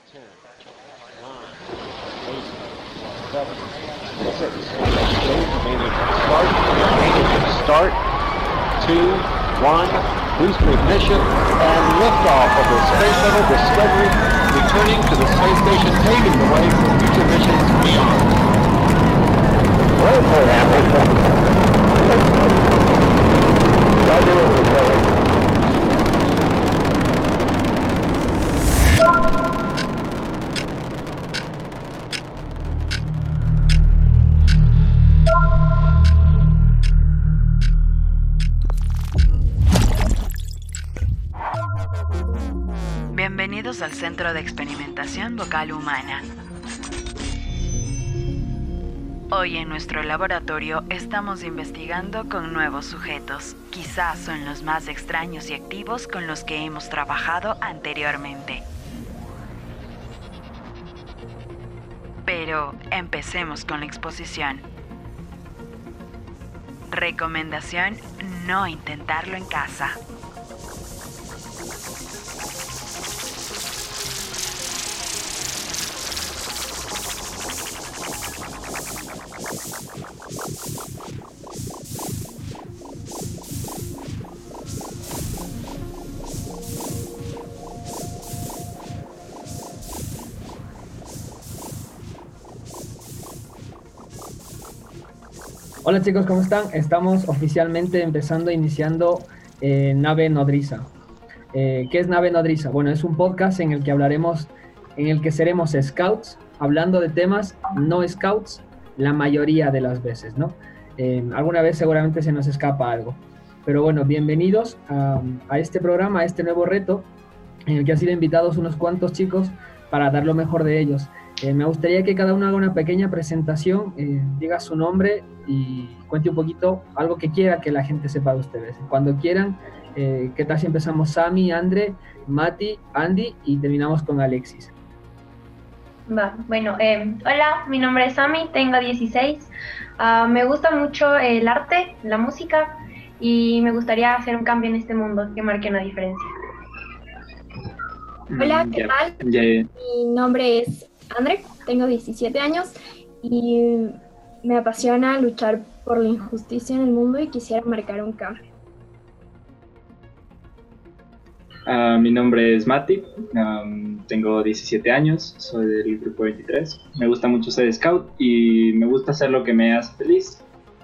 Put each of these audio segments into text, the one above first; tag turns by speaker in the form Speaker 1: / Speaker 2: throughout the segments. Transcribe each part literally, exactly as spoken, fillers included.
Speaker 1: Start, two, one, booster ignition, and liftoff of the Space Shuttle Discovery, returning to the space station, paving the way for future missions beyond. Well, for
Speaker 2: Bienvenidos al Centro de Experimentación Vocal Humana. Hoy en nuestro laboratorio estamos investigando con nuevos sujetos. Quizás son los más extraños y activos con los que hemos trabajado anteriormente. Pero empecemos con la exposición. Recomendación: no intentarlo en casa.
Speaker 3: Hola chicos, ¿cómo están? Estamos oficialmente empezando, iniciando eh, Nave Nodriza. Eh, ¿Qué es Nave Nodriza? Bueno, es un podcast en el que hablaremos, en el que seremos scouts, hablando de temas no scouts la mayoría de las veces, ¿no? Eh, alguna vez seguramente se nos escapa algo. Pero bueno, bienvenidos a, a este programa, a este nuevo reto, en el que han sido invitados unos cuantos chicos para dar lo mejor de ellos. Eh, me gustaría que cada uno haga una pequeña presentación, eh, diga su nombre y cuente un poquito algo que quiera que la gente sepa de ustedes. Cuando quieran, eh, ¿qué tal si empezamos? Sami, Andre, Mati, Andy y terminamos con Alexis.
Speaker 4: Va, bueno, eh, hola, mi nombre es Sami, tengo dieciséis. Uh, me gusta mucho el arte, la música y me gustaría hacer un cambio en este mundo que marque una diferencia.
Speaker 5: Hola, ¿qué tal?
Speaker 6: Yeah, yeah.
Speaker 5: Mi nombre es Andre, tengo diecisiete años y me apasiona luchar por la injusticia en el mundo y quisiera marcar un cambio.
Speaker 6: Uh, mi nombre es Mati, um, tengo diecisiete años, soy del grupo veintitrés. Me gusta mucho ser scout y me gusta hacer lo que me hace feliz.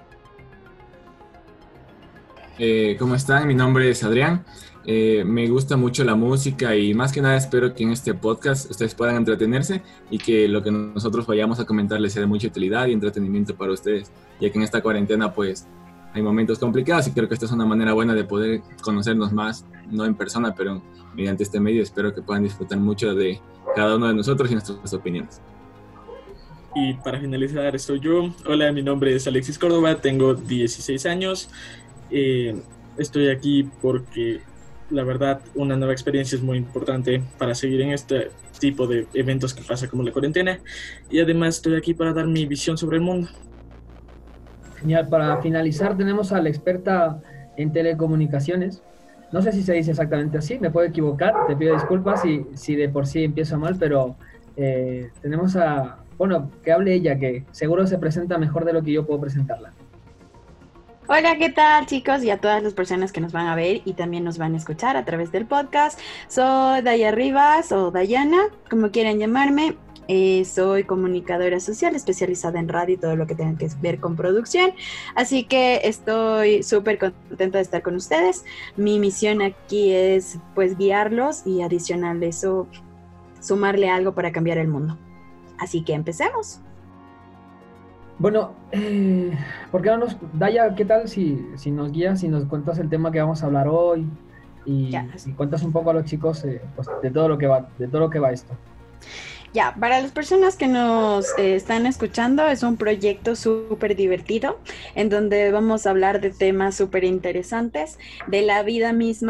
Speaker 7: Eh, ¿Cómo están? Mi nombre es Adrián. Eh, me gusta mucho la música y más que nada espero que en este podcast ustedes puedan entretenerse y que lo que nosotros vayamos a comentar les sea de mucha utilidad y entretenimiento para ustedes, ya que en esta cuarentena pues hay momentos complicados y creo que esta es una manera buena de poder conocernos más, no en persona, pero mediante este medio. Espero que puedan disfrutar mucho de cada uno de nosotros y nuestras opiniones.
Speaker 8: Y para finalizar, estoy yo. Hola, mi nombre es Alexis Córdoba, tengo dieciséis años. Eh, estoy aquí porque la verdad una nueva experiencia es muy importante para seguir en este tipo de eventos que pasa como la cuarentena, y además estoy aquí para dar mi visión sobre el mundo.
Speaker 3: Genial, para finalizar tenemos a la experta en telecomunicaciones. No sé si se dice exactamente así, me puedo equivocar, te pido disculpas si, si de por sí empiezo mal, pero eh, tenemos a, bueno, que hable ella, que seguro se presenta mejor de lo que yo puedo presentarla.
Speaker 2: Hola, ¿qué tal chicos? Y a todas las personas que nos van a ver y también nos van a escuchar a través del podcast. Soy Daya Rivas o Dayana, como quieran llamarme. Eh, soy comunicadora social especializada en radio y todo lo que tenga que ver con producción. Así que estoy súper contenta de estar con ustedes. Mi misión aquí es pues guiarlos y adicional de eso sumarle algo para cambiar el mundo. Así que empecemos.
Speaker 3: Bueno, eh, ¿por qué no nos... Daya, ¿qué tal si, si nos guías y nos cuentas el tema que vamos a hablar hoy? Y, y cuentas un poco a los chicos eh, pues, de todo lo que va, de todo lo que va esto.
Speaker 2: Ya, para las personas que nos eh, están escuchando, es un proyecto súper divertido en donde vamos a hablar de temas súper interesantes de la vida misma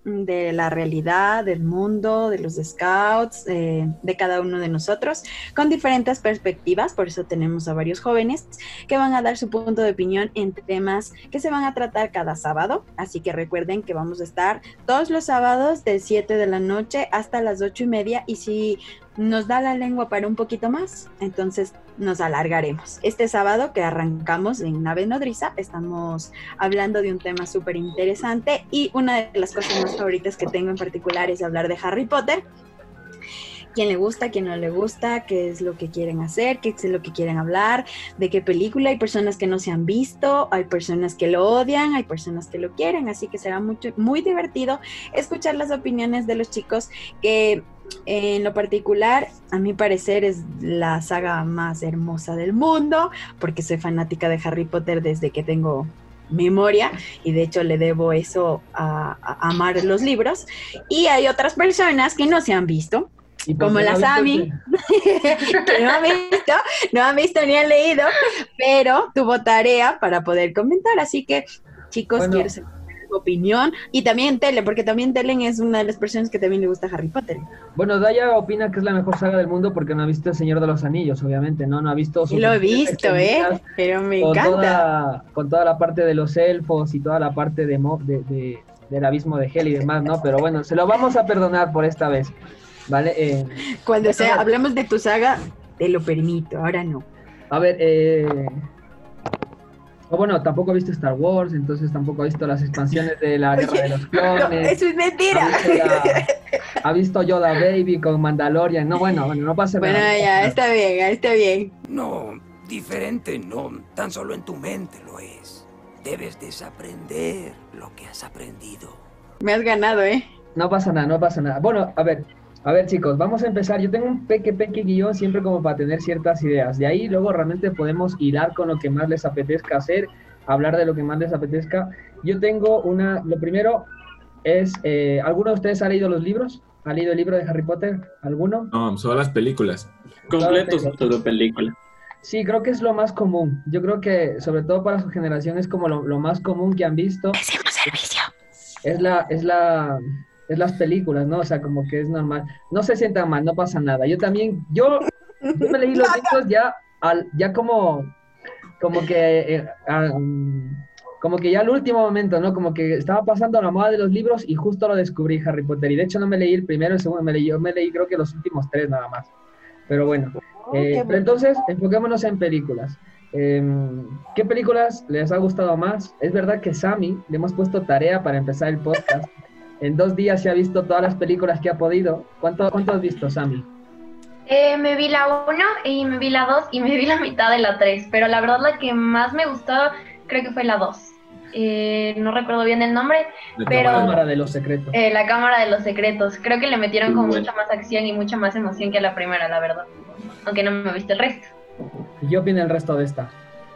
Speaker 2: de la realidad, del mundo, de los scouts, eh, de cada uno de nosotros, con diferentes perspectivas. Por eso tenemos a varios jóvenes que van a dar su punto de opinión en temas que se van a tratar cada sábado. Así que recuerden que vamos a estar todos los sábados de siete de la noche hasta las ocho y media, y si nos da la lengua para un poquito más, entonces nos alargaremos. Este sábado que arrancamos en Nave Nodriza, estamos hablando de un tema súper interesante, y una de las cosas más favoritas que tengo en particular es hablar de Harry Potter. Quién le gusta, quién no le gusta, qué es lo que quieren hacer, qué es lo que quieren hablar, de qué película. Hay personas que no se han visto, hay personas que lo odian, hay personas que lo quieren, así que será mucho, muy divertido escuchar las opiniones de los chicos, que en lo particular, a mi parecer, es la saga más hermosa del mundo, porque soy fanática de Harry Potter desde que tengo memoria, y de hecho le debo eso a, a amar los libros. Y hay otras personas que no se han visto, como la Sami, que no han visto, no han visto ni han leído, pero tuvo tarea para poder comentar. Así que, chicos, bueno, quiero saber su opinión. Y también Tele, porque también Telen es una de las personas que también le gusta Harry Potter.
Speaker 3: Bueno, Daya opina que es la mejor saga del mundo porque no ha visto El Señor de los Anillos, obviamente, ¿no? No ha visto...
Speaker 2: Sí, lo he visto, ¿eh? Pero me
Speaker 3: con
Speaker 2: encanta.
Speaker 3: Toda, con toda la parte de los elfos y toda la parte de, de, de, del abismo de Hel y demás, ¿no? Pero bueno, se lo vamos a perdonar por esta vez. Vale, eh,
Speaker 2: cuando sea, hablemos de tu saga, te lo permito, ahora no.
Speaker 3: A ver, eh, oh, bueno, tampoco ha visto Star Wars, entonces tampoco ha visto las expansiones de la Guerra de los Clones.
Speaker 2: No, eso es mentira.
Speaker 3: Ha visto, la, ha visto Yoda Baby con Mandalorian. No, bueno, bueno, no pasa
Speaker 2: bueno,
Speaker 3: nada.
Speaker 2: Bueno, ya, está bien, está bien.
Speaker 9: No, diferente no, tan solo en tu mente lo es. Debes desaprender lo que has aprendido.
Speaker 2: Me has ganado, ¿eh?
Speaker 3: No pasa nada, no pasa nada. Bueno, a ver... A ver, chicos, vamos a empezar. Yo tengo un peque, peque guión siempre como para tener ciertas ideas. De ahí luego realmente podemos hilar con lo que más les apetezca hacer, hablar de lo que más les apetezca. Yo tengo una... Lo primero es... Eh, ¿alguno de ustedes ha leído los libros? ¿Ha leído el libro de Harry Potter? ¿Alguno?
Speaker 7: No, solo las películas.
Speaker 6: Completos, todo película.
Speaker 3: Sí, creo que es lo más común. Yo creo que, sobre todo para su generación, es como lo, lo más común que han visto.
Speaker 2: Decimos servicio.
Speaker 3: Es la... Es la Es las películas, ¿no? O sea, como que es normal. No se sientan mal, no pasa nada. Yo también, yo, yo me leí los libros ya, al, ya como, como que, eh, um, como que ya al último momento, ¿no? Como que estaba pasando la moda de los libros y justo lo descubrí, Harry Potter. Y de hecho no me leí el primero, el segundo, me leí, yo me leí creo que los últimos tres nada más. Pero bueno. Eh, pero entonces, enfoquémonos en películas. Eh, ¿Qué películas les ha gustado más? Es verdad que Sami, le hemos puesto tarea para empezar el podcast. En dos días se ha visto todas las películas que ha podido. ¿Cuánto, cuánto has visto, Sami?
Speaker 4: Eh, me vi la uno y me vi la dos y me vi la mitad de la tres, pero la verdad la que más me gustó creo que fue la dos. Eh, no recuerdo bien el nombre,
Speaker 3: la
Speaker 4: pero...
Speaker 3: La Cámara de los Secretos.
Speaker 4: Eh, la Cámara de los Secretos. Creo que le metieron
Speaker 6: Sí,
Speaker 4: con
Speaker 6: bueno.
Speaker 4: mucha más acción y mucha más emoción que la primera, la verdad. Aunque no me he visto el resto.
Speaker 3: ¿Y qué opina el resto de esta?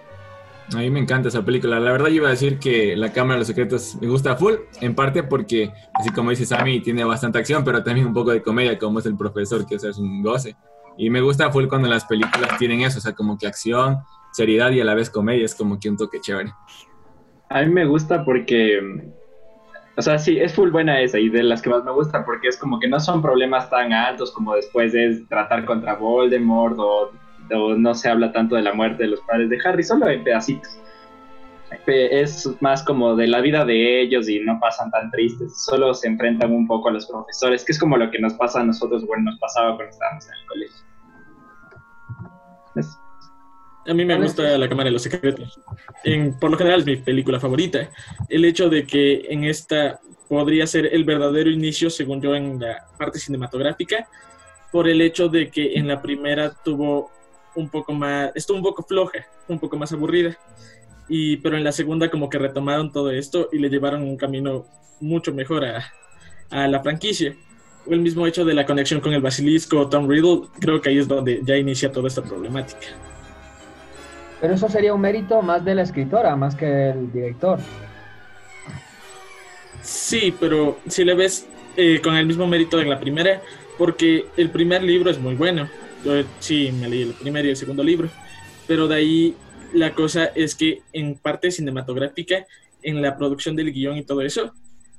Speaker 7: A mí me encanta esa película. La verdad yo iba a decir que La Cámara de los Secretos me gusta full, en parte porque, así como dice Sammy, tiene bastante acción, pero también un poco de comedia, como es El Profesor, que o sea, es un goce. Y me gusta full cuando las películas tienen eso, o sea, como que acción, seriedad y a la vez comedia, es como que un toque chévere.
Speaker 6: A mí me gusta porque, o sea, sí, es full buena esa y de las que más me gusta porque es como que no son problemas tan altos como después es tratar contra Voldemort o... o no se habla tanto de la muerte de los padres de Harry, solo en pedacitos. Es más como de la vida de ellos y no pasan tan tristes, solo se enfrentan un poco a los profesores, que es como lo que nos pasa a nosotros, bueno, nos pasaba cuando estábamos en el colegio. Es...
Speaker 8: A mí me gusta La Cámara de los Secretos. En, por lo general es mi película favorita. El hecho de que en esta podría ser el verdadero inicio, según yo, en la parte cinematográfica, por el hecho de que en la primera tuvo un poco más, estuvo un poco floja, un poco más aburrida, y pero en la segunda como que retomaron todo esto y le llevaron un camino mucho mejor a, a la franquicia. El mismo hecho de la conexión con el basilisco, Tom Riddle, creo que ahí es donde ya inicia toda esta problemática.
Speaker 3: Pero eso sería un mérito más de la escritora, más que del director.
Speaker 8: Sí, pero si le ves eh, con el mismo mérito de la primera, porque el primer libro es muy bueno. Yo sí me leí el primer y el segundo libro, pero de ahí la cosa es que en parte cinematográfica, en la producción del guión y todo eso,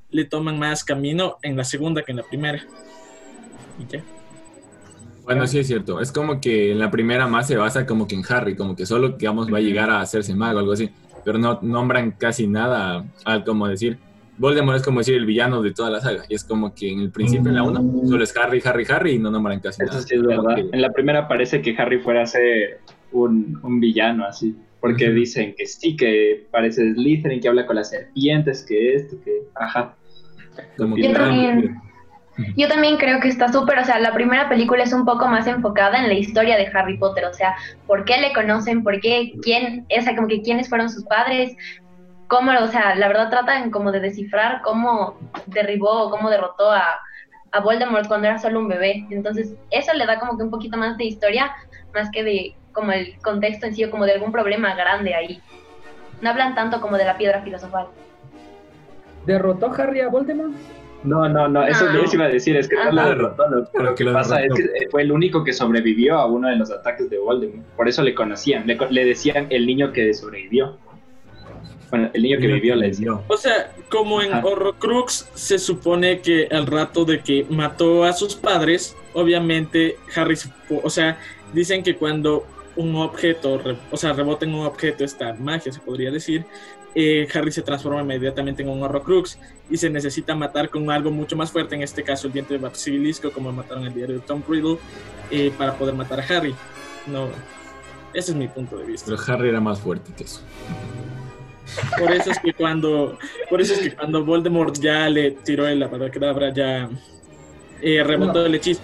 Speaker 8: le toman más camino en la segunda que en la primera. ¿Y ya?
Speaker 7: Bueno, sí es cierto. Es como que en la primera más se basa como que en Harry, como que solo, digamos, va a llegar a hacerse mago o algo así. Pero no nombran casi nada al como decir... Voldemort es como decir el villano de toda la saga. Y es como que en el principio, en la uno, solo es Harry, Harry, Harry y no nombran casi
Speaker 6: Eso
Speaker 7: nada.
Speaker 6: sí es verdad.
Speaker 7: Que...
Speaker 6: En la primera parece que Harry fuera a ser un, un villano así. Porque
Speaker 7: uh-huh.
Speaker 6: dicen que sí, que parece Slytherin, que habla con las serpientes, que esto, que... Ajá.
Speaker 7: Como
Speaker 4: Yo
Speaker 7: que
Speaker 4: también, yo también creo que está súper, o sea, la primera película es un poco más enfocada en la historia de Harry Potter, o sea, por qué le conocen, por qué, quién, o sea, como que quiénes fueron sus padres, cómo, o sea, la verdad tratan como de descifrar cómo derribó o cómo derrotó a, a Voldemort cuando era solo un bebé. Entonces, eso le da como que un poquito más de historia, más que de como el contexto en sí, o como de algún problema grande ahí. No hablan tanto como de la piedra filosofal.
Speaker 3: ¿Derrotó Harry a Voldemort?
Speaker 6: No, no, no, eso
Speaker 4: No.
Speaker 6: les iba a decir, es que no
Speaker 4: Ajá.
Speaker 6: lo derrotó. Lo,
Speaker 7: Pero
Speaker 6: lo
Speaker 7: que
Speaker 6: que
Speaker 7: lo
Speaker 6: pasa
Speaker 7: derrotó.
Speaker 6: es que fue el único que sobrevivió a uno de los ataques de Voldemort. Por eso le conocían, le, le decían el niño que sobrevivió. Bueno, el niño que vivió le decía.
Speaker 8: O sea, como en
Speaker 6: Ajá.
Speaker 8: Horrocrux se supone que al rato de que mató a sus padres, obviamente Harry, se fu- o sea, dicen que cuando un objeto, re- o sea, rebota en un objeto esta magia, se podría decir, eh, Harry se transforma inmediatamente en un Horrocrux y se necesita matar con algo mucho más fuerte, en este caso el diente de basilisco, como mataron en el diario de Tom Riddle, eh, para poder matar a Harry. No, ese es mi punto de vista.
Speaker 7: Pero Harry era más fuerte que eso.
Speaker 8: Por eso es que cuando, por eso es que cuando Voldemort ya le tiró el abracadabra, ya eh, rebotó
Speaker 3: No.
Speaker 8: el hechizo.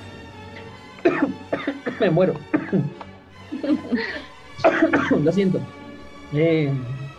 Speaker 3: Me muero. Lo siento. Eh,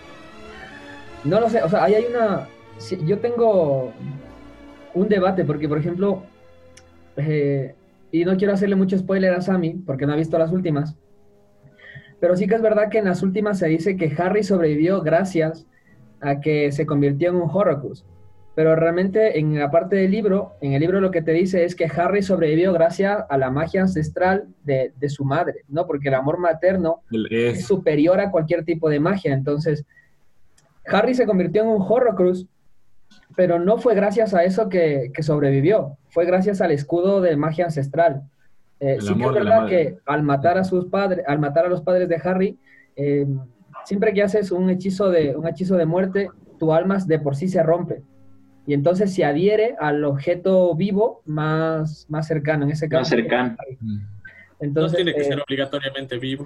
Speaker 3: no lo sé, o sea, ahí hay una... sí, yo tengo un debate, porque por ejemplo, eh, y no quiero hacerle mucho spoiler a Sammy, porque no ha visto las últimas, pero sí que es verdad que en las últimas se dice que Harry sobrevivió gracias a que se convirtió en un Horcrux. Pero realmente en la parte del libro, en el libro lo que te dice es que Harry sobrevivió gracias a la magia ancestral de, de su madre, ¿no? Porque el amor materno
Speaker 7: El-
Speaker 3: es
Speaker 7: es-
Speaker 3: superior a cualquier tipo de magia. Entonces, Harry se convirtió en un Horcrux, pero no fue gracias a eso que, que sobrevivió. Fue gracias al escudo de magia ancestral. Eh,
Speaker 7: El
Speaker 3: sí que
Speaker 7: amor
Speaker 3: es
Speaker 7: de la
Speaker 3: verdad
Speaker 7: madre.
Speaker 3: que al matar a sus padres, al matar a los padres de Harry, eh, siempre que haces un hechizo de un hechizo de muerte, tu alma de por sí se rompe. Y entonces se adhiere al objeto vivo más, más cercano, en ese caso.
Speaker 6: Más cercano.
Speaker 3: Entonces,
Speaker 8: No tiene que
Speaker 3: eh,
Speaker 8: ser obligatoriamente vivo.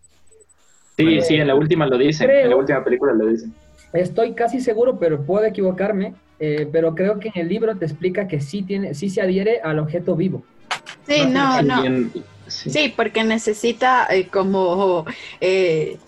Speaker 6: Sí, sí, en la última lo dicen.
Speaker 3: Creo-
Speaker 6: En la última película lo dicen.
Speaker 3: estoy casi seguro, pero puedo equivocarme, eh, pero creo que en el libro te explica que sí, tiene, sí se adhiere al objeto vivo.
Speaker 2: Sí, no, no.
Speaker 6: Bien, sí.
Speaker 2: Sí, porque necesita eh, como, eh,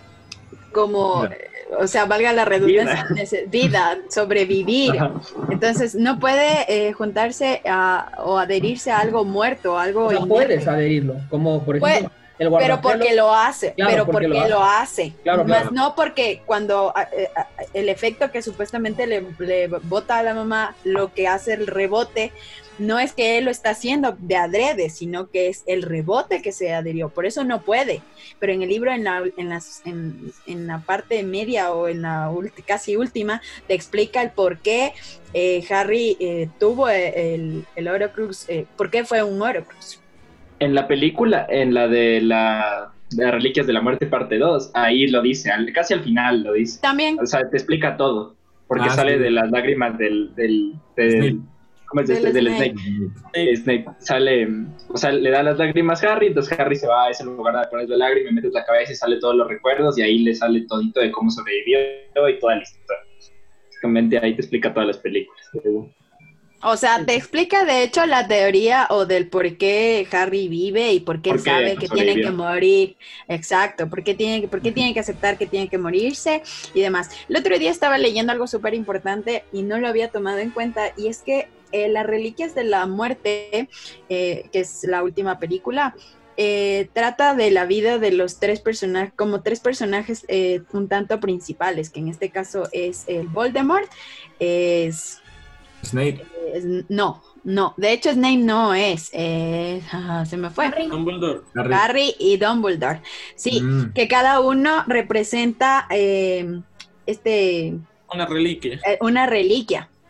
Speaker 2: como,
Speaker 7: Vida.
Speaker 2: eh, o sea, valga la redundancia,
Speaker 6: Vida.
Speaker 2: nece- vida, sobrevivir.
Speaker 6: Ajá.
Speaker 2: Entonces, no puede eh, juntarse a, o adherirse a algo muerto, algo
Speaker 3: O sea,
Speaker 2: inerte.
Speaker 3: puedes adherirlo, como por
Speaker 2: Puede-
Speaker 3: ejemplo el
Speaker 2: Pero
Speaker 3: guardapelo.
Speaker 2: porque lo hace,
Speaker 3: Claro,
Speaker 2: pero
Speaker 3: porque
Speaker 2: porque,
Speaker 3: lo
Speaker 2: lo hace.
Speaker 3: Claro,
Speaker 2: Más
Speaker 3: claro.
Speaker 2: no porque cuando a- eh, a- el efecto que supuestamente le, le bota a la mamá, lo que hace el rebote, no es que él lo está haciendo de adrede, sino que es el rebote que se adhirió. Por eso no puede. Pero en el libro, en la, en las, en, en la parte media o en la ulti- casi última, te explica el por qué eh, Harry eh, tuvo el, el Horcrux, eh, por qué fue un Horcrux.
Speaker 6: En la película, en la de la de las Reliquias de la Muerte parte dos, ahí lo dice, al- casi al final lo dice.
Speaker 2: También.
Speaker 6: O sea, te explica todo. Porque
Speaker 7: Ah,
Speaker 6: sale
Speaker 7: sí.
Speaker 6: de las lágrimas del... del, del
Speaker 7: Snape.
Speaker 6: ¿Cómo es
Speaker 2: Del
Speaker 6: este? Del
Speaker 2: Snape.
Speaker 6: Snake. Eh, Snape sale, o sea, le da las lágrimas a Harry, entonces Harry se va a ese lugar a poner la lágrima, metes la cabeza y sale todos los recuerdos y ahí le sale todito de cómo sobrevivió y toda la historia. Básicamente ahí te explica todas las películas.
Speaker 2: O sea, te explica de hecho la teoría o del por qué Harry vive y por qué él
Speaker 6: ¿Por qué
Speaker 2: sabe que tiene
Speaker 6: sobrevivió?
Speaker 2: que morir. Exacto, por qué tiene, que- por qué tiene que aceptar que tiene que morirse y demás. El otro día estaba leyendo algo súper importante y no lo había tomado en cuenta, y es que eh, las Reliquias de la Muerte, eh, que es la última película, eh, trata de la vida de los tres personajes, como tres personajes eh, un tanto principales, que en este caso es el Voldemort, es...
Speaker 7: Snape.
Speaker 2: Es- no, no. De hecho, Snape no es. eh, ah, se me fue.
Speaker 5: Harry.
Speaker 8: Dumbledore.
Speaker 7: Harry.
Speaker 2: Harry y Dumbledore. Sí,
Speaker 7: Mm.
Speaker 2: que cada uno representa eh, este,
Speaker 8: Una reliquia.
Speaker 2: eh, una reliquia.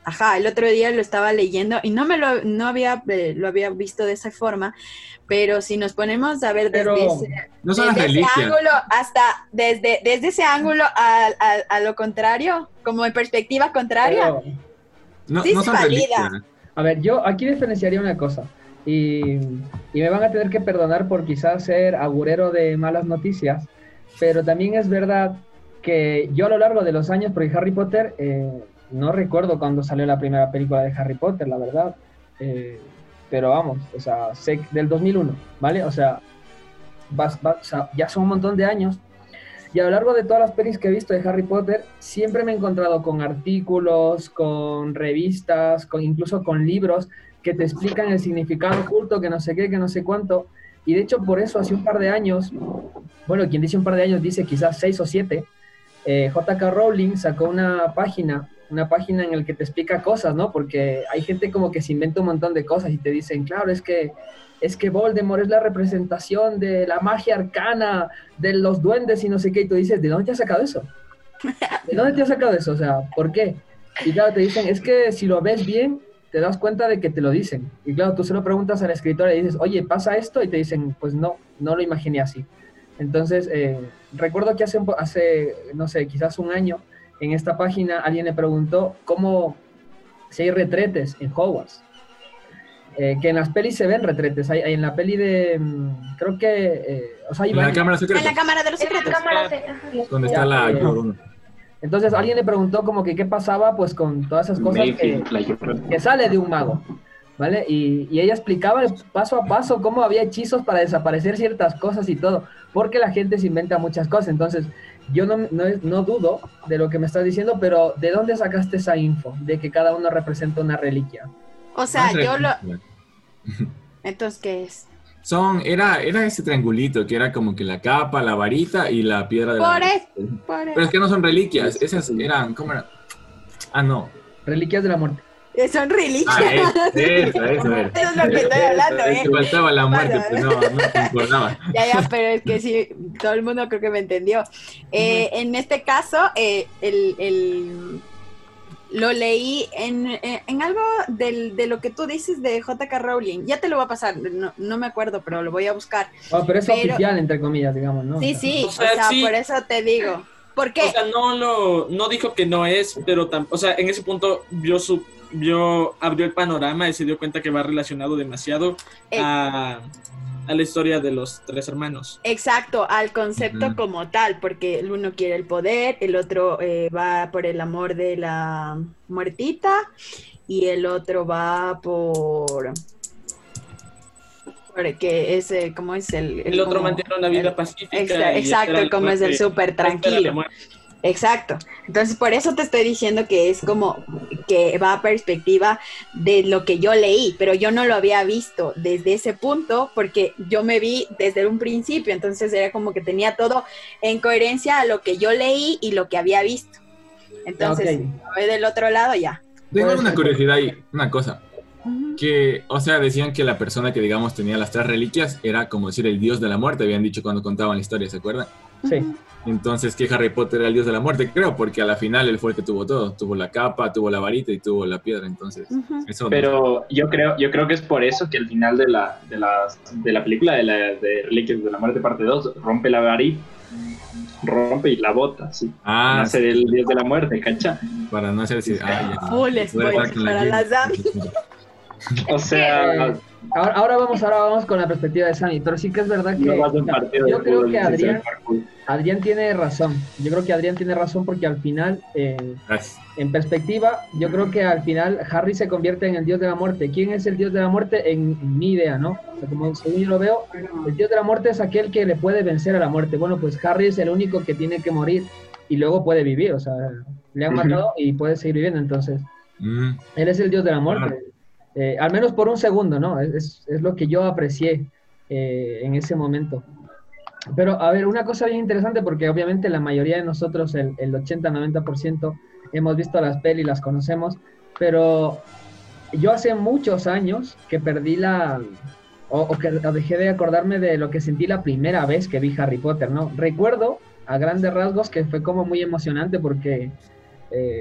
Speaker 2: Ajá, el otro día lo estaba leyendo y no me lo, no había, eh, lo había visto de esa forma, pero si nos ponemos a ver desde,
Speaker 3: Pero
Speaker 2: ese,
Speaker 7: no son las
Speaker 2: desde ese
Speaker 7: reliquias.
Speaker 2: ángulo hasta, desde, desde ese ángulo a, a, a lo contrario, como en perspectiva contraria,
Speaker 3: pero,
Speaker 7: No,
Speaker 2: Sí,
Speaker 7: no
Speaker 2: se
Speaker 7: son
Speaker 2: valida.
Speaker 7: reliquias.
Speaker 3: a ver, yo aquí diferenciaría una cosa. Y, y me van a tener que perdonar por quizás ser agurero de malas noticias, pero también es verdad que yo a lo largo de los años, porque Harry Potter, eh, no recuerdo cuándo salió la primera película de Harry Potter, la verdad, eh, pero vamos, o sea, sé, del dos mil uno, ¿vale? O sea, vas, vas, o sea, ya son un montón de años. Y a lo largo de todas las pelis que he visto de Harry Potter, siempre me he encontrado con artículos, con revistas, con, incluso con libros que te explican el significado oculto, que no sé qué, que no sé cuánto. Y de hecho, por eso hace un par de años, bueno, quien dice un par de años dice quizás seis o siete, eh, J K Rowling sacó una página, una página en la que te explica cosas, ¿no? Porque hay gente como que se inventa un montón de cosas y te dicen, claro, es que es que Voldemort es la representación de la magia arcana, de los duendes y no sé qué, y tú dices, ¿de dónde te has sacado eso? ¿De dónde te has sacado eso? O sea, ¿por qué? Y claro, te dicen, es que si lo ves bien, te das cuenta de que te lo dicen. Y claro, tú se lo preguntas al escritor y dices, oye, ¿pasa esto? Y te dicen, pues no, no lo imaginé así. Entonces, eh, recuerdo que hace, hace, no sé, quizás un año, en esta página alguien le preguntó cómo si hay retretes en Hogwarts. Eh, que en las pelis se ven retretes. Hay, hay en la peli de, mm, creo que, eh, o sea, hay
Speaker 7: En la
Speaker 3: varios.
Speaker 7: cámara
Speaker 2: en
Speaker 7: secreta.
Speaker 2: la Cámara de los
Speaker 4: En la
Speaker 2: Secretos.
Speaker 4: cámara se- ajá.
Speaker 7: Donde está la
Speaker 3: Eh,
Speaker 7: Corona.
Speaker 3: Entonces alguien le preguntó como que qué pasaba pues con todas esas cosas que,
Speaker 6: Mayfield, la Llorona.
Speaker 3: que sale de un mago, ¿vale? Y, y ella explicaba paso a paso cómo había hechizos para desaparecer ciertas cosas y todo, porque la gente se inventa muchas cosas. Entonces yo no, no, no dudo de lo que me estás diciendo, pero ¿de dónde sacaste esa info de que cada uno representa una reliquia?
Speaker 2: O sea,
Speaker 7: Son
Speaker 2: yo lo...
Speaker 7: reliquias.
Speaker 2: Entonces, ¿qué es?
Speaker 7: Son, era, era ese triangulito que era como que la capa, la varita y la piedra de
Speaker 2: Por
Speaker 7: la...
Speaker 2: eso, por
Speaker 7: Pero es
Speaker 2: eso.
Speaker 7: que no son reliquias, esas eran, ¿cómo era? Ah, no.
Speaker 3: Reliquias de la muerte.
Speaker 2: Eh, Son reliquias.
Speaker 7: Ah, es- eso, eso era.
Speaker 2: Eso es lo que estoy hablando,
Speaker 7: Es
Speaker 2: ¿eh?
Speaker 7: que faltaba la muerte,
Speaker 2: Pasa.
Speaker 7: pues no, no te importaba.
Speaker 2: Ya, ya, pero es que sí, todo el mundo creo que me entendió. Eh, En este caso, eh, el, el- lo leí en, en, en algo del, de lo que tú dices de J K Rowling. Ya te lo voy a pasar, no, no me acuerdo, pero lo voy a buscar.
Speaker 3: Oh, pero es
Speaker 2: Pero-
Speaker 3: oficial, entre comillas, digamos, ¿no?
Speaker 2: Sí,
Speaker 3: O sea,
Speaker 2: sí,
Speaker 8: O
Speaker 2: o
Speaker 8: sea,
Speaker 2: sea,
Speaker 8: sí.
Speaker 2: por eso te digo. ¿Por qué?
Speaker 8: O sea, no lo, no dijo que no es, pero tam- o sea, en ese punto vio su, vio, abrió el panorama y se dio cuenta que va relacionado demasiado
Speaker 2: Eh.
Speaker 8: a, a la historia de los tres hermanos.
Speaker 2: Exacto, al concepto
Speaker 7: Ujú.
Speaker 2: como tal, porque el uno quiere el poder, el otro eh, va por el amor de la muertita y el otro va por... Porque es, eh, ¿cómo es el...?
Speaker 8: El otro
Speaker 2: como-
Speaker 8: mantiene una vida
Speaker 2: el-
Speaker 8: pacífica.
Speaker 2: exa-
Speaker 8: y
Speaker 2: exacto,
Speaker 8: espera la
Speaker 2: como es el
Speaker 8: muerte-
Speaker 2: súper
Speaker 8: espera la
Speaker 2: tranquilo.
Speaker 8: muerte.
Speaker 2: Exacto. Entonces, por eso te estoy diciendo que es como que va a perspectiva de lo que yo leí, pero yo no lo había visto desde ese punto porque yo me vi desde un principio, entonces era como que tenía todo en coherencia a lo que yo leí y lo que había visto. Entonces,
Speaker 3: Ok.
Speaker 2: si lo ve del otro lado, ya.
Speaker 7: Tengo
Speaker 3: Puede
Speaker 7: una
Speaker 3: ser.
Speaker 7: curiosidad y una cosa. Que, o sea, decían que la persona que, digamos, tenía las tres reliquias era como decir el dios de la muerte, habían dicho cuando contaban la historia, ¿se acuerdan?
Speaker 3: Sí.
Speaker 7: Entonces, que Harry Potter era el dios de la muerte, creo, porque a la final él fue el que tuvo todo. Tuvo la capa, tuvo la varita y tuvo la piedra, entonces,
Speaker 2: Ujú.
Speaker 7: eso no-
Speaker 6: Pero yo creo, yo creo que es por eso que al final de la, de las- de la película de, la, de Reliquias de la Muerte parte dos rompe la varita, rompe y la bota, sí.
Speaker 7: Ah,
Speaker 6: Nace
Speaker 7: sí,
Speaker 6: del dios de la muerte, ¿cacha?
Speaker 7: para no hacer... Ah, ya.
Speaker 2: Full
Speaker 7: Voy a
Speaker 2: spoiler
Speaker 7: estar con la
Speaker 2: para
Speaker 7: Jim.
Speaker 2: las Dami.
Speaker 6: O sea,
Speaker 3: Eh, ahora, ahora vamos, ahora vamos con la perspectiva de Sammy, pero sí que es verdad que
Speaker 6: no vas a un
Speaker 3: o sea,
Speaker 6: partido de
Speaker 3: yo creo
Speaker 6: fútbol
Speaker 3: que
Speaker 6: sin ser
Speaker 3: Adrián,
Speaker 6: parkour.
Speaker 3: Adrián tiene razón. Yo creo que Adrián tiene razón porque al final, eh,
Speaker 7: Gracias.
Speaker 3: en perspectiva, yo creo que al final Harry se convierte en el dios de la muerte. ¿Quién es el dios de la muerte? En, en mi idea, ¿no? O sea, como según yo lo veo, el dios de la muerte es aquel que le puede vencer a la muerte. Bueno, pues Harry es el único que tiene que morir y luego puede vivir. O sea, le han
Speaker 6: Ujú.
Speaker 3: matado y puede seguir viviendo. Entonces,
Speaker 7: Mm,
Speaker 3: él es el dios de la muerte.
Speaker 7: Claro.
Speaker 3: Eh, al menos por un segundo, ¿no? Es, es, es lo que yo aprecié eh, en ese momento. Pero, a ver, una cosa bien interesante, porque obviamente la mayoría de nosotros, el, el ochenta noventa por ciento, hemos visto las pelis, las conocemos, pero yo hace muchos años que perdí la... O, o que o dejé de acordarme de lo que sentí la primera vez que vi Harry Potter, ¿no? Recuerdo, a grandes rasgos, que fue como muy emocionante porque... Eh,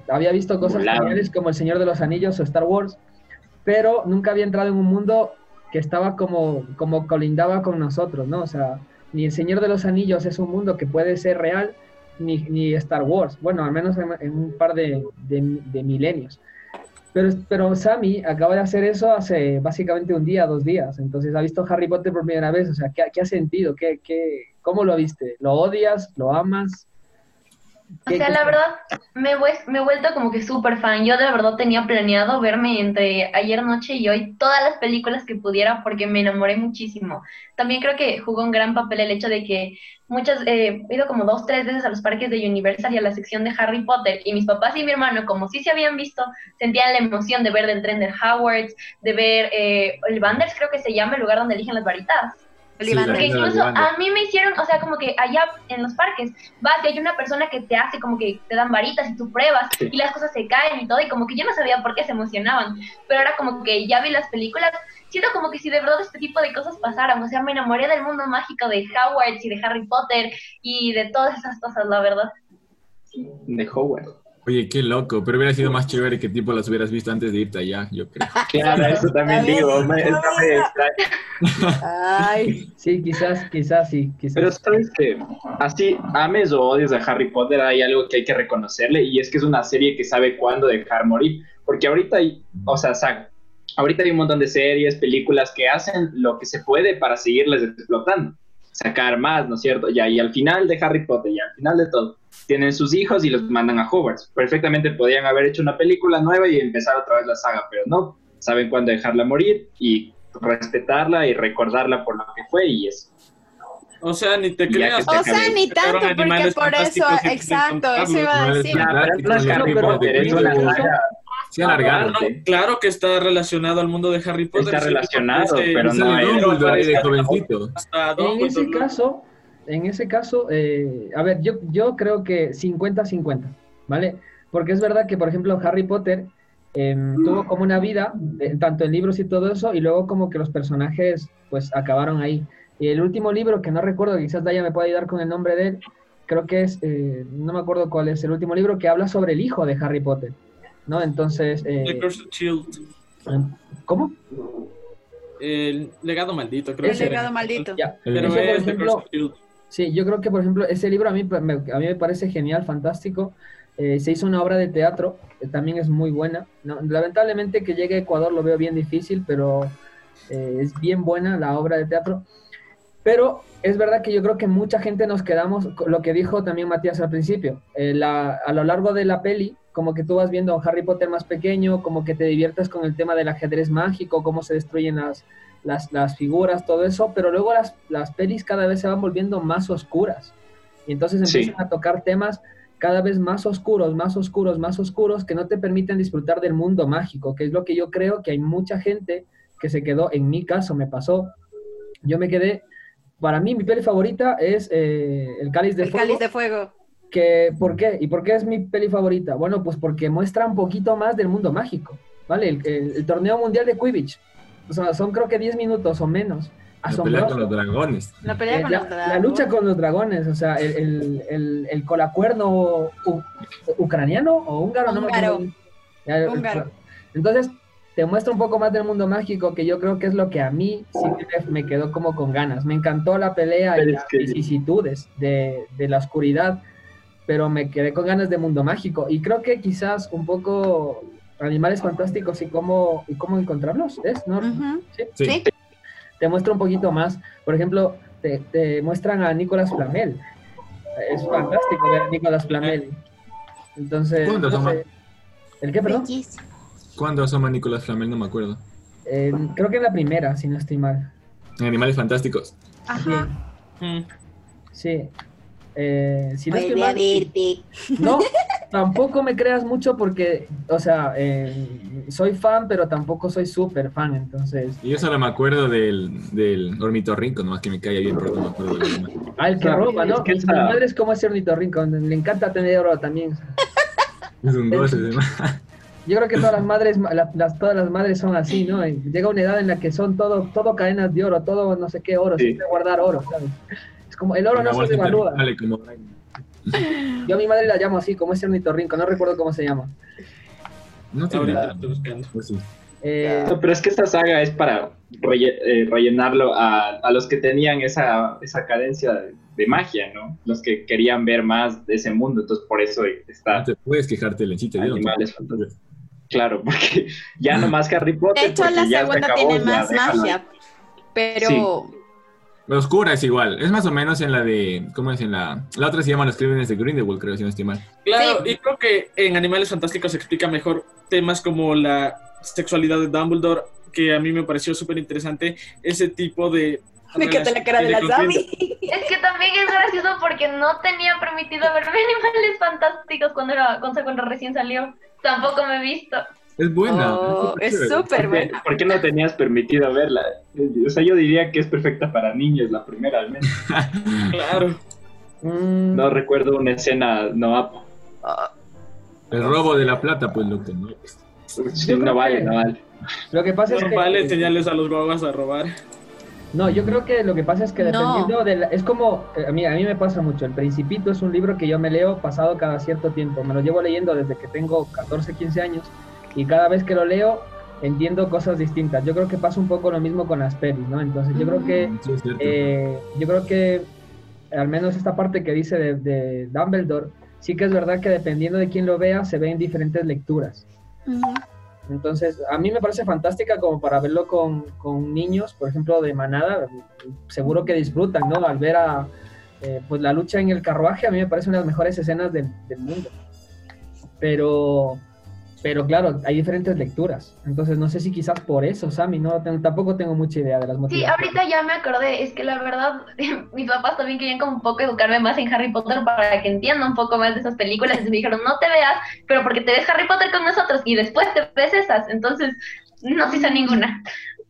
Speaker 3: había visto cosas
Speaker 6: Volado.
Speaker 3: geniales como El Señor de los Anillos o Star Wars, pero nunca había entrado en un mundo que estaba como, como colindaba con nosotros, ¿no? O sea, ni El Señor de los Anillos es un mundo que puede ser real, ni, ni Star Wars, bueno, al menos en, en un par de, de, de milenios. Pero, pero Sammy acaba de hacer eso hace básicamente un día, dos días, entonces ha visto Harry Potter por primera vez, o sea, ¿qué, qué has sentido? ¿Qué, qué, ¿Cómo lo viste? ¿Lo odias? ¿Lo amas?
Speaker 4: O sea, la verdad, me he, vues- me he vuelto como que súper fan. Yo de verdad tenía planeado verme entre ayer noche y hoy todas las películas que pudiera porque me enamoré muchísimo. También creo que jugó un gran papel el hecho de que muchas, eh, he ido como dos, tres veces a los parques de Universal y a la sección de Harry Potter y mis papás y mi hermano, como sí se habían visto, sentían la emoción de ver del tren de Hogwarts, de ver eh, el Vanders, creo que se llama el lugar donde eligen las varitas.
Speaker 7: Sí, la
Speaker 4: Porque
Speaker 7: isla de
Speaker 4: incluso
Speaker 7: Ollivander.
Speaker 4: a mí me hicieron, o sea, como que allá en los parques, vas y hay una persona que te hace como que te dan varitas y tú pruebas
Speaker 6: Sí.
Speaker 4: y las cosas se caen y todo, y como que yo no sabía por qué se emocionaban, pero ahora como que ya vi las películas, siento como que si de verdad este tipo de cosas pasaran, o sea, me enamoré del mundo mágico de Hogwarts y de Harry Potter y de todas esas cosas, la verdad.
Speaker 6: De Howard.
Speaker 7: Oye, qué loco, pero hubiera sido más chévere que tipo las hubieras visto antes de irte allá, yo creo.
Speaker 6: Claro, eso también
Speaker 2: Está
Speaker 6: digo,
Speaker 2: bien,
Speaker 6: me-
Speaker 2: está
Speaker 6: está medio
Speaker 2: bien.
Speaker 6: extraño.
Speaker 2: Ay,
Speaker 3: Sí, quizás, quizás sí, quizás.
Speaker 6: Pero sabes que así ames o odies a Harry Potter, hay algo que hay que reconocerle y es que es una serie que sabe cuándo dejar morir, porque ahorita hay, o sea, sa- ahorita hay un montón de series, películas que hacen lo que se puede para seguirles explotando, sacar más, ¿no es cierto? Ya, y al final de Harry Potter, y al final de todo, tienen sus hijos y los mandan a Hogwarts. Perfectamente podían haber hecho una película nueva y empezar otra vez la saga, pero no, saben cuándo dejarla morir y respetarla y recordarla por lo que fue y eso.
Speaker 8: O sea, ni te
Speaker 6: Ya
Speaker 8: creas.
Speaker 6: que
Speaker 2: o sea, ni tanto,
Speaker 8: Fueron
Speaker 2: porque
Speaker 8: animales
Speaker 2: por eso,
Speaker 8: fantásticos y
Speaker 2: exacto, eso iba a
Speaker 7: Animales
Speaker 2: decir.
Speaker 6: Ya, pero no es
Speaker 7: fantásticos,
Speaker 6: Harry
Speaker 3: pero-
Speaker 6: Potter, es una
Speaker 3: pero-
Speaker 6: saga.
Speaker 7: Se alargaron.
Speaker 8: Claro, claro que está relacionado al mundo de Harry Potter.
Speaker 6: Está
Speaker 8: sí,
Speaker 6: relacionado,
Speaker 8: porque
Speaker 6: pero
Speaker 7: Y
Speaker 6: no
Speaker 7: sale
Speaker 6: es-
Speaker 7: Dumbledore ahí de
Speaker 6: es-
Speaker 7: jovencito.
Speaker 8: hasta
Speaker 3: En
Speaker 8: Dumbledore,
Speaker 3: ese
Speaker 8: ¿no?
Speaker 3: caso, en ese caso, eh, a ver, yo, yo creo que cincuenta cincuenta, ¿vale? Porque es verdad que, por ejemplo, Harry Potter eh, tuvo como una vida, eh, tanto en libros y todo eso, y luego como que los personajes, pues, acabaron ahí. Y el último libro, que no recuerdo, quizás Daya me pueda ayudar con el nombre de él, creo que es, eh, no me acuerdo cuál es el último libro, que habla sobre el hijo de Harry Potter, ¿no? Entonces, eh,
Speaker 8: The Cursed Shield.
Speaker 3: ¿cómo?
Speaker 8: El legado maldito, creo
Speaker 2: El
Speaker 8: que era.
Speaker 2: legado maldito.
Speaker 3: Ya.
Speaker 8: Pero
Speaker 3: Eso, por
Speaker 8: es The
Speaker 3: ejemplo,
Speaker 8: Cursed Shield.
Speaker 3: sí, yo creo que, por ejemplo, ese libro a mí, me- a mí me parece genial, fantástico. Eh, se hizo una obra de teatro, eh, también es muy buena, ¿no? Lamentablemente que llegue a Ecuador lo veo bien difícil, pero eh, es bien buena la obra de teatro. Pero es verdad que yo creo que mucha gente nos quedamos, con lo que dijo también Matías al principio, eh, la- a lo largo de la peli, como que tú vas viendo a Harry Potter más pequeño, como que te diviertes con el tema del ajedrez mágico, cómo se destruyen las, las, las figuras, todo eso, pero luego las, las pelis cada vez se van volviendo más oscuras. Y entonces
Speaker 6: Sí.
Speaker 3: empiezan a tocar temas cada vez más oscuros, más oscuros, más oscuros, que no te permiten disfrutar del mundo mágico, que es lo que yo creo que hay mucha gente que se quedó, en mi caso me pasó, yo me quedé, para mí mi peli favorita es eh, El Cáliz de
Speaker 2: El
Speaker 3: Fuego.
Speaker 2: cáliz de fuego.
Speaker 3: Que, ¿por qué? ¿Y por qué es mi peli favorita? Bueno, pues porque muestra un poquito más del mundo mágico, ¿vale? El, el- el torneo mundial de Quidditch, o sea, son creo que diez minutos o menos,
Speaker 7: La pelea con
Speaker 3: asombroso.
Speaker 7: los dragones.
Speaker 2: La pelea
Speaker 3: Eh,
Speaker 2: con
Speaker 3: la,
Speaker 2: los
Speaker 3: la
Speaker 2: dragones.
Speaker 3: lucha con los dragones, o sea, el, el, el, el colacuerno u- ucraniano o húngaro, no me
Speaker 2: Húngaro.
Speaker 3: acuerdo. Ya, el-
Speaker 2: Húngaro.
Speaker 3: Entonces, te muestra un poco más del mundo mágico, que yo creo que es lo que a mí sí me, me quedó como con ganas. Me encantó la pelea y
Speaker 6: Pero es
Speaker 3: las
Speaker 6: que-
Speaker 3: vicisitudes de, de la oscuridad, pero me quedé con ganas de mundo mágico. Y creo que quizás un poco Animales Fantásticos y cómo, y cómo encontrarlos, ¿es? ¿No?
Speaker 2: Ujú.
Speaker 3: ¿Sí?
Speaker 7: Sí.
Speaker 2: Sí.
Speaker 3: Te muestra un poquito más. Por ejemplo, te, te muestran a Nicolas Flamel. Es fantástico ver a Nicolas Flamel. Entonces,
Speaker 7: ¿Cuándo,
Speaker 3: no
Speaker 7: Tomás?
Speaker 3: sé. ¿El qué, perdón?
Speaker 2: Bellísimo.
Speaker 7: ¿Cuándo asoma Nicolás Flamel? No me acuerdo.
Speaker 3: Eh, creo que en la primera, si no estoy mal.
Speaker 7: En Animales Fantásticos.
Speaker 2: Ajá.
Speaker 8: Mm.
Speaker 3: Sí. Eh, si no estoy
Speaker 2: Vuelve a
Speaker 3: mal,
Speaker 2: verte.
Speaker 3: no, tampoco me creas mucho porque, o sea, eh, soy fan, pero tampoco soy súper fan, entonces...
Speaker 7: Y yo solo me acuerdo del, del ornitorrinco, nomás que me cae bien, pero no me acuerdo del demás.
Speaker 3: Ah, el que
Speaker 6: O sea,
Speaker 3: roba, ¿no?
Speaker 6: es que
Speaker 3: Mi
Speaker 6: esa-
Speaker 3: madre es como ese ornitorrinco, le encanta tener oro también.
Speaker 7: Es un goce, además.
Speaker 3: Yo creo que todas las madres, la- las, todas las madres son así, ¿no? Y llega una edad en la que son todo, todo cadenas de oro, todo no sé qué oro,
Speaker 6: Sí.
Speaker 3: siempre guardar oro, ¿sabes? Es como, el oro no se devalúa.
Speaker 7: Vale, como...
Speaker 3: Yo a mi madre la llamo así, como ese ornitorrinco, no recuerdo cómo se llama.
Speaker 7: No te
Speaker 8: Ahorita
Speaker 7: nada.
Speaker 8: lo estoy buscando.
Speaker 7: Pues sí.
Speaker 3: Eh,
Speaker 6: No, pero es que esta saga es para relle- eh, rellenarlo a, a los que tenían esa, esa cadencia de, de magia, ¿no? Los que querían ver más de ese mundo, entonces por eso está
Speaker 7: No te puedes quejarte, Lencita. yo no te-
Speaker 6: Animales Fantásticos. Claro, porque ya nomás Harry Potter.
Speaker 2: De hecho,
Speaker 6: porque
Speaker 2: la
Speaker 6: ya se
Speaker 2: segunda
Speaker 6: acabó,
Speaker 2: tiene
Speaker 6: ya
Speaker 2: más
Speaker 6: déjalo.
Speaker 2: magia, pero...
Speaker 6: Sí.
Speaker 7: La oscura es igual. Es más o menos en la de... ¿Cómo es? En la... La otra se llama Los Crímenes de Grindelwald, creo, si no estoy mal.
Speaker 8: Claro,
Speaker 2: Sí.
Speaker 8: y creo que en Animales Fantásticos se explica mejor temas como la sexualidad de Dumbledore, que a mí me pareció súper interesante, ese tipo de...
Speaker 2: Me encanta la cara de la Sami.
Speaker 4: Es que también es gracioso porque no tenía permitido verme Animales Fantásticos cuando, era, cuando, cuando recién salió. Tampoco me he visto.
Speaker 7: Es buena.
Speaker 2: Oh, es
Speaker 7: chévere.
Speaker 2: súper
Speaker 6: ¿Por qué,
Speaker 2: buena.
Speaker 6: por qué no tenías permitido verla? O sea, yo diría que es perfecta para niños, la primera al menos.
Speaker 8: Claro.
Speaker 3: mm,
Speaker 6: No recuerdo una escena no apta.
Speaker 7: El robo de la plata, pues, Lucas, ¿no?
Speaker 6: Sí,
Speaker 3: Yo
Speaker 6: no
Speaker 3: creo
Speaker 6: vale,
Speaker 3: que-
Speaker 6: no vale.
Speaker 3: lo que pasa es
Speaker 8: No
Speaker 3: que...
Speaker 8: vale enseñarles a los guaguas a robar.
Speaker 3: No, yo creo que lo que pasa es que
Speaker 2: No.
Speaker 3: dependiendo de la- es como, eh, a mí, a mí me pasa mucho, El Principito es un libro que yo me leo pasado cada cierto tiempo, me lo llevo leyendo desde que tengo catorce, quince años y cada vez que lo leo entiendo cosas distintas. Yo creo que pasa un poco lo mismo con las pelis, ¿no? Entonces yo creo que,
Speaker 7: Sí, es cierto.
Speaker 3: eh, yo creo que al menos esta parte que dice de, de Dumbledore, sí que es verdad que dependiendo de quién lo vea se ven diferentes lecturas.
Speaker 2: Ujú.
Speaker 3: Entonces, a mí me parece fantástica como para verlo con, con niños, por ejemplo, de manada, seguro que disfrutan, ¿no? Al ver a, eh, pues la lucha en el carruaje, a mí me parece una de las mejores escenas del, del mundo. Pero, pero claro, hay diferentes lecturas. Entonces, no sé si quizás por eso, Sammy, no tengo- tampoco tengo mucha idea de las
Speaker 4: Sí,
Speaker 3: motivaciones.
Speaker 4: ahorita ya me acordé, es que la verdad, mis papás también querían como un poco educarme más en Harry Potter para que entienda un poco más de esas películas y me dijeron, no te veas, pero porque te ves Harry Potter con nosotros y después te ves esas, entonces no se hizo ninguna.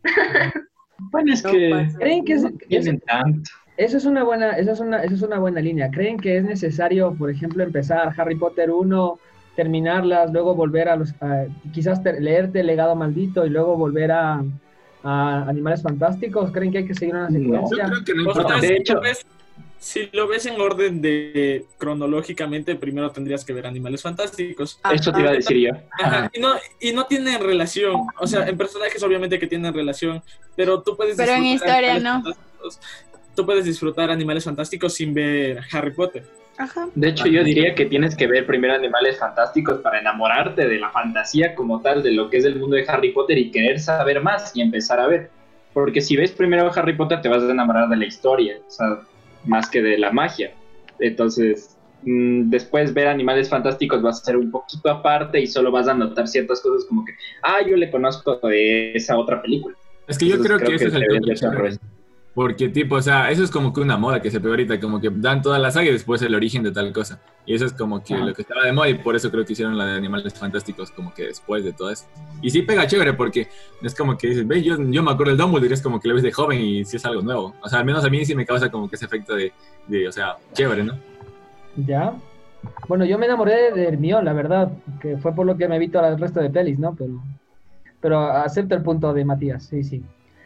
Speaker 6: Bueno, es
Speaker 2: No
Speaker 6: que
Speaker 2: pasa.
Speaker 3: ¿Creen que es,
Speaker 6: no tienen tanto.
Speaker 3: Eso es una buena, eso es una, eso es una buena línea. ¿Creen que es necesario, por ejemplo, empezar Harry Potter uno, terminarlas, luego volver a los, a- quizás ter- leerte El Legado Maldito y luego volver a, a Animales Fantásticos? ¿Creen que hay que seguir una
Speaker 6: No.
Speaker 3: secuencia?
Speaker 7: Yo creo que no
Speaker 8: O sea,
Speaker 7: importa.
Speaker 6: de
Speaker 8: si,
Speaker 6: hecho-
Speaker 8: lo ves, si lo ves en orden de cronológicamente, primero tendrías que ver Animales Fantásticos.
Speaker 6: Eso te iba a decir yo.
Speaker 8: Ajá, y no, y no tienen relación, o sea, en personajes obviamente que tienen relación, pero tú puedes
Speaker 2: Pero en
Speaker 8: disfrutar
Speaker 2: historia,
Speaker 8: Animales
Speaker 2: no.
Speaker 8: Fantásticos- tú puedes disfrutar Animales Fantásticos sin ver Harry Potter.
Speaker 2: Ajá.
Speaker 6: De hecho, yo diría que tienes que ver primero Animales Fantásticos para enamorarte de la fantasía como tal, de lo que es el mundo de Harry Potter y querer saber más y empezar a ver. Porque si ves primero Harry Potter te vas a enamorar de la historia, o sea, más que de la magia. Entonces, mmm, después ver Animales Fantásticos va a ser un poquito aparte y solo vas a notar ciertas cosas como que, ah, yo le conozco de esa otra película.
Speaker 7: Es que yo
Speaker 6: Entonces,
Speaker 7: creo que ese es el
Speaker 6: deberías
Speaker 7: toque
Speaker 6: de hacerlo.
Speaker 7: chévere. Porque, tipo, o sea, eso es como que una moda que se pegó ahorita, como que dan toda la saga y después el origen de tal cosa. Y eso es como que
Speaker 6: Ajá.
Speaker 7: lo que estaba de moda y por eso creo que hicieron la de Animales Fantásticos como que después de todo eso. Y sí pega chévere porque es como que dices, ve, yo, yo me acuerdo del Dumbledore, es como que lo ves de joven y sí es algo nuevo. O sea, al menos a mí sí me causa como que ese efecto de, de o sea, chévere, ¿no?
Speaker 3: Ya. Bueno, yo me enamoré de Hermione, la verdad, que fue por lo que me vi todo el resto de pelis, ¿no? Pero, pero acepto el punto de Matías, sí, sí.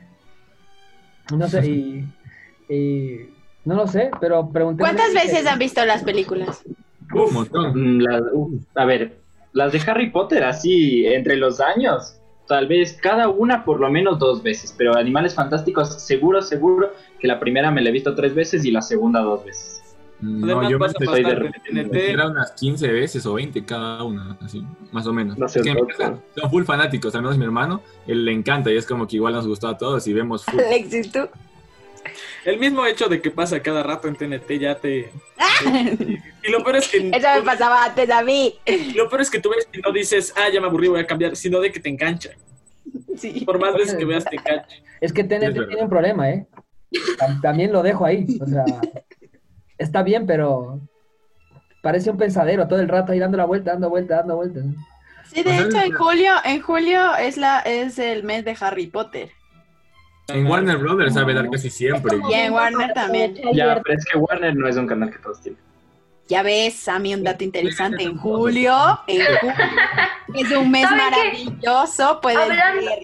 Speaker 3: No sé, y, y no lo sé, pero pregunté...
Speaker 2: ¿Cuántas veces han visto las películas?
Speaker 7: Un montón.
Speaker 6: Mm, la- uf, a ver, las de Harry Potter así entre los años, tal vez cada una por lo menos dos veces, pero Animales Fantásticos seguro, seguro que la primera me la he visto tres veces y la segunda dos veces.
Speaker 7: No,
Speaker 8: Además
Speaker 7: yo me
Speaker 8: pasa
Speaker 6: estoy de
Speaker 8: bastante
Speaker 6: repente,
Speaker 8: en T N
Speaker 7: me
Speaker 8: T.
Speaker 7: era unas quince veces o veinte cada una, así, más o menos.
Speaker 6: No sé,
Speaker 7: Es que en mi
Speaker 6: loco.
Speaker 7: casa son full fanáticos, al menos mi hermano, él le encanta y es como que igual nos gustó a todos y vemos full.
Speaker 2: Alexis, ¿tú?
Speaker 8: El mismo hecho de que pasa cada rato en T N T ya te... te- y lo peor es que...
Speaker 2: Eso me pasaba antes a mí.
Speaker 8: Lo peor es que tú ves y no dices, ah, ya me aburrí, voy a cambiar, sino de que te engancha.
Speaker 2: Sí.
Speaker 8: Por más veces que veas, te engancha.
Speaker 3: Es que T N
Speaker 7: Es
Speaker 3: T
Speaker 7: verdad.
Speaker 3: tiene un problema, ¿eh? Tam- También lo dejo ahí, o sea, está bien, pero parece un pensadero todo el rato ahí dando la vuelta, dando vuelta, dando vuelta. ¿no?
Speaker 2: Sí, de hecho, en julio, en julio es la es el mes de Harry Potter.
Speaker 7: En Warner Brothers sabe dar casi siempre.
Speaker 2: Y en Warner también.
Speaker 6: Ya, pero es que Warner no es un canal que todos tienen.
Speaker 2: Ya ves, a mí un dato interesante. En julio, en julio es un mes
Speaker 4: ¿Saben qué?
Speaker 2: maravilloso. Puedes
Speaker 4: Hablando-
Speaker 2: ver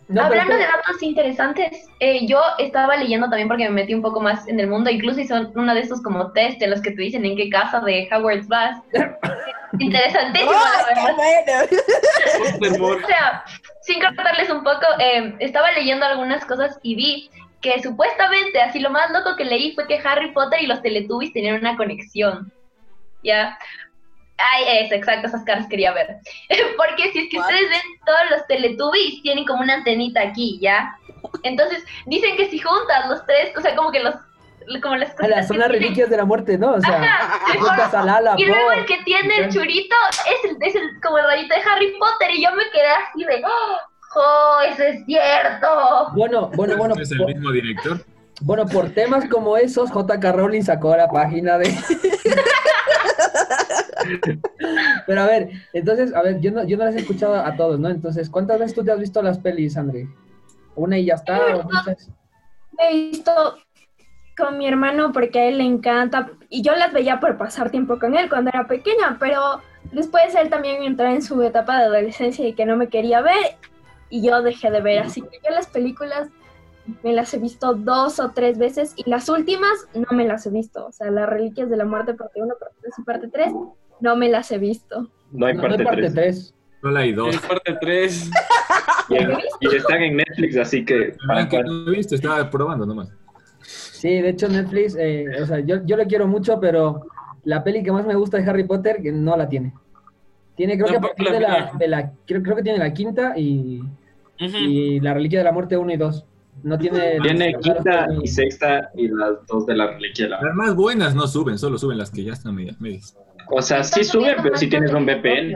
Speaker 3: No,
Speaker 4: Hablando
Speaker 3: pero-
Speaker 4: de datos interesantes, eh, yo estaba leyendo también porque me metí un poco más en el mundo, incluso hice uno de estos como test de los que te dicen en qué casa de Hogwarts vas. Interesantísimo,
Speaker 2: ¡Ay,
Speaker 4: la verdad.
Speaker 2: qué bueno!
Speaker 8: Pottermore.
Speaker 4: O sea, sin cortarles un poco, eh, estaba leyendo algunas cosas y vi que supuestamente, así lo más loco que leí fue que Harry Potter y los Teletubbies tenían una conexión. ¿Ya? Ay, eso, exacto, esas caras quería ver. Porque si es que
Speaker 2: What?
Speaker 4: ustedes ven, todos los Teletubbies tienen como una antenita aquí, ¿ya? Entonces, dicen que si juntas los tres, o sea, como que los... como las
Speaker 3: Ala,
Speaker 4: cositas
Speaker 3: son
Speaker 4: que
Speaker 3: las
Speaker 4: tienen-
Speaker 3: reliquias de la muerte, ¿no? O sea,
Speaker 4: Ajá,
Speaker 3: juntas a Lala,
Speaker 4: y luego
Speaker 3: Po,
Speaker 4: el que tiene el
Speaker 3: y-
Speaker 4: churito es, el, es el, como el rayito de Harry Potter y yo me quedé así de, ¡oh, oh, eso es cierto!
Speaker 3: Bueno, bueno, bueno.
Speaker 7: ¿Es el
Speaker 3: por-
Speaker 7: mismo director?
Speaker 3: Bueno, por temas como esos, J K. Rowling sacó la página de... Pero a ver, entonces, a ver, yo no, yo no las he escuchado a todos, ¿no? Entonces, ¿cuántas veces tú te has visto las pelis, André? ¿Una y ya está? ¿O muchas?
Speaker 5: He visto con mi hermano porque a él le encanta y yo las veía por pasar tiempo con él cuando era pequeña, pero después él también entró en su etapa de adolescencia y que no me quería ver y yo dejé de ver, así que yo las películas me las he visto dos o tres veces y las últimas no me las he visto, o sea, las Reliquias de la Muerte parte uno, parte dos y parte tres no me las he visto.
Speaker 6: No hay
Speaker 3: No, no
Speaker 6: parte
Speaker 3: hay parte
Speaker 6: tres.
Speaker 3: tres.
Speaker 7: Solo hay dos.
Speaker 8: En parte tres.
Speaker 6: Y, en- y están en Netflix, así que...
Speaker 7: Para
Speaker 6: para
Speaker 7: que
Speaker 6: cuál.
Speaker 7: no he visto, estaba probando nomás.
Speaker 3: Sí, de hecho Netflix, eh, o sea, yo, yo le quiero mucho, pero la peli que más me gusta de Harry Potter que no la tiene. Tiene, creo que a
Speaker 8: Tampoco
Speaker 3: partir
Speaker 8: la
Speaker 3: de la,
Speaker 8: vi.
Speaker 3: de la creo, creo que tiene la quinta y,
Speaker 8: Ujú.
Speaker 3: y la Reliquia de la Muerte uno y dos. No tiene...
Speaker 6: Tiene quinta
Speaker 3: y
Speaker 6: y sexta y las dos de la reliquia. de la-
Speaker 7: Las más buenas no suben, solo suben las que ya están medias. medias.
Speaker 6: O sea, sí suben, pero si tienes un V P N.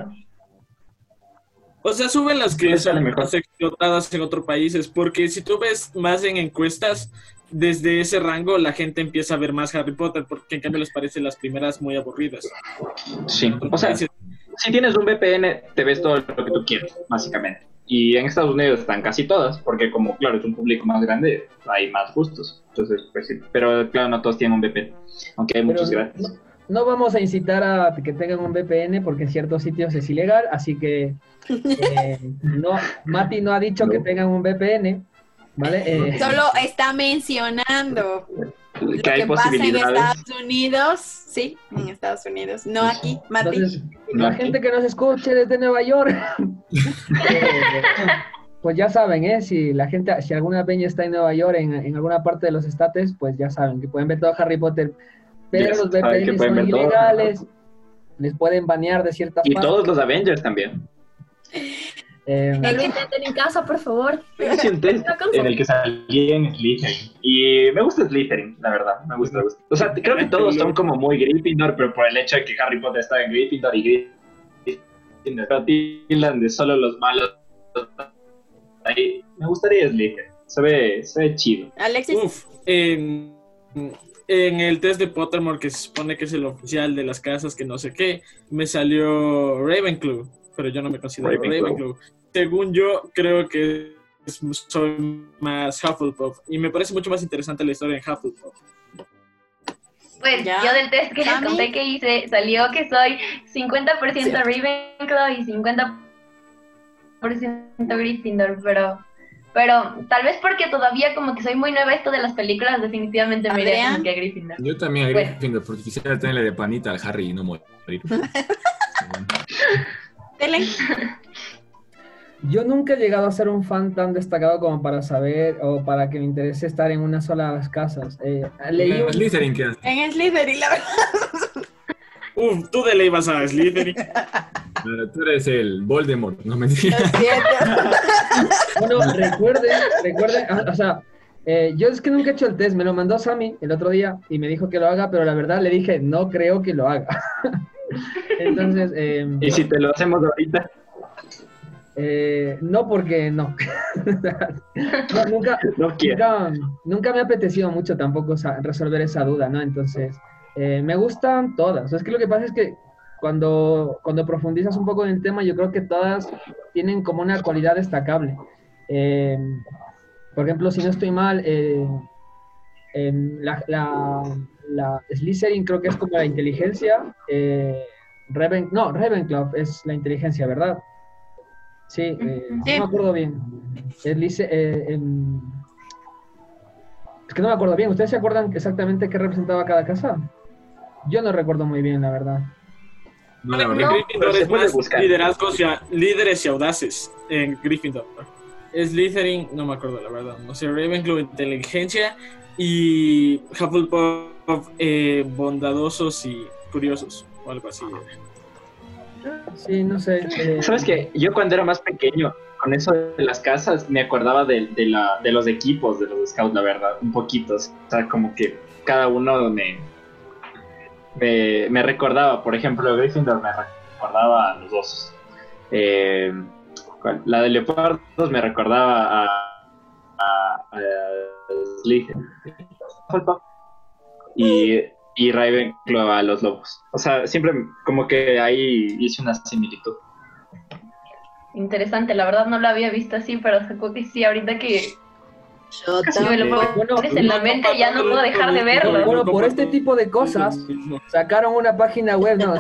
Speaker 8: O sea, suben las que
Speaker 6: Les sale
Speaker 8: son
Speaker 6: mejor.
Speaker 8: más explotadas en otros países, porque si tú ves más en encuestas, desde ese rango la gente empieza a ver más Harry Potter, porque en cambio les parecen las primeras muy aburridas.
Speaker 6: Sí, o sea, si tienes un V P N, te ves todo lo que tú quieres, básicamente. Y en Estados Unidos están casi todas, porque como, claro, es un público más grande, hay más gustos. Entonces, pues sí. Pero, claro, no todos tienen un V P N, aunque hay
Speaker 3: Pero
Speaker 6: muchos gratis.
Speaker 3: no, no vamos a incitar a que tengan un V P N porque en ciertos sitios es ilegal, así que eh, no, Mati no ha dicho
Speaker 6: No.
Speaker 3: que tengan un V P N, ¿vale? Eh,
Speaker 2: Solo está mencionando lo
Speaker 6: Que hay
Speaker 2: que pasa en
Speaker 6: posibilidades.
Speaker 2: Estados Unidos, sí, en Estados Unidos, no aquí, Mati.
Speaker 3: Entonces,
Speaker 6: No,
Speaker 3: la
Speaker 6: aquí.
Speaker 3: gente que nos escuche desde Nueva York, eh, pues ya saben, ¿eh? Si la gente, si alguna peña está en Nueva York, en, en alguna parte de los estates, pues ya saben que pueden ver todo Harry Potter, pero
Speaker 6: Yes,
Speaker 3: los
Speaker 6: saben que
Speaker 3: V P N
Speaker 6: pueden
Speaker 3: son
Speaker 6: ver todo.
Speaker 3: ilegales, les pueden banear de ciertas
Speaker 6: Y
Speaker 3: partes.
Speaker 6: todos los Avengers también.
Speaker 3: Eh,
Speaker 5: Que lo intenten en casa, por favor.
Speaker 6: Hice un test en el que salí en Slytherin. Y me gusta Slytherin, la verdad. Me gusta, me gusta. O sea, creo que todos son como muy Gryffindor, pero por el hecho de que Harry Potter está en Gryffindor y Gryffindor. Pero tildan de solo los malos. Ahí, me gustaría Slytherin. Se ve, se ve chido.
Speaker 2: Alexis,
Speaker 8: Uf, en, en el test de Pottermore, que se supone que es el oficial de las casas, que no sé qué, me salió Ravenclaw, pero yo no me considero
Speaker 6: Ravenclaw.
Speaker 8: Ravenclaw. Según yo, creo que es- soy más Hufflepuff, y me parece mucho más interesante la historia en Hufflepuff.
Speaker 4: Pues
Speaker 2: Ya.
Speaker 4: yo del test que les
Speaker 2: Cami.
Speaker 4: conté que hice, salió que soy cincuenta por ciento Ravenclaw y cincuenta por ciento Gryffindor, pero... Pero tal vez porque todavía como que soy muy nueva a esto de las películas, definitivamente me iría
Speaker 2: Adrián.
Speaker 4: como que a Gryffindor.
Speaker 7: Yo también a
Speaker 4: Bueno.
Speaker 7: Gryffindor, porque quisiera tenerle de panita al Harry y no morir.
Speaker 2: Telen.
Speaker 3: Yo nunca he llegado a ser un fan tan destacado como para saber o para que me interese estar en una sola de las casas. Eh, leí un-
Speaker 7: Slytherin, ¿qué hace?
Speaker 2: En Slytherin, la verdad.
Speaker 8: Uf, tú de ley vas a Slytherin.
Speaker 7: Claro, tú eres el Voldemort, no me
Speaker 2: Lo
Speaker 7: digas.
Speaker 2: siento.
Speaker 3: Bueno, recuerden, recuerden, ah, o sea, eh, yo es que nunca he hecho el test, me lo mandó Sammy el otro día y me dijo que lo haga, pero la verdad le dije, no creo que lo haga. Entonces, eh,
Speaker 6: Y si te lo hacemos ahorita,
Speaker 3: eh, no porque no. No, nunca,
Speaker 6: no quiero.
Speaker 3: nunca, nunca me ha apetecido mucho tampoco sa- resolver esa duda, ¿no? Entonces, eh, me gustan todas. Es que lo que pasa es que cuando, cuando profundizas un poco en el tema, yo creo que todas tienen como una cualidad destacable. Eh, por ejemplo, si no estoy mal, eh, en la, la, la Slytherin creo que es como la inteligencia. Eh, Raven, no, Ravenclaw es la inteligencia, ¿verdad? Sí, eh,
Speaker 2: Sí.
Speaker 3: no me acuerdo bien. El lice- eh, em, es que no me acuerdo bien. ¿Ustedes se acuerdan exactamente qué representaba cada casa? Yo no recuerdo muy bien, la verdad.
Speaker 7: No, la verdad.
Speaker 4: No.
Speaker 8: Gryffindor
Speaker 6: Pero se
Speaker 8: es
Speaker 6: puede
Speaker 8: más
Speaker 6: buscar.
Speaker 8: liderazgos y a- líderes y audaces en Gryffindor. Slytherin, no me acuerdo la verdad. No sé, Ravenclaw, inteligencia y Hufflepuff, eh, bondadosos y curiosos o algo así.
Speaker 3: Sí, no sé. eh,
Speaker 6: ¿Sabes qué? Yo cuando era más pequeño, con eso de las casas, me acordaba de, de, la, de los equipos de los scouts, la verdad, un poquito. O sea, como que cada uno me, me, me recordaba. Por ejemplo, Gryffindor me recordaba a los dos. Eh, ¿cuál? La de Leopardos me recordaba a, a, a Slytherin. Y, y Ravenclaw a los lobos. O sea, siempre como que ahí hice una similitud.
Speaker 4: Interesante, la verdad no lo había visto así, pero sacó que sí, ahorita que
Speaker 2: Yo
Speaker 4: si me lo
Speaker 6: también.
Speaker 3: Bueno,
Speaker 4: pones en la mente ya no puedo dejar de
Speaker 3: Bueno,
Speaker 4: verlo.
Speaker 3: bueno, por este tipo de cosas sacaron una página web, ¿no?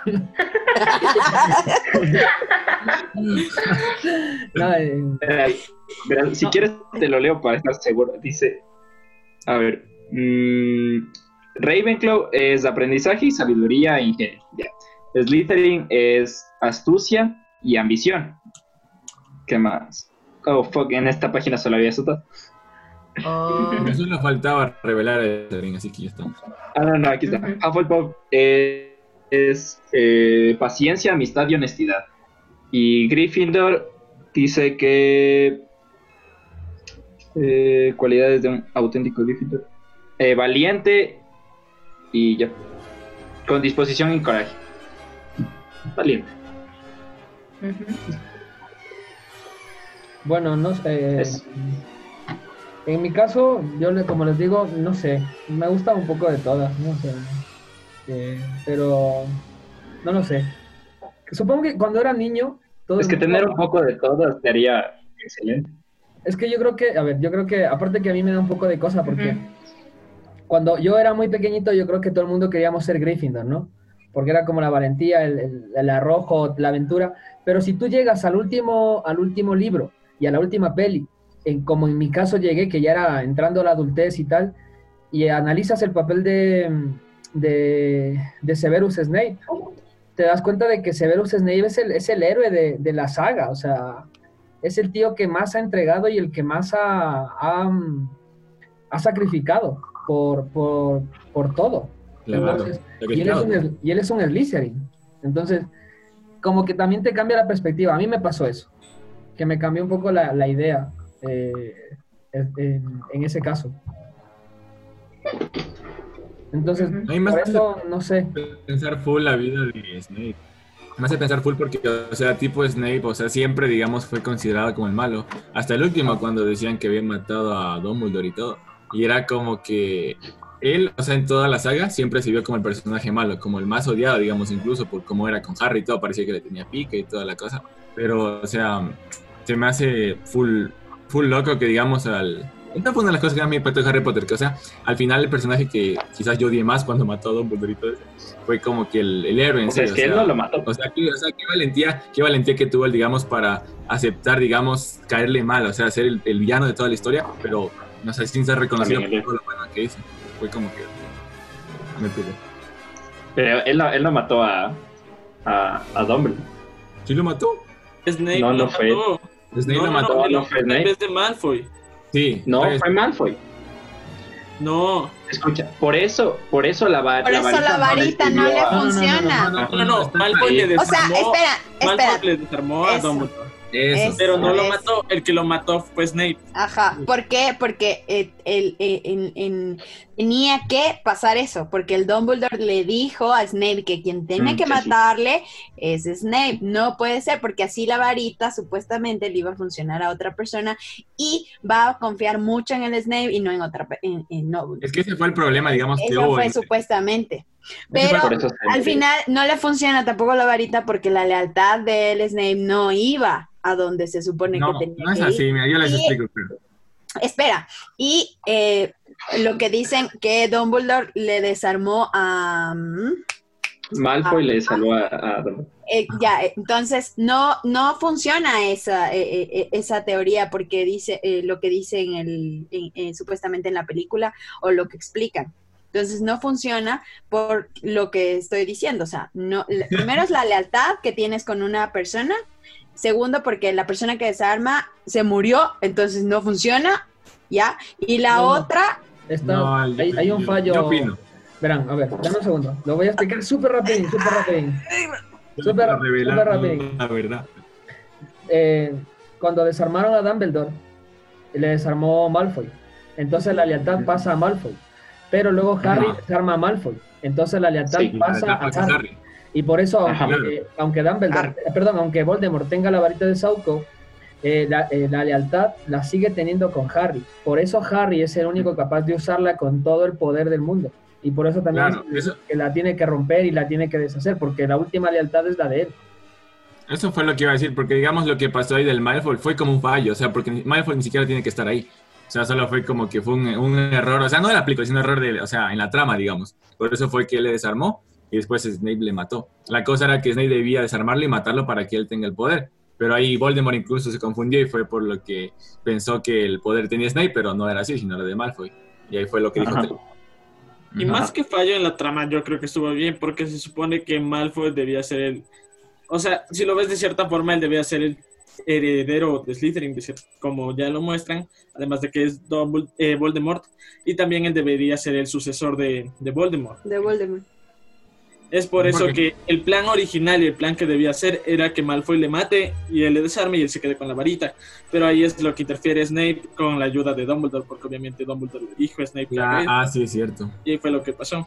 Speaker 3: No, eh,
Speaker 6: Verás, verás, si
Speaker 3: No.
Speaker 6: quieres te lo leo para estar seguro. Dice, a ver, mm, Ravenclaw es aprendizaje y sabiduría e ingenio. Ya. Slytherin es astucia y ambición. ¿Qué más? Oh, fuck, en esta página solo había eso todo.
Speaker 2: Oh,
Speaker 7: Pero solo faltaba revelar a Slytherin, así que ya estamos.
Speaker 6: Ah, no, no, aquí está.
Speaker 4: Ujú.
Speaker 6: Hufflepuff eh, es eh, paciencia, amistad y honestidad. Y Gryffindor dice que eh, cualidades de un auténtico Gryffindor. Eh, valiente y ya. Con disposición y coraje. Valiente.
Speaker 4: Ujú.
Speaker 3: bueno, no sé.
Speaker 6: Eso.
Speaker 3: En mi caso, yo le- como les digo, no sé. Me gusta un poco de todas, ¿no? O sea, eh, pero no lo sé. Supongo que cuando era niño, todo
Speaker 6: Es
Speaker 3: el
Speaker 6: que
Speaker 3: mundo-
Speaker 6: tener un poco de todo sería excelente.
Speaker 3: Es que yo creo que, a ver, yo creo que, aparte que a mí me da un poco de cosa, porque
Speaker 4: Ujú.
Speaker 3: cuando yo era muy pequeñito, yo creo que todo el mundo queríamos ser Gryffindor, ¿no? Porque era como la valentía, el, el, el arrojo, la aventura. Pero si tú llegas al último, al último libro y a la última peli, en, como en mi caso llegué, que ya era entrando a la adultez y tal, y analizas el papel de, de, de Severus Snape, te das cuenta de que Severus Snape es el, es el héroe de, de la saga, o sea, es el tío que más ha entregado y el que más ha, ha, ha sacrificado por, por, por todo.
Speaker 7: Claro.
Speaker 3: Entonces, y, él es
Speaker 7: Sacrificado.
Speaker 3: un, y él es un Slytherin. Entonces, como que también te cambia la perspectiva. A mí me pasó eso, que me cambió un poco la, la idea eh, en, en ese caso. Entonces,
Speaker 4: Ujú.
Speaker 7: A mí me
Speaker 3: por
Speaker 7: hace
Speaker 3: eso, no sé.
Speaker 7: pensar full la vida de Snape. Me hace pensar full porque, o sea, tipo Snape, o sea, siempre, digamos, fue considerado como el malo. Hasta el último, cuando decían que habían matado a Dumbledore y todo. Y era como que él, o sea, en toda la saga, siempre se vio como el personaje malo, como el más odiado, digamos, incluso por cómo era con Harry y todo. Parecía que le tenía pique y toda la cosa. Pero, o sea, se me hace full, full loco que, digamos, al... Esta fue una de las cosas que a mí me impactó de Harry Potter, que, o sea, al final el personaje que quizás yo odié más cuando mató a Dumbledore y todo eso, fue como que el, el héroe en
Speaker 6: O sea,
Speaker 7: serio.
Speaker 6: es que él no lo mató.
Speaker 7: O sea, qué, o sea, qué valentía, qué valentía que tuvo él, digamos, para aceptar, digamos, caerle mal, o sea, ser el, el villano de toda la historia, pero, no sé, sin ser reconocido
Speaker 6: También
Speaker 7: por todo lo bueno que hizo. Fue como que me pegó.
Speaker 6: Pero él no, él no mató a, a, a Dumbledore.
Speaker 7: ¿Sí lo mató?
Speaker 8: Snape
Speaker 6: No, no
Speaker 8: lo
Speaker 6: fue.
Speaker 8: mató.
Speaker 7: Snape
Speaker 8: No,
Speaker 7: lo
Speaker 8: no,
Speaker 7: mató.
Speaker 8: no,
Speaker 6: no
Speaker 8: no,
Speaker 6: fue
Speaker 8: en
Speaker 6: Snape.
Speaker 8: vez de Malfoy.
Speaker 7: Sí.
Speaker 6: No,
Speaker 7: fue-
Speaker 6: fue Malfoy.
Speaker 8: No,
Speaker 6: Escucha, por eso, por eso la, va-
Speaker 2: Por
Speaker 6: la
Speaker 2: eso
Speaker 6: varita
Speaker 2: la varita no
Speaker 6: sirvió
Speaker 2: le
Speaker 6: a-
Speaker 2: funciona.
Speaker 8: no, no, no,
Speaker 7: está
Speaker 8: Malfoy
Speaker 7: ahí.
Speaker 8: le
Speaker 2: O sea,
Speaker 8: desarmó.
Speaker 2: espera, espera.
Speaker 8: Malfoy le desarmó a
Speaker 2: Eso.
Speaker 8: Dumbledore.
Speaker 7: Eso.
Speaker 2: Es-
Speaker 8: Pero no lo
Speaker 2: Es-
Speaker 8: mató, el que lo mató fue Snape.
Speaker 2: Ajá, ¿por qué? Porque eh, el, eh, en- en- tenía que pasar eso, porque el Dumbledore le dijo a Snape que quien tiene
Speaker 6: Mm,
Speaker 2: que
Speaker 6: sí, sí.
Speaker 2: matarle es Snape. No puede ser, porque así la varita supuestamente le iba a funcionar a otra persona y va a confiar mucho en el Snape y no en otra pe- en, en Dumbledore.
Speaker 7: Es que ese fue el problema, digamos, que
Speaker 2: Eso
Speaker 7: hubo.
Speaker 2: fue
Speaker 7: en-
Speaker 2: supuestamente.
Speaker 7: Ese fue
Speaker 2: Pero
Speaker 6: Por eso se
Speaker 2: al
Speaker 6: murió.
Speaker 2: final no le funciona tampoco la varita porque la lealtad del Snape no iba a donde se supone
Speaker 7: No,
Speaker 2: que tenía
Speaker 7: no es
Speaker 2: que ir.
Speaker 7: así, mira, yo les
Speaker 2: Y-
Speaker 7: explico. Pero...
Speaker 2: Espera, y eh, lo que dicen que Dumbledore le desarmó a... mm,
Speaker 6: Malfoy le salvó a, a Dumbledore.
Speaker 2: eh, ya, eh, entonces no, no funciona esa, eh, eh, esa teoría porque dice eh, lo que dice en el, en, eh, supuestamente en la película o lo que explican. Entonces no funciona por lo que estoy diciendo. O sea, no, la- primero es la lealtad que tienes con una persona. Segundo, porque la persona que desarma se murió, entonces no funciona, ¿ya? Y la
Speaker 3: No, no.
Speaker 2: otra,
Speaker 3: Está-
Speaker 7: No,
Speaker 3: hay, hay un
Speaker 7: yo-
Speaker 3: fallo.
Speaker 7: yo opino.
Speaker 3: Verán, a ver, dame un segundo. Lo voy a explicar súper rapidín, súper rapidín. Súper,
Speaker 7: Para revelar
Speaker 3: súper rapidín.
Speaker 7: la verdad.
Speaker 3: Eh, cuando desarmaron a Dumbledore, le desarmó Malfoy. Entonces la lealtad pasa a Malfoy. Pero luego Harry
Speaker 7: Ajá.
Speaker 3: desarma a Malfoy. Entonces la lealtad
Speaker 6: Sí,
Speaker 3: pasa
Speaker 7: La
Speaker 3: a
Speaker 7: pasa
Speaker 3: Harry.
Speaker 7: Harry.
Speaker 3: Y por eso,
Speaker 6: Ajá.
Speaker 3: aunque, aunque Dumbledore, eh, perdón, aunque Voldemort tenga la varita de Sauco, eh, la, eh, la lealtad la sigue teniendo con Harry. Por eso Harry es el único capaz de usarla con todo el poder del mundo. Y por eso también
Speaker 7: Claro,
Speaker 3: es
Speaker 7: eso-
Speaker 3: que la tiene que romper y la tiene que deshacer, porque la última lealtad es la de él.
Speaker 7: Eso fue lo que iba a decir, porque digamos lo que pasó ahí del Malfoy fue como un fallo, o sea, porque ni- Malfoy ni siquiera tiene que estar ahí. O sea, solo fue como que fue un, un error, o sea, no de la película, sino un error de, o sea, en la trama, digamos. Por eso fue que él le desarmó y después Snape le mató. La cosa era que Snape debía desarmarlo y matarlo para que él tenga el poder. Pero ahí Voldemort incluso se confundió y fue por lo que pensó que el poder tenía Snape, pero no era así, sino era de Malfoy. Y ahí fue lo que dijo
Speaker 6: Ajá.
Speaker 7: Tel.
Speaker 8: Y
Speaker 7: Ujú.
Speaker 8: más que fallo en la trama, yo creo que estuvo bien, porque se supone que Malfoy debía ser el... O sea, si lo ves de cierta forma, él debía ser el heredero de Slytherin, de cier- como ya lo muestran, además de que es Dumbledore- eh, Voldemort, y también él debería ser el sucesor de, de Voldemort.
Speaker 2: de Voldemort.
Speaker 8: Es por eso
Speaker 7: ¿Por qué?
Speaker 8: que el plan original y el plan que debía hacer era que Malfoy le mate y él le desarme y él se quede con la varita. Pero ahí es lo que interfiere Snape con la ayuda de Dumbledore, porque obviamente Dumbledore le dijo a Snape que
Speaker 7: Ya,
Speaker 8: haga eso,
Speaker 7: ah, sí, es cierto.
Speaker 8: y ahí fue lo que pasó.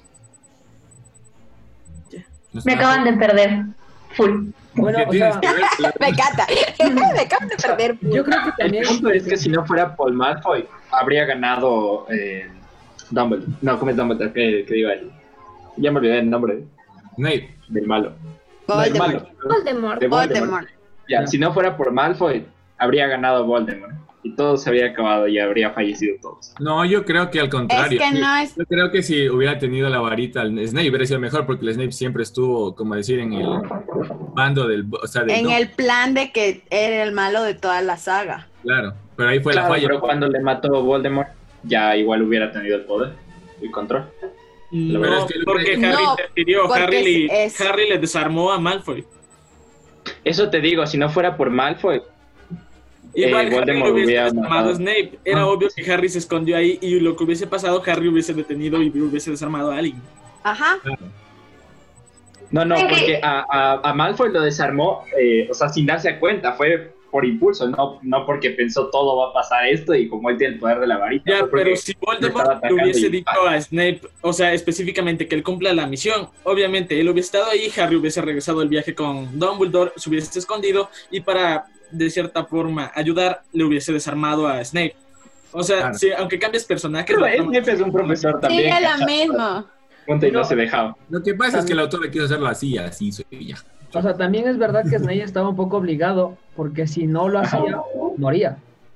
Speaker 7: No
Speaker 4: Me
Speaker 7: estaba-
Speaker 4: acaban de perder. Full.
Speaker 3: Bueno,
Speaker 7: ¿Qué
Speaker 3: o
Speaker 7: tienes
Speaker 3: sea,
Speaker 7: que ver?
Speaker 2: Me encanta. Me acaban de perder.
Speaker 3: yo creo que
Speaker 6: El
Speaker 3: también...
Speaker 6: punto es que si no fuera Paul Malfoy, habría ganado eh, Dumbledore. No, ¿cómo es Dumbledore? ¿Qué, qué diga él? Ya me olvidé el nombre
Speaker 7: Snape.
Speaker 6: del malo. No, el
Speaker 2: Voldemort.
Speaker 6: malo.
Speaker 5: Voldemort.
Speaker 6: De Voldemort.
Speaker 2: Voldemort.
Speaker 6: Ya,
Speaker 3: Ya.
Speaker 6: si no fuera por Malfoy, habría ganado Voldemort. Y todo se habría acabado y habría fallecido todos.
Speaker 7: No, yo creo que al contrario.
Speaker 2: Es que no es-
Speaker 7: Yo creo que si hubiera tenido la varita, el Snape hubiera sido mejor porque el Snape siempre estuvo, como decir, en el bando del... O sea, del
Speaker 2: En
Speaker 7: no,
Speaker 2: el plan de que era el malo de toda la saga.
Speaker 7: Claro, pero ahí fue la
Speaker 6: Claro,
Speaker 7: falla.
Speaker 6: pero cuando le mató Voldemort, ya igual hubiera tenido el poder, el control.
Speaker 8: No,
Speaker 7: verdad es que el-
Speaker 8: porque Harry
Speaker 2: No,
Speaker 8: interfirió,
Speaker 2: porque
Speaker 8: Harry, le-
Speaker 2: es-
Speaker 8: Harry le desarmó a Malfoy.
Speaker 6: Eso te digo, si no fuera por Malfoy,
Speaker 8: Igual
Speaker 6: Eh,
Speaker 8: Harry
Speaker 6: Voldemort
Speaker 8: lo hubiese
Speaker 6: hubiera
Speaker 8: desarmado a
Speaker 6: matado.
Speaker 8: Snape. Era
Speaker 7: Ah.
Speaker 8: obvio que Harry se escondió ahí y lo que hubiese pasado, Harry hubiese detenido y hubiese desarmado a alguien.
Speaker 2: Ajá.
Speaker 6: no, no,
Speaker 4: Es que-
Speaker 6: porque a, a, a Malfoy lo desarmó, eh, o sea, sin darse cuenta, fue por impulso, no, no porque pensó todo va a pasar esto y como él tiene el poder de la varita.
Speaker 8: Ya,
Speaker 6: fue porque
Speaker 8: pero si
Speaker 6: lo estaba
Speaker 8: Voldemort le
Speaker 6: atacando
Speaker 8: hubiese
Speaker 6: y-
Speaker 8: dicho a Snape, o sea, específicamente que él cumpla la misión, obviamente él hubiese estado ahí, Harry hubiese regresado al viaje con Dumbledore, se hubiese escondido y para, de cierta forma, ayudar, le hubiese desarmado a Snape. O sea,
Speaker 7: Claro.
Speaker 8: sí, aunque cambies personajes...
Speaker 6: Pero
Speaker 8: la trama-
Speaker 6: Snape es un profesor también.
Speaker 2: Sigue lo
Speaker 6: ¿cachai?
Speaker 2: mismo.
Speaker 6: Punto, y no se dejaba.
Speaker 7: Lo que pasa es que el autor le quiso hacerlo así, así, soy ya.
Speaker 3: O sea, también es verdad que Snape estaba un poco obligado, porque si no lo hacía, moría.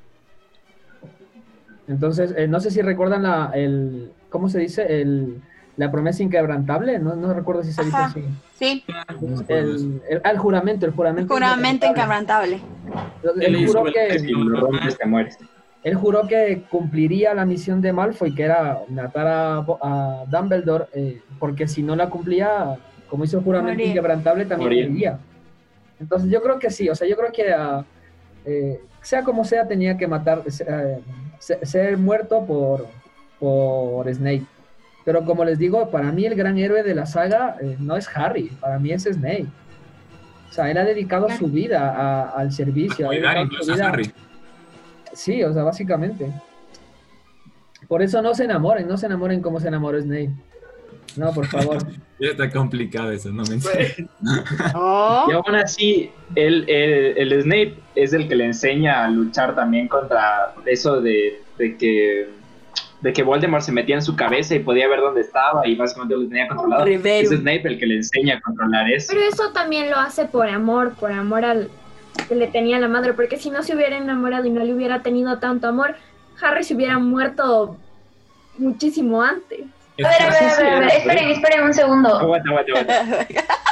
Speaker 3: Entonces, eh, no sé si recuerdan la, el, ¿cómo se dice? El, la promesa inquebrantable, no, no recuerdo si se dice
Speaker 2: Ajá.
Speaker 3: así.
Speaker 2: Sí.
Speaker 3: El, el, ah, el juramento, el juramento.
Speaker 2: Juramento inquebrantable.
Speaker 3: Entonces,
Speaker 8: Él
Speaker 3: él
Speaker 8: hizo
Speaker 3: juró
Speaker 8: el-
Speaker 3: que,
Speaker 6: Si lo rompes, te mueres.
Speaker 3: él juró que cumpliría la misión de Malfoy, que era matar a, a Dumbledore, eh, porque si no la cumplía, como hizo el juramento
Speaker 2: Moría.
Speaker 3: inquebrantable, también
Speaker 6: Moría.
Speaker 3: moriría. Entonces yo creo que sí, o sea, yo creo que ah, eh, sea como sea, tenía que matar, eh, se- ser muerto por, por Snape. Pero como les digo, para mí el gran héroe de la saga eh, no es Harry, para mí es Snape. O sea, él ha dedicado su vida a- al servicio. ha
Speaker 7: Cuidar
Speaker 3: dedicado
Speaker 7: incluso
Speaker 3: su
Speaker 7: a
Speaker 3: vida-
Speaker 7: Harry.
Speaker 3: Sí, o sea, básicamente. Por eso no se enamoren, no se enamoren como se enamoró Snape. No, por favor.
Speaker 7: Ya está complicado eso, no me entiendes.
Speaker 2: Oh.
Speaker 6: Y aún así, el, el, el Snape es el que le enseña a luchar también contra eso de, de que de que Voldemort se metía en su cabeza y podía ver dónde estaba y básicamente lo tenía controlado.
Speaker 2: Rivero.
Speaker 6: Es Snape el que le enseña a controlar eso.
Speaker 5: Pero eso también lo hace por amor, por amor al que le tenía la madre, porque si no se hubiera enamorado y no le hubiera tenido tanto amor, Harry se hubiera muerto muchísimo antes.
Speaker 4: A ver, a ver, a ver, a ver, esperen, esperen un segundo.
Speaker 6: Aguanta, aguanta, aguanta.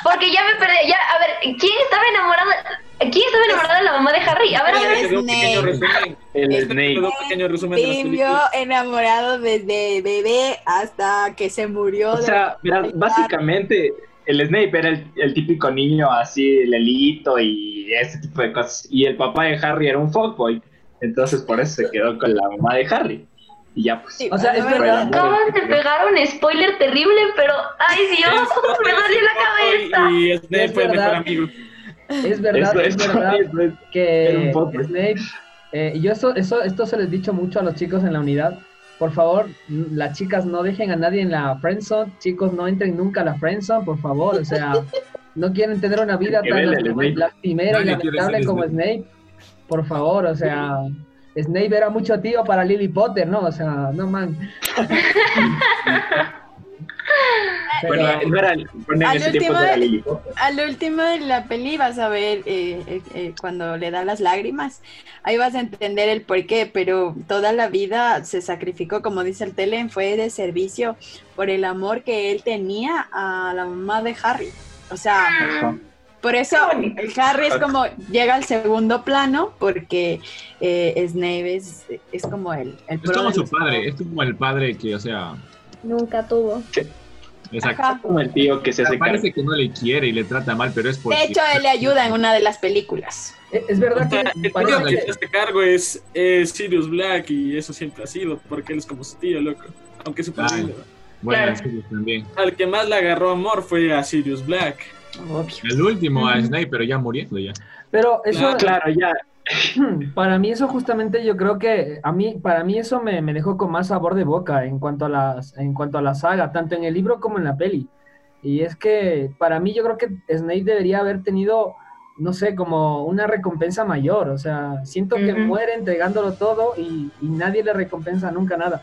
Speaker 4: porque ya me perdí. Ya, a ver, ¿quién estaba enamorado? ¿Quién estaba enamorado de la mamá de Harry? A ver, a ver.
Speaker 8: Te doy un pequeño resumen.
Speaker 6: El
Speaker 8: Te
Speaker 6: Snape.
Speaker 8: doy un pequeño resumen de las
Speaker 2: Vivió
Speaker 8: películas.
Speaker 2: enamorado desde bebé hasta que se murió.
Speaker 6: O
Speaker 2: de-
Speaker 6: sea, verás, básicamente el Snape era el, el típico niño así, lelito y ese tipo de cosas. Y el papá de Harry era un fuckboy. Entonces por eso se quedó con la mamá de Harry. Y ya pues.
Speaker 2: Sí,
Speaker 3: O sea, es
Speaker 2: bueno,
Speaker 3: verdad.
Speaker 4: Acaban de pegar un spoiler terrible, pero ¡ay Dios! Me dolió la cabeza.
Speaker 8: Y Snape
Speaker 3: Es
Speaker 8: fue el mejor
Speaker 3: verdad.
Speaker 8: amigo.
Speaker 3: Es verdad,
Speaker 6: Eso-
Speaker 3: es
Speaker 6: eso-
Speaker 3: verdad
Speaker 6: eso es- era
Speaker 3: que
Speaker 6: un poco.
Speaker 3: Snape, eh, y yo eso, eso, esto se les he dicho mucho a los chicos en la unidad. Por favor, n- las chicas no dejen a nadie en la friendzone, chicos no entren nunca a la friendzone, por favor, o sea, no quieren tener una vida
Speaker 6: Que
Speaker 3: tan
Speaker 6: vele el
Speaker 3: lastima-
Speaker 6: Snape.
Speaker 3: lastimera y
Speaker 7: Nadie quiere
Speaker 3: lamentable
Speaker 7: ser
Speaker 3: como
Speaker 7: Snape.
Speaker 3: Snape, por favor, o sea, Snape era mucho tío para Lily Potter, ¿no? O sea, no man. Pero-
Speaker 6: Bueno, no era, bueno, en
Speaker 2: Al
Speaker 6: ese tiempo
Speaker 2: último-
Speaker 6: no era Lily Potter.
Speaker 2: Al último de la peli vas a ver eh, eh, eh, cuando le da las lágrimas, ahí vas a entender el por qué, pero toda la vida se sacrificó, como dice el Telen, fue de servicio por el amor que él tenía a la mamá de Harry. O sea, por eso el Harry es como, llega al segundo plano, porque eh, Snape es, es como el, el
Speaker 7: Es
Speaker 2: pro
Speaker 7: como
Speaker 2: de
Speaker 7: su
Speaker 2: los-
Speaker 7: padre, es como el padre que, o sea,
Speaker 5: Nunca tuvo.
Speaker 7: exacto.
Speaker 2: Ajá.
Speaker 6: Como el tío que se hace cargo.
Speaker 7: Parece que no le quiere y le trata mal, pero es porque...
Speaker 2: De hecho, él le ayuda en una de las películas.
Speaker 3: Es es verdad
Speaker 8: O sea,
Speaker 3: que
Speaker 8: el
Speaker 3: parece
Speaker 8: tío que
Speaker 3: que-
Speaker 8: se hace cargo es, es Sirius Black y eso siempre ha sido, porque él es como su tío, loco. Aunque su
Speaker 7: Ay.
Speaker 8: padrino.
Speaker 7: Bueno,
Speaker 4: Claro.
Speaker 7: sí, también.
Speaker 8: Al que más le agarró amor fue a Sirius Black.
Speaker 2: Obvio.
Speaker 7: El último a Snape, pero ya muriendo ya.
Speaker 3: pero eso,
Speaker 8: Ah,
Speaker 6: Claro, ya.
Speaker 3: para mí eso justamente yo creo que a mí, para mí eso me, me dejó con más sabor de boca en cuanto a las, en cuanto a la saga, tanto en el libro como en la peli. Y es que para mí yo creo que Snape debería haber tenido, no sé, como una recompensa mayor. O sea, siento que
Speaker 4: Ujú.
Speaker 3: muere entregándolo todo y, y nadie le recompensa nunca nada.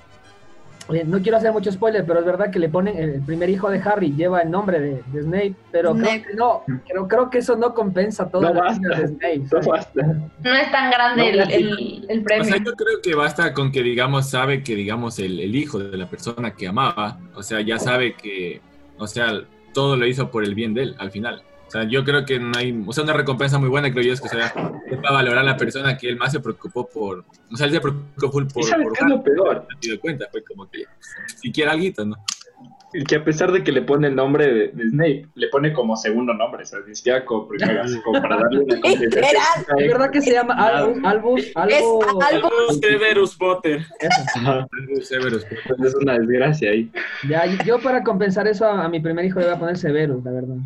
Speaker 3: Eh, no quiero hacer mucho spoiler, pero es verdad que le ponen, el primer hijo de Harry lleva el nombre de, de Snape, pero creo
Speaker 2: Snape.
Speaker 3: que no, creo, creo que eso no compensa toda
Speaker 6: No
Speaker 3: la
Speaker 6: basta.
Speaker 3: vida de Snape.
Speaker 6: No
Speaker 3: ¿sabes?
Speaker 6: basta.
Speaker 4: No es tan grande el,
Speaker 6: No,
Speaker 4: el, el
Speaker 7: O
Speaker 4: premio.
Speaker 7: sea, yo creo que basta con que, digamos, sabe que, digamos, el, el hijo de la persona que amaba, o sea, ya sabe que, o sea, todo lo hizo por el bien de él, al final. O sea, yo creo que no hay, o sea, una recompensa muy buena, creo yo, es que, o sea, sepa valorar a la persona que él más se preocupó por, o sea, él se preocupó full por,
Speaker 6: ¿Y sabes
Speaker 7: por
Speaker 6: qué es lo peor?
Speaker 7: se dio cuenta, fue como que, si quiere alguito, ¿no?
Speaker 6: Que a pesar de que le pone el nombre de, de Snape, le pone como segundo nombre, o sea, ni siquiera como primero, así como para darle una compensación.
Speaker 2: Literal.
Speaker 3: Es verdad que se llama Albus, Albus,
Speaker 2: Es
Speaker 3: algo...
Speaker 2: Albus.
Speaker 8: Albus Severus Potter.
Speaker 6: Ajá.
Speaker 7: Severus.
Speaker 6: Entonces es una desgracia ahí.
Speaker 3: Ya, yo para compensar eso a, a mi primer hijo le voy a poner Severus, la verdad.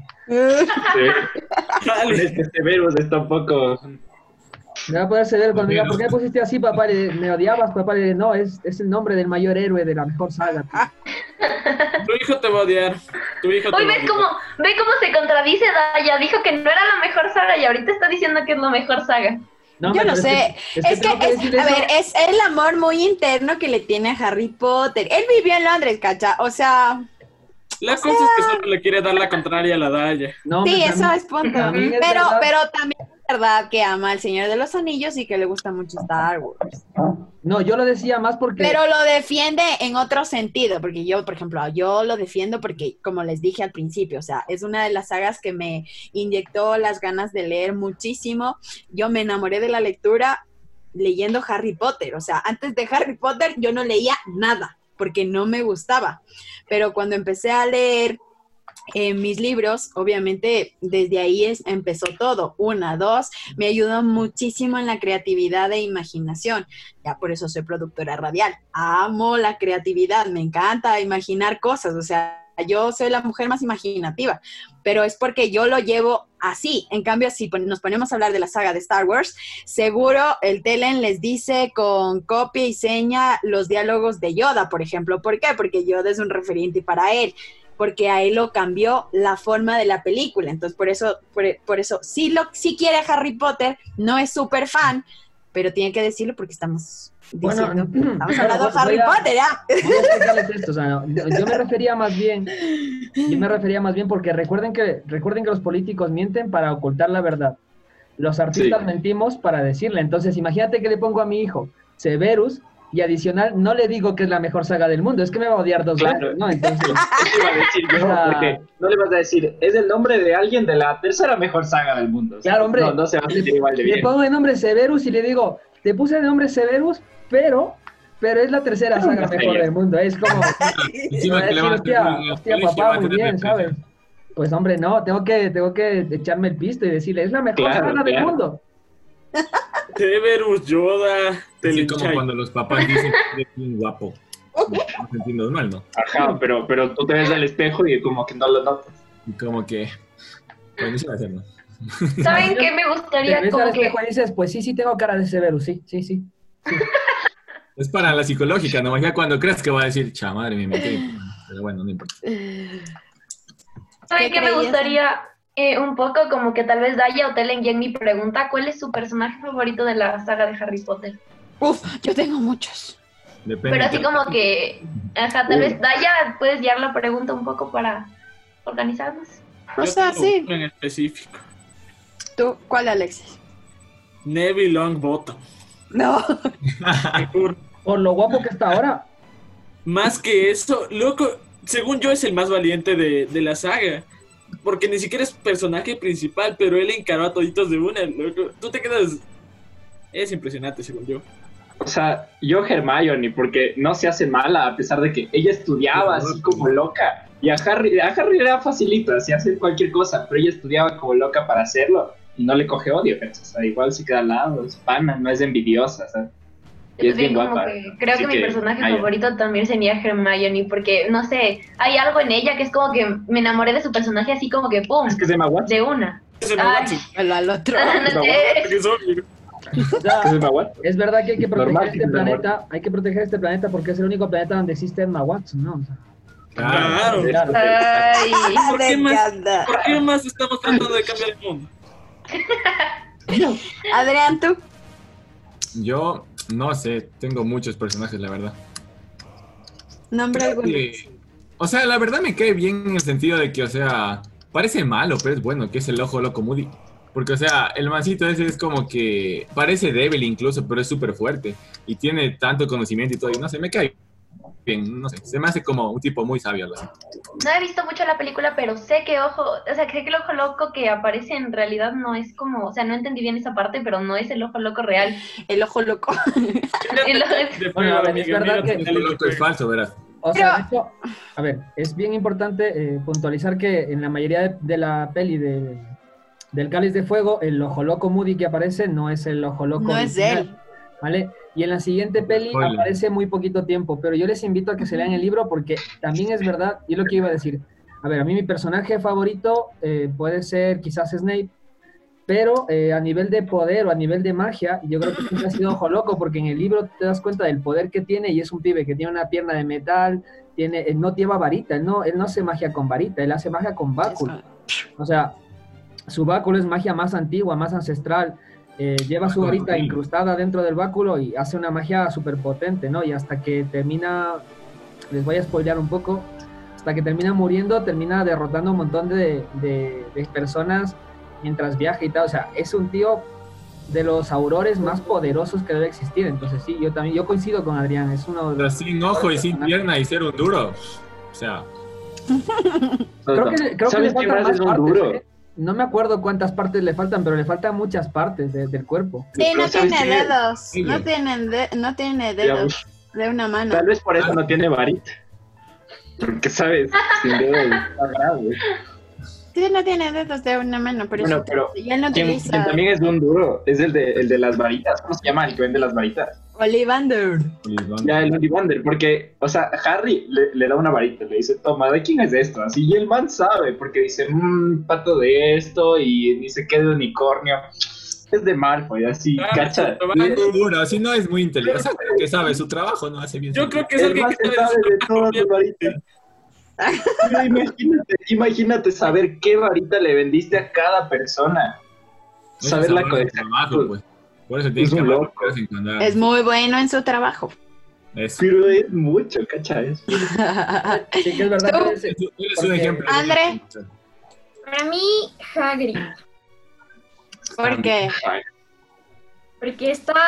Speaker 6: Sí.
Speaker 8: Dale.
Speaker 6: Este Severus está un poco...
Speaker 3: Le voy a poner Severus cuando diga, ¿por qué me pusiste así, papá? Le- ¿Me odiabas, papá? Le, no, es, es el nombre del mayor héroe de la mejor saga. tío.
Speaker 8: Tu hijo te va a odiar. Tu hijo te
Speaker 4: Hoy
Speaker 8: va a
Speaker 4: ves
Speaker 8: odiar.
Speaker 4: cómo, ve cómo se contradice Daya. Dijo que no era la mejor saga y ahorita está diciendo que es la mejor saga.
Speaker 3: No,
Speaker 2: Yo
Speaker 3: hombre,
Speaker 2: no
Speaker 3: pero
Speaker 2: sé.
Speaker 3: Es
Speaker 2: Es que,
Speaker 3: tengo
Speaker 2: es,
Speaker 3: decir
Speaker 2: a
Speaker 3: eso.
Speaker 2: ver, es el amor muy interno que le tiene a Harry Potter. Él vivió en Londres, cacha. O sea,
Speaker 8: La cosa es que solo le quiere dar la contraria a la Daya.
Speaker 3: No,
Speaker 2: sí,
Speaker 3: hombre,
Speaker 2: eso
Speaker 3: también-
Speaker 2: es punto.
Speaker 3: también es
Speaker 2: Pero,
Speaker 3: verdad.
Speaker 2: pero también es verdad que ama al Señor de los Anillos y que le gusta mucho Star Wars.
Speaker 3: No, yo lo decía más porque...
Speaker 2: Pero lo defiende en otro sentido, porque yo, por ejemplo, yo lo defiendo porque, como les dije al principio, o sea, es una de las sagas que me inyectó las ganas de leer muchísimo. Yo me enamoré de la lectura leyendo Harry Potter, o sea, antes de Harry Potter yo no leía nada, porque no me gustaba. Pero cuando empecé a leer eh, mis libros, obviamente desde ahí es, empezó todo. Una, dos, me ayudó muchísimo en la creatividad e imaginación. Ya por eso soy productora radial. Amo la creatividad, me encanta imaginar cosas, o sea, yo soy la mujer más imaginativa, pero es porque yo lo llevo así. En cambio, si nos ponemos a hablar de la saga de Star Wars, seguro el Telen les dice con copia y seña los diálogos de Yoda, por ejemplo. ¿Por qué? Porque Yoda es un referente para él, porque a él lo cambió la forma de la película. Entonces, por eso, por, por eso sí, lo, sí quiere Harry Potter, no es súper fan, pero tiene que decirlo porque estamos
Speaker 3: Bueno,
Speaker 2: diciendo,
Speaker 3: bueno,
Speaker 2: estamos hablando de
Speaker 3: voy
Speaker 2: Harry
Speaker 3: a-
Speaker 2: Potter, ¿ya?
Speaker 3: Voy a explicarles esto, o sea, no, yo, yo me refería más bien, yo me refería más bien porque recuerden que, recuerden que los políticos mienten para ocultar la verdad. Los artistas
Speaker 6: Sí.
Speaker 3: mentimos para decirle. Entonces, imagínate que le pongo a mi hijo Severus y adicional no le digo que es la mejor saga del mundo, es que me va a odiar dos
Speaker 6: Claro.
Speaker 3: veces, ¿no? Entonces,
Speaker 6: Eso iba a decir yo,
Speaker 3: O sea,
Speaker 6: porque no le vas a decir, es el nombre de alguien de la tercera mejor saga del mundo. O sea,
Speaker 3: claro, hombre,
Speaker 6: No, no se va a sentir igual de
Speaker 3: le
Speaker 6: bien.
Speaker 3: pongo de nombre Severus y le digo, te puse de nombre Severus, pero, pero es la tercera saga
Speaker 6: Está
Speaker 3: mejor
Speaker 6: bien.
Speaker 3: del mundo, es como,
Speaker 7: Encima
Speaker 3: va a
Speaker 7: que le
Speaker 3: decir,
Speaker 7: van a
Speaker 3: hostia,
Speaker 7: hacer en el
Speaker 3: hostia,
Speaker 7: colegio, va
Speaker 3: papá,
Speaker 7: a
Speaker 3: muy
Speaker 7: tener
Speaker 3: bien,
Speaker 7: depresión.
Speaker 3: ¿sabes? Pues hombre, no, tengo que, tengo que echarme el pisto y decirle, es la mejor
Speaker 6: Claro,
Speaker 3: saga del
Speaker 6: claro.
Speaker 3: mundo.
Speaker 8: Severus, Yoda,
Speaker 7: Así como
Speaker 8: Telenchai.
Speaker 7: cuando los papás dicen que eres un guapo. No sentimos mal, ¿no?
Speaker 6: Ajá, pero, pero tú te ves al espejo y como que no lo notas.
Speaker 7: Y como que... Bueno, eso va a hacer, ¿no?
Speaker 4: ¿Saben qué me
Speaker 3: Te
Speaker 4: gustaría?
Speaker 3: ves al
Speaker 4: Como que
Speaker 3: espejo y dices, pues sí, sí tengo cara de Severus, sí, sí, sí.
Speaker 7: Es para la psicológica, ¿no? Ya cuando creas que va a decir, cha, madre, me metí. Pero bueno, no importa.
Speaker 4: ¿Saben
Speaker 2: ¿Qué
Speaker 4: qué me
Speaker 2: creías?
Speaker 4: gustaría? Eh, un poco como que tal vez Daya o Telen ya en mi pregunta, ¿cuál es su personaje favorito de la saga de Harry Potter?
Speaker 2: Uf, yo tengo muchos.
Speaker 7: Depende.
Speaker 4: Pero así
Speaker 7: de-
Speaker 4: como que, ajá, tal
Speaker 6: Uy.
Speaker 4: vez Daya, puedes guiar la pregunta un poco para organizarnos.
Speaker 2: O
Speaker 8: Yo
Speaker 2: sea,
Speaker 8: tengo
Speaker 2: sí.
Speaker 8: uno en específico.
Speaker 2: ¿Tú cuál, Alexis?
Speaker 8: Neville Longbottom.
Speaker 2: No.
Speaker 8: Te juro.
Speaker 3: Por lo guapo que está ahora,
Speaker 8: Más que eso, loco, según yo es el más valiente de, de la saga. Porque ni siquiera es personaje principal, pero él encaró a toditos de una, loco. Tú te quedas... Es impresionante, según yo.
Speaker 6: O sea, yo Hermione, porque no se hace mala, a pesar de que ella estudiaba así como loca. Y a Harry, a Harry era facilito, hacía hacer cualquier cosa, pero ella estudiaba como loca para hacerlo. Y no le coge odio, ¿cachai? O sea, igual se queda al lado, es pana, no es envidiosa, ¿sabes? Y
Speaker 4: Yo
Speaker 6: es bien
Speaker 4: también como
Speaker 6: guapa.
Speaker 4: que creo
Speaker 6: Así
Speaker 4: que mi personaje
Speaker 6: vaya.
Speaker 4: favorito también sería Hermione, porque no sé, hay algo en ella que es como que me enamoré de su personaje así como que pum,
Speaker 6: Es que se llama Watson.
Speaker 4: de una.
Speaker 8: Ese es
Speaker 4: Ay.
Speaker 8: Watson.
Speaker 2: El al otro.
Speaker 4: No sé,
Speaker 8: Que es obvio.
Speaker 3: o sea,
Speaker 6: Es que se llama Watson.
Speaker 3: es verdad que hay que proteger
Speaker 6: Normal que
Speaker 3: este
Speaker 6: se
Speaker 3: planeta, hay que proteger este planeta porque es el único planeta donde existe Emma Watson, ¿no? O sea,
Speaker 7: Claro.
Speaker 8: Claro.
Speaker 3: claro.
Speaker 4: ay,
Speaker 8: ¿Por
Speaker 2: Me
Speaker 8: qué más?
Speaker 2: encanta.
Speaker 8: ¿Por qué más estamos tratando de cambiar el mundo?
Speaker 2: Adrián, ¿tú?
Speaker 7: Yo, no sé, tengo muchos personajes, la verdad.
Speaker 2: Nombre
Speaker 7: Creo
Speaker 2: alguno.
Speaker 7: que- o sea, la verdad me cae bien en el sentido de que, o sea, parece malo, pero es bueno, que es el ojo loco Moody. Porque, o sea, el mancito ese es como que parece débil incluso, pero es súper fuerte. Y tiene tanto conocimiento y todo. Y no sé, me cae bien, no sé. Se me hace como un tipo muy sabio. La...
Speaker 4: no he visto mucho la película, pero sé que ojo, o sea, sé que el ojo loco que aparece en realidad no es como, o sea, no entendí bien esa parte, pero no es el ojo loco real.
Speaker 2: El ojo loco.
Speaker 4: El ojo-
Speaker 8: De
Speaker 3: Bueno, a ver,
Speaker 8: amiga,
Speaker 3: es verdad
Speaker 8: mira,
Speaker 3: que-
Speaker 8: te
Speaker 7: El loco es falso, verás.
Speaker 3: O sea, de hecho, a ver, es bien importante eh, puntualizar que en la mayoría de, de la peli de, del Cáliz de Fuego, el ojo loco Moody que aparece no es el ojo loco
Speaker 2: No es
Speaker 3: original,
Speaker 2: él.
Speaker 3: ¿vale? Y en la siguiente peli
Speaker 7: Spoiler.
Speaker 3: aparece muy poquito tiempo, pero yo les invito a que se lean el libro porque también es verdad, y es lo que iba a decir. A ver, a mí mi personaje favorito eh, puede ser quizás Snape, pero eh, a nivel de poder o a nivel de magia, yo creo que siempre ha sido ojo loco, porque en el libro te das cuenta del poder que tiene y es un pibe que tiene una pierna de metal, tiene, él no lleva varita, él no, él no hace magia con varita, él hace magia con báculo. O sea, su báculo es magia más antigua, más ancestral, eh, lleva su varita incrustada dentro del báculo y hace una magia súper potente, ¿no? Y hasta que termina, les voy a spoilear un poco, hasta que termina muriendo, termina derrotando un montón de, de, de personas mientras viaja y tal, o sea, es un tío de los aurores más poderosos que debe existir, entonces sí, yo también, yo coincido con Adrián, es uno de
Speaker 7: Pero
Speaker 3: los...
Speaker 7: sin ojo y sin pierna y ser un duro. O sea,
Speaker 3: Creo que, creo que le
Speaker 6: ¿Sabes qué
Speaker 3: faltan
Speaker 6: más
Speaker 3: más
Speaker 6: es un
Speaker 3: partes,
Speaker 6: duro?
Speaker 3: ¿eh? No me acuerdo cuántas partes le faltan, pero le faltan muchas partes de- del cuerpo.
Speaker 2: Sí, no
Speaker 6: Pero ¿sabes
Speaker 2: tiene
Speaker 6: qué?
Speaker 2: dedos.
Speaker 7: Sí.
Speaker 2: No tiene, de- no tiene dedos de una mano.
Speaker 6: Tal vez por eso no tiene varita. Porque, ¿sabes? Sin dedos está grave.
Speaker 2: Sí, no tiene dedos de una mano, pero
Speaker 6: Bueno,
Speaker 2: eso
Speaker 6: pero
Speaker 2: ya no
Speaker 6: Quien,
Speaker 2: utiliza.
Speaker 6: quien también es un duro es el de, el de las varitas. ¿Cómo se llama el que vende las varitas?
Speaker 2: Ollivander.
Speaker 6: Ya, el Ollivander, porque, o sea, Harry le, le da una varita, le dice, toma, ¿de quién es esto? Así, y el man sabe, porque dice, mmm, pato de esto, y dice que es de unicornio. Es de Malfoy, así,
Speaker 8: Ah,
Speaker 6: cacha.
Speaker 8: su
Speaker 7: es
Speaker 8: trabajo.
Speaker 7: duro, así no es muy inteligente. O sea, creo que sabe su trabajo, no hace bien.
Speaker 8: Yo
Speaker 7: su
Speaker 8: creo que es
Speaker 6: El
Speaker 8: alguien
Speaker 6: man
Speaker 8: que
Speaker 6: se
Speaker 8: sabe
Speaker 6: sabe
Speaker 8: de
Speaker 6: de todas las varitas. Pero imagínate, imagínate saber qué varita le vendiste a cada persona.
Speaker 7: Eso
Speaker 6: Saber
Speaker 7: es
Speaker 6: la
Speaker 7: saber su trabajo, pues. Por eso tienes
Speaker 6: Es
Speaker 7: que
Speaker 6: un
Speaker 7: hablar
Speaker 6: loco.
Speaker 7: de vez en cuando.
Speaker 2: Es muy bueno en su trabajo.
Speaker 7: Eso.
Speaker 6: Pero es mucho, cacha. Es
Speaker 3: Sí que es verdad que es-
Speaker 7: Tú eres un
Speaker 3: porque-
Speaker 7: ejemplo. de-
Speaker 2: André.
Speaker 5: Para mí, Hagrid,
Speaker 2: ¿Por qué?
Speaker 5: porque está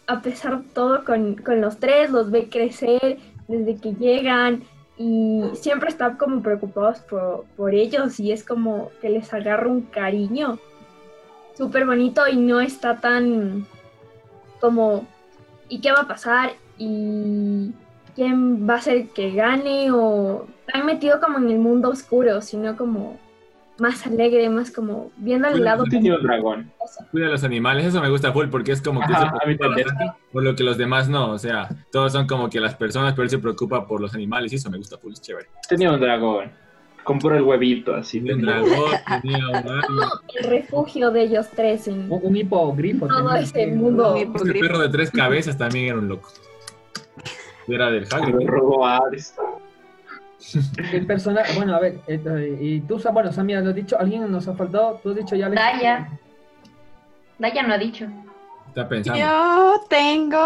Speaker 5: a pesar de todo con, con los tres, los ve crecer desde que llegan y siempre está como preocupados por, por ellos y es como que les agarra un cariño súper bonito y no está tan como ¿y qué va a pasar? ¿Y quién va a ser que gane? O tan metido como en el mundo oscuro, sino como más alegre, más como viendo al lado.
Speaker 6: Tiene un dragón.
Speaker 7: Cuida a los animales, eso me gusta full porque es como que
Speaker 6: Ajá,
Speaker 7: se preocupa bastante por lo que los demás no, o sea, todos son como que las personas, pero él se preocupa por los animales y eso me gusta full, es chévere.
Speaker 6: Tenía un dragón. Compró el huevito, así.
Speaker 7: Tenía un dragón, tenía un árbol.
Speaker 5: El refugio de ellos tres en
Speaker 3: Un, un hipogrifo.
Speaker 5: todo
Speaker 3: tenía.
Speaker 5: ese mundo.
Speaker 2: Un
Speaker 7: Este
Speaker 2: hipogrifo.
Speaker 7: perro de tres cabezas también era un loco. Era del
Speaker 6: Lo
Speaker 7: Hagrid.
Speaker 6: robó a Hades.
Speaker 3: El personaje, bueno, a ver, eh, y tú, Sam- bueno, Samia, lo has dicho, alguien nos ha faltado, tú has dicho ya. Alex?
Speaker 4: Daya. Daya no ha dicho.
Speaker 7: Está pensando.
Speaker 2: Yo tengo...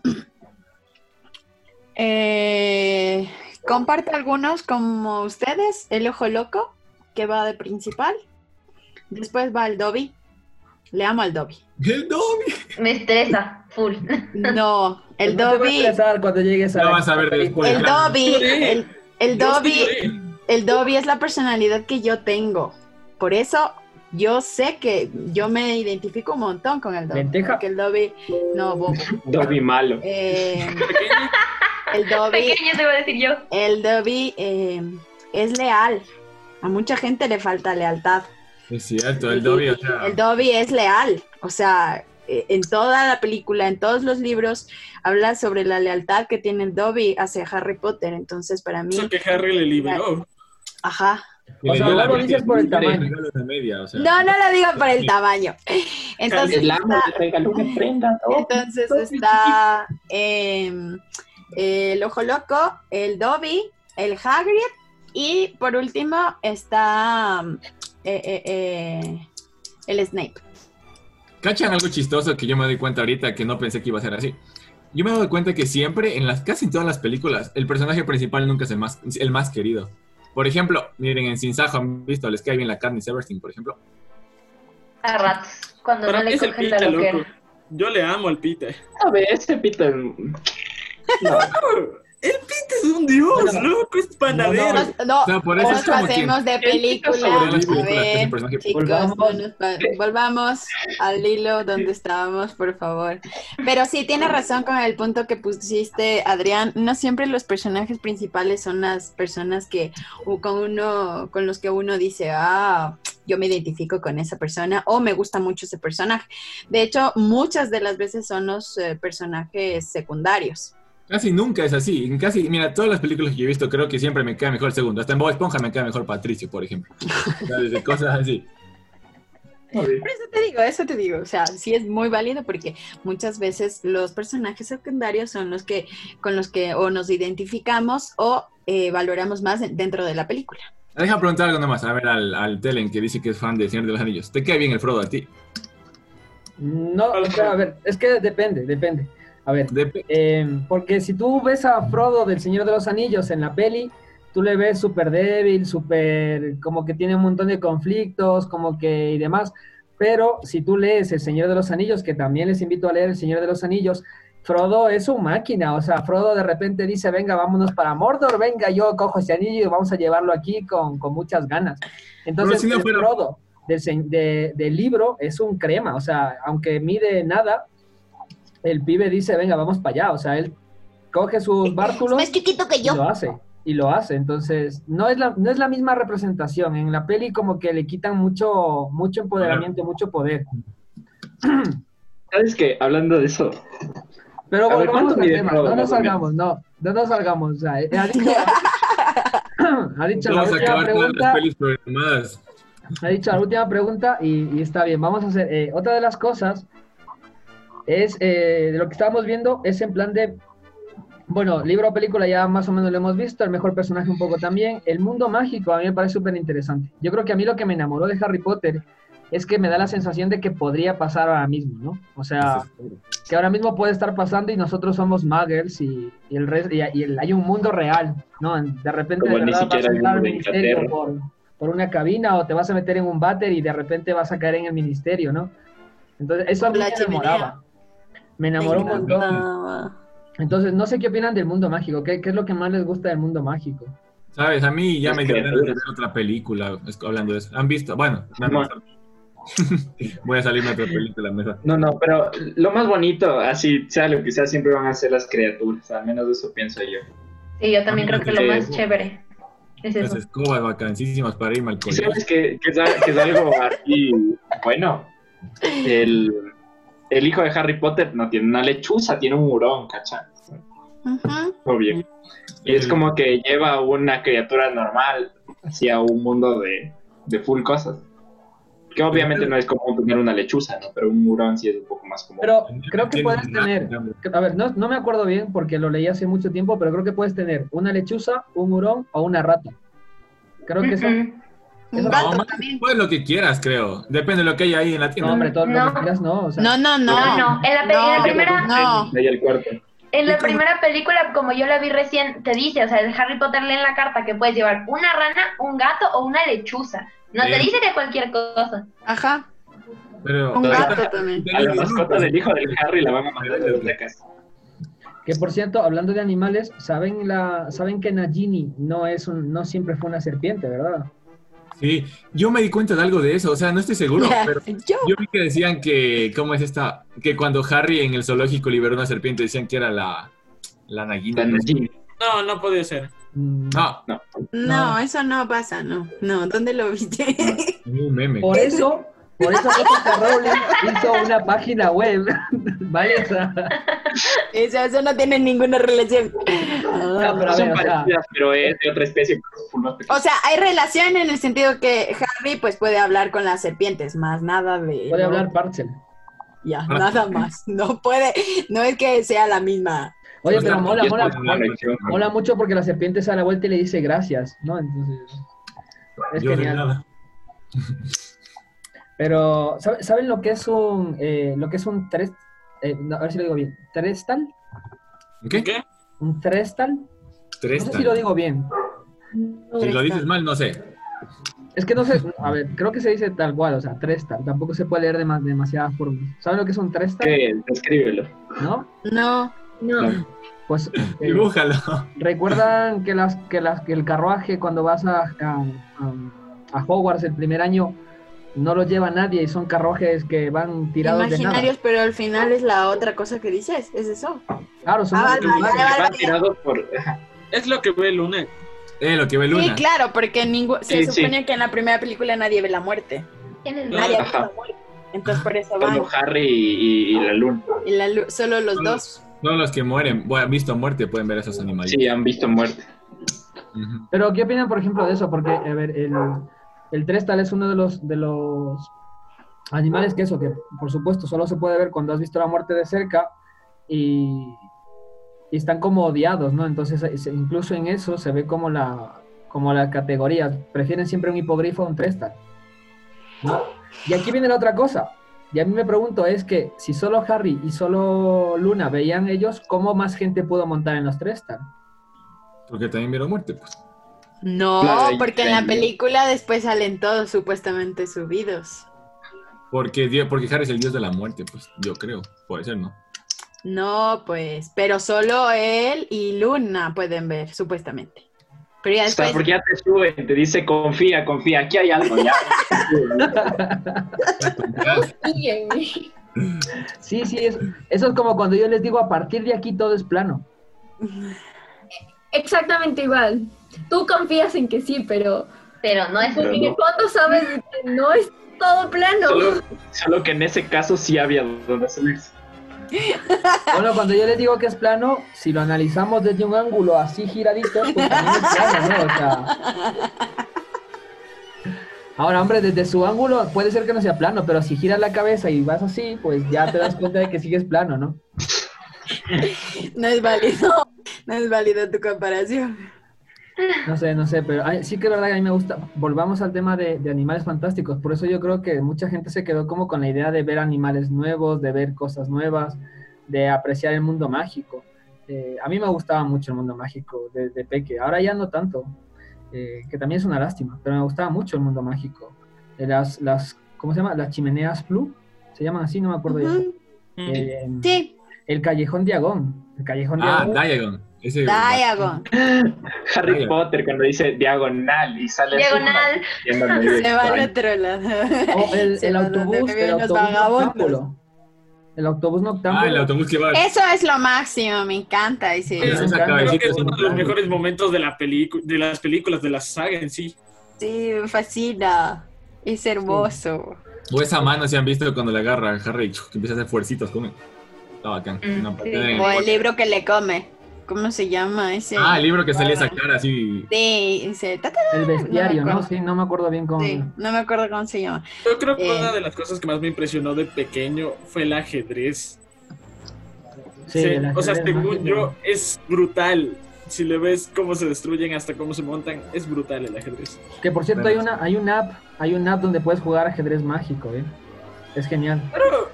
Speaker 2: eh, comparto algunos como ustedes, el ojo loco, que va de principal. Después va el Dobby. Le amo al Dobby.
Speaker 7: ¡El Dobby!
Speaker 4: Me estresa, full.
Speaker 2: No, el
Speaker 3: No te va a
Speaker 2: Dobby...
Speaker 3: estresar cuando llegues a
Speaker 7: Ya
Speaker 3: la
Speaker 7: vas a ver
Speaker 3: película.
Speaker 7: después.
Speaker 2: El
Speaker 7: claro.
Speaker 2: Dobby,
Speaker 8: Lloré.
Speaker 2: el, el
Speaker 8: Yo
Speaker 2: Dobby,
Speaker 8: sí lloré.
Speaker 2: el Dobby es la personalidad que yo tengo. Por eso yo sé que yo me identifico un montón con el Dobby.
Speaker 3: ¿Lenteja?
Speaker 2: Porque el Dobby, no, bobo.
Speaker 6: Dobby malo.
Speaker 2: Eh,
Speaker 8: Pequeño.
Speaker 2: el Dobby,
Speaker 4: Pequeño te iba a decir yo.
Speaker 2: el Dobby eh, es leal. A mucha gente le falta lealtad.
Speaker 7: Es cierto, el Dobby, o sea,
Speaker 2: El Dobby es leal. O sea, eh, en toda la película, en todos los libros, habla sobre la lealtad que tiene el Dobby hacia Harry Potter. Entonces, para mí,
Speaker 8: Eso que Harry le liberó.
Speaker 2: ajá.
Speaker 7: que
Speaker 3: O
Speaker 7: le
Speaker 3: sea,
Speaker 7: dio
Speaker 3: no
Speaker 7: la
Speaker 3: lo
Speaker 7: media,
Speaker 3: dices por el
Speaker 7: le
Speaker 3: tamaño.
Speaker 7: regaló la media, o sea.
Speaker 2: No, no lo digo por el tamaño. Entonces
Speaker 6: El amo
Speaker 2: está,
Speaker 6: le regaló una prenda. ¿no?
Speaker 2: entonces está em, el Ojo Loco, el Dobby, el Hagrid y por último está eh, eh, eh, el Snape.
Speaker 7: ¿Cachan algo chistoso que yo me doy cuenta ahorita que no pensé que iba a ser así? Yo me doy cuenta que siempre, en las casi en todas las películas, el personaje principal nunca es el más, el más querido. Por ejemplo, miren, en Sin Sajo han visto, les cae bien la Katniss Everdeen, por ejemplo.
Speaker 4: A ratos. Cuando
Speaker 8: Para
Speaker 4: no
Speaker 8: mí
Speaker 4: le
Speaker 8: es el
Speaker 4: cogen la
Speaker 8: Pita,
Speaker 4: loquera.
Speaker 8: loco. Yo le amo al Pita.
Speaker 6: A ver, ese Peter. No.
Speaker 8: El Pita es un dios,
Speaker 3: Bueno,
Speaker 8: loco, es panadero.
Speaker 2: No, no,
Speaker 7: O sea, por eso
Speaker 2: no
Speaker 7: es
Speaker 2: nos
Speaker 7: como que-
Speaker 2: pasemos de película.
Speaker 7: sobre las
Speaker 2: A
Speaker 7: películas, que es
Speaker 2: ver,
Speaker 7: el personaje-
Speaker 2: chicos,
Speaker 3: Volvamos.
Speaker 2: no nos pa- volvamos al hilo donde estábamos, por favor. Pero sí, tienes razón con el punto que pusiste, Adrián. No siempre los personajes principales son las personas que u- con uno, con los que uno dice, ah, yo me identifico con esa persona o me gusta mucho ese personaje. De hecho, muchas de las veces son los eh, personajes secundarios.
Speaker 7: Casi nunca es así. En casi, mira, todas las películas que yo he visto, creo que siempre me queda mejor el segundo. Hasta en Bob Esponja me queda mejor Patricio, por ejemplo. O sea, desde cosas así.
Speaker 2: Por eso te digo, eso te digo, o sea, sí es muy válido porque muchas veces los personajes secundarios son los que con los que o nos identificamos o eh, valoramos más dentro de la película.
Speaker 7: Deja preguntar algo nomás, a ver, al, al Telen que dice que es fan de Señor de los Anillos. ¿Te cae bien el Frodo a ti?
Speaker 3: No, o sea, a ver, es que depende, depende. A ver,
Speaker 7: Dep-
Speaker 3: eh, porque si tú ves a Frodo del Señor de los Anillos en la peli, tú le ves súper débil, súper, como que tiene un montón de conflictos, como que y demás. Pero si tú lees El Señor de los Anillos, que también les invito a leer El Señor de los Anillos, Frodo es un máquina, o sea, Frodo de repente dice, venga, vámonos para Mordor, venga, yo cojo ese anillo y vamos a llevarlo aquí con, con muchas ganas. Entonces,
Speaker 7: Pero si no
Speaker 3: el
Speaker 7: fuera-
Speaker 3: Frodo del, se- de- del libro es un crema, o sea, aunque mide nada, el pibe dice, venga, vamos para allá, o sea, él coge sus bártulos
Speaker 2: Es más chiquito que
Speaker 3: y
Speaker 2: yo.
Speaker 3: lo hace, y lo hace, entonces, no es la, no es la misma representación, en la peli como que le quitan mucho, mucho empoderamiento, mucho poder.
Speaker 6: ¿Sabes qué? Hablando de eso.
Speaker 3: Pero
Speaker 6: A ver,
Speaker 3: volvamos
Speaker 6: ¿cuánto
Speaker 3: al
Speaker 6: mide
Speaker 3: tema,
Speaker 6: Frodo,
Speaker 3: no nos
Speaker 6: más o
Speaker 3: salgamos, no, no nos salgamos, o sea, eh, ha dicho, ha dicho la
Speaker 7: Vamos a
Speaker 3: última
Speaker 7: acabar con las
Speaker 3: pregunta,
Speaker 7: pelis programadas.
Speaker 3: ha dicho la última pregunta y, y está bien, vamos a hacer, eh, otra de las cosas es, eh, de lo que estábamos viendo, es en plan de, bueno, libro o película ya más o menos lo hemos visto, el mejor personaje un poco también, el mundo mágico a mí me parece súper interesante. Yo creo que a mí lo que me enamoró de Harry Potter es que me da la sensación de que podría pasar ahora mismo, ¿no? O sea, que ahora mismo puede estar pasando y nosotros somos muggles y, y el resto, y, y el- hay un mundo real, ¿no? De repente
Speaker 6: Como
Speaker 3: de
Speaker 6: ni
Speaker 3: verdad vas
Speaker 6: siquiera
Speaker 3: a
Speaker 6: el
Speaker 3: entrar al
Speaker 6: mundo de
Speaker 3: ministerio
Speaker 6: Inglaterra.
Speaker 3: por, por una cabina o te vas a meter en un váter y de repente vas a caer en el ministerio, ¿no? Entonces, eso a mí
Speaker 2: La
Speaker 3: me
Speaker 2: chimenea.
Speaker 3: enamoraba. Me enamoró un
Speaker 2: Me
Speaker 3: montón.
Speaker 2: encantaba.
Speaker 3: Entonces, no sé qué opinan del mundo mágico. ¿Qué, qué es lo que más les gusta del mundo mágico?
Speaker 7: ¿Sabes? A mí ya
Speaker 6: Las
Speaker 7: me dio ganas de
Speaker 6: criaturas.
Speaker 7: ver otra película es- hablando de eso. ¿Han visto? Bueno, me han
Speaker 6: Bueno.
Speaker 7: voy a salirme a otra película mejor.
Speaker 6: No, no, pero lo más bonito, así sea lo que sea, siempre van a ser las criaturas, al menos eso pienso yo.
Speaker 4: Sí, yo también
Speaker 7: A mí
Speaker 4: creo
Speaker 7: lo
Speaker 4: que lo
Speaker 7: que-
Speaker 4: más chévere es
Speaker 7: Las
Speaker 4: eso.
Speaker 7: escobas vacancísimas para irme al
Speaker 6: Y
Speaker 7: colegio.
Speaker 6: sabes que, que, es, a- que es algo así, bueno, el, el hijo de Harry Potter no tiene una lechuza, tiene un hurón, ¿cachai?
Speaker 2: Ujú.
Speaker 6: Obvio. Y es como que lleva una criatura normal hacia un mundo de, de full cosas. Que obviamente no es común tener una lechuza, ¿no? Pero un hurón sí es un poco más común.
Speaker 3: Pero creo que
Speaker 7: Tiene
Speaker 3: puedes
Speaker 7: un
Speaker 3: tener,
Speaker 7: gato,
Speaker 3: que- a ver, no, no me acuerdo bien porque lo leí hace mucho tiempo, pero creo que puedes tener una lechuza, un hurón o una rata. Creo que eso,
Speaker 4: Mm-mm.
Speaker 2: Un
Speaker 3: Eso-
Speaker 2: gato
Speaker 7: No, más
Speaker 2: también.
Speaker 7: pues lo que quieras, creo. Depende de lo que hay ahí en la tienda.
Speaker 3: no, hombre, todo lo
Speaker 4: No.
Speaker 3: que quieras, no. O sea,
Speaker 2: No, no, no.
Speaker 4: No, no, en la, pe- en la
Speaker 2: No,
Speaker 4: primera,
Speaker 2: no.
Speaker 6: Ahí el cuarto.
Speaker 4: en la
Speaker 2: ¿Y cómo?
Speaker 4: primera película, como yo la vi recién, te dice, o sea, el Harry Potter lee en la carta que puedes llevar una rana, un gato o una lechuza. No te
Speaker 7: Bien.
Speaker 4: dice que cualquier cosa.
Speaker 2: Ajá.
Speaker 7: Pero,
Speaker 2: Un
Speaker 7: pero-
Speaker 2: gato también.
Speaker 6: A la mascota del hijo del Harry la van a mandar de la casa.
Speaker 3: que por cierto, hablando de animales, ¿saben la saben que Nagini no es un, no siempre fue una serpiente, ¿verdad?
Speaker 7: Sí, yo me di cuenta de algo de eso, o sea, no estoy seguro, pero
Speaker 2: Yo.
Speaker 7: yo vi que decían que, ¿cómo es esta? Que cuando Harry en el zoológico liberó una serpiente, decían que era la, la Nagini.
Speaker 6: La Nagini.
Speaker 8: No, no puede ser.
Speaker 3: Mm,
Speaker 7: Ah,
Speaker 2: No,
Speaker 3: No.
Speaker 2: eso no pasa, no. No, ¿dónde lo viste?
Speaker 7: un meme.
Speaker 3: Por eso, por eso J K. Rowling hizo una página web, ¿vale? O sea,
Speaker 2: Eso, eso no tiene ninguna relación.
Speaker 3: no,
Speaker 2: Ah.
Speaker 3: pero a
Speaker 6: Son
Speaker 3: ver, o sea,
Speaker 6: parecidas, pero es de otra especie. full más pequeña.
Speaker 2: O sea, hay relación en el sentido que Harry pues puede hablar con las serpientes, más nada de...
Speaker 3: puede
Speaker 2: no,
Speaker 3: hablar Parcel.
Speaker 2: Ya, nada más. No puede, no es que sea la misma.
Speaker 3: Oye,
Speaker 7: O sea,
Speaker 3: pero mola,
Speaker 7: porque
Speaker 3: mola,
Speaker 7: es una lección.
Speaker 3: mola mucho porque la serpiente se da la vuelta y le dice gracias, ¿no? Entonces, es
Speaker 7: Yo de
Speaker 3: genial.
Speaker 7: nada.
Speaker 3: Pero, ¿sabe- ¿saben lo que es un, eh, lo que es un tres, eh, no, a ver si lo digo bien, trestal?
Speaker 7: ¿Qué?
Speaker 8: ¿Qué?
Speaker 3: ¿Un trestal?
Speaker 7: Tres.
Speaker 3: No sé si lo digo bien.
Speaker 7: Si lo dices mal, no sé.
Speaker 3: Es que no sé, a ver, creo que se dice tal cual, o sea, trestal. Tampoco se puede leer de más, demasiadas formas. ¿Saben lo que es un trestal?
Speaker 6: ¿Qué? Descríbelo.
Speaker 3: ¿No?
Speaker 2: No.
Speaker 5: No.
Speaker 3: Pues eh,
Speaker 7: Dibújalo.
Speaker 3: recuerdan que las que las que el carruaje cuando vas a, a, a- a Hogwarts el primer año no lo lleva nadie y son carruajes que van tirados de nada.
Speaker 2: Imaginarios, pero al final es la otra cosa que dices, es eso.
Speaker 3: Claro, son
Speaker 2: Ah,
Speaker 3: unos
Speaker 2: vale,
Speaker 3: animales.
Speaker 2: vale, vale.
Speaker 6: Van tirados por...
Speaker 8: Es lo que ve Luna.
Speaker 7: Eh, lo que ve Luna.
Speaker 2: Sí, claro, porque ningú- se
Speaker 6: Sí, sí.
Speaker 2: supone que en la primera película nadie ve la muerte.
Speaker 4: Tienes
Speaker 2: Nadie ha visto
Speaker 6: Ajá.
Speaker 2: la muerte. Entonces por eso van.
Speaker 6: Como Harry y, y la Luna.
Speaker 2: Y la lu- solo los
Speaker 7: Solo-
Speaker 2: dos.
Speaker 7: Todos los que mueren, bueno, han visto muerte, pueden ver a esos animales.
Speaker 6: Sí, han visto muerte.
Speaker 7: Ujú.
Speaker 3: Pero ¿qué opinan, por ejemplo, de eso? Porque, a ver, el, el trestal es uno de los, de los animales que eso, que por supuesto solo se puede ver cuando has visto la muerte de cerca y, y están como odiados, ¿no? Entonces, es- incluso en eso se ve como la, como la categoría. Prefieren siempre un hipogrifo a un trestal, ¿no? Y aquí viene la otra cosa. Y a mí me pregunto, es que si solo Harry y solo Luna veían ellos, ¿cómo más gente pudo montar en los trestal?
Speaker 7: Porque también vieron muerte, pues.
Speaker 2: No,
Speaker 6: Claro,
Speaker 2: porque en la
Speaker 6: ahí-
Speaker 2: película después salen todos supuestamente subidos.
Speaker 7: Porque, Dios- porque Harry es el dios de la muerte, pues, yo creo. Puede ser, ¿no?
Speaker 2: No, pues, pero solo él y Luna pueden ver, supuestamente. Pero ya
Speaker 6: O sea,
Speaker 2: después...
Speaker 6: porque ya te suben, te dice confía, confía, aquí hay algo ya.
Speaker 5: Sígueme.
Speaker 3: Sí, sí, es, eso es como cuando yo les digo, a partir de aquí todo es plano.
Speaker 5: Exactamente igual. Tú confías en que sí, pero
Speaker 4: Pero no es
Speaker 5: en
Speaker 6: Pero
Speaker 5: el
Speaker 6: no.
Speaker 5: fondo sabes que no es todo plano.
Speaker 6: Solo, solo que en ese caso sí había donde subirse.
Speaker 3: Bueno, cuando yo les digo que es plano, si lo analizamos desde un ángulo así giradito, pues también es plano, ¿no? O sea... Ahora, hombre, desde su ángulo puede ser que no sea plano, pero si giras la cabeza y vas así, pues ya te das cuenta de que sigues plano, ¿no?
Speaker 2: No es válido, no es válido tu comparación.
Speaker 3: No sé, no sé, pero ay, sí que es verdad que a mí me gusta. Volvamos al tema de, de animales fantásticos. Por eso yo creo que mucha gente se quedó como con la idea de ver animales nuevos, de ver cosas nuevas, de apreciar el mundo mágico. Eh, a mí me gustaba mucho el mundo mágico desde peque. Ahora ya no tanto, eh, que también es una lástima, pero me gustaba mucho el mundo mágico. Eh, las, las, ¿cómo se llama? Las chimeneas Flu, se llaman así, no me acuerdo ya.
Speaker 2: Ujú.
Speaker 3: Eh,
Speaker 2: Sí,
Speaker 3: El Callejón Diagon. El Callejón
Speaker 7: Ah,
Speaker 3: Diagon.
Speaker 7: Diagon. Ese
Speaker 2: Diagon.
Speaker 6: Harry
Speaker 7: Diagon.
Speaker 6: Potter cuando dice diagonal y sale
Speaker 4: Diagonal.
Speaker 6: Superman,
Speaker 2: Se va al otro lado.
Speaker 3: O el,
Speaker 2: Se
Speaker 3: el
Speaker 2: va
Speaker 3: autobús,
Speaker 2: donde
Speaker 3: el
Speaker 2: viven los
Speaker 3: autobús
Speaker 2: vagabundos.
Speaker 3: noctámbulo. El autobús noctámbulo.
Speaker 7: Ah, el autobús que va.
Speaker 2: Eso es lo máximo, me encanta. Ese.
Speaker 7: Esa
Speaker 3: Sí,
Speaker 8: Creo que es
Speaker 3: sí,
Speaker 8: uno de los mejores momentos de, la pelicu- de las películas, de la saga en sí.
Speaker 2: Sí, me fascina. Es hermoso.
Speaker 7: O esa mano se han visto cuando le agarra a Harry y que empieza a hacer fuercitos con él. Está bacán.
Speaker 4: Mm,
Speaker 7: Una
Speaker 4: sí.
Speaker 7: patada en el
Speaker 2: O el
Speaker 7: cuerpo.
Speaker 2: libro que le come. ¿Cómo se llama ese?
Speaker 7: Ah, el libro que salía esa cara así.
Speaker 2: Sí, ese. ta, ta,
Speaker 3: El bestiario,
Speaker 2: No me
Speaker 3: ¿no?
Speaker 2: acuerdo.
Speaker 3: Sí, no me acuerdo bien cómo.
Speaker 2: Sí, no me acuerdo cómo se llama.
Speaker 8: Yo creo que
Speaker 2: Eh.
Speaker 8: una de las cosas que más me impresionó de pequeño fue el ajedrez.
Speaker 3: Sí,
Speaker 8: Sí,
Speaker 3: el
Speaker 8: o sea,
Speaker 3: ajedrez
Speaker 8: según
Speaker 3: mágico.
Speaker 8: yo, es brutal. Si le ves cómo se destruyen hasta cómo se montan, es brutal el ajedrez.
Speaker 3: Que por cierto, hay una, hay una app, hay una app donde puedes jugar ajedrez mágico, ¿eh? Es genial.
Speaker 8: Pero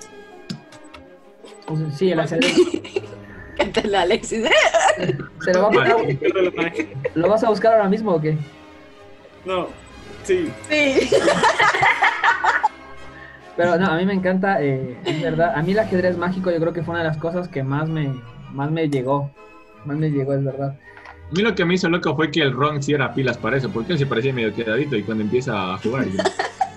Speaker 3: O sea, sí, el ajedrez.
Speaker 2: ¿Qué tal, Alexis?
Speaker 3: ¿Se lo, va a poner-
Speaker 8: pierde la magia.
Speaker 3: ¿Lo vas a buscar ahora mismo o qué?
Speaker 8: No, sí.
Speaker 2: Sí.
Speaker 3: Pero no, a mí me encanta, eh, es verdad. A mí el ajedrez mágico yo creo que fue una de las cosas que más me, más me llegó. Más me llegó, es verdad.
Speaker 7: A mí lo que me hizo loco fue que el Ron sí era pilas para eso, porque él se parecía medio quedadito y cuando empieza a jugar. ya-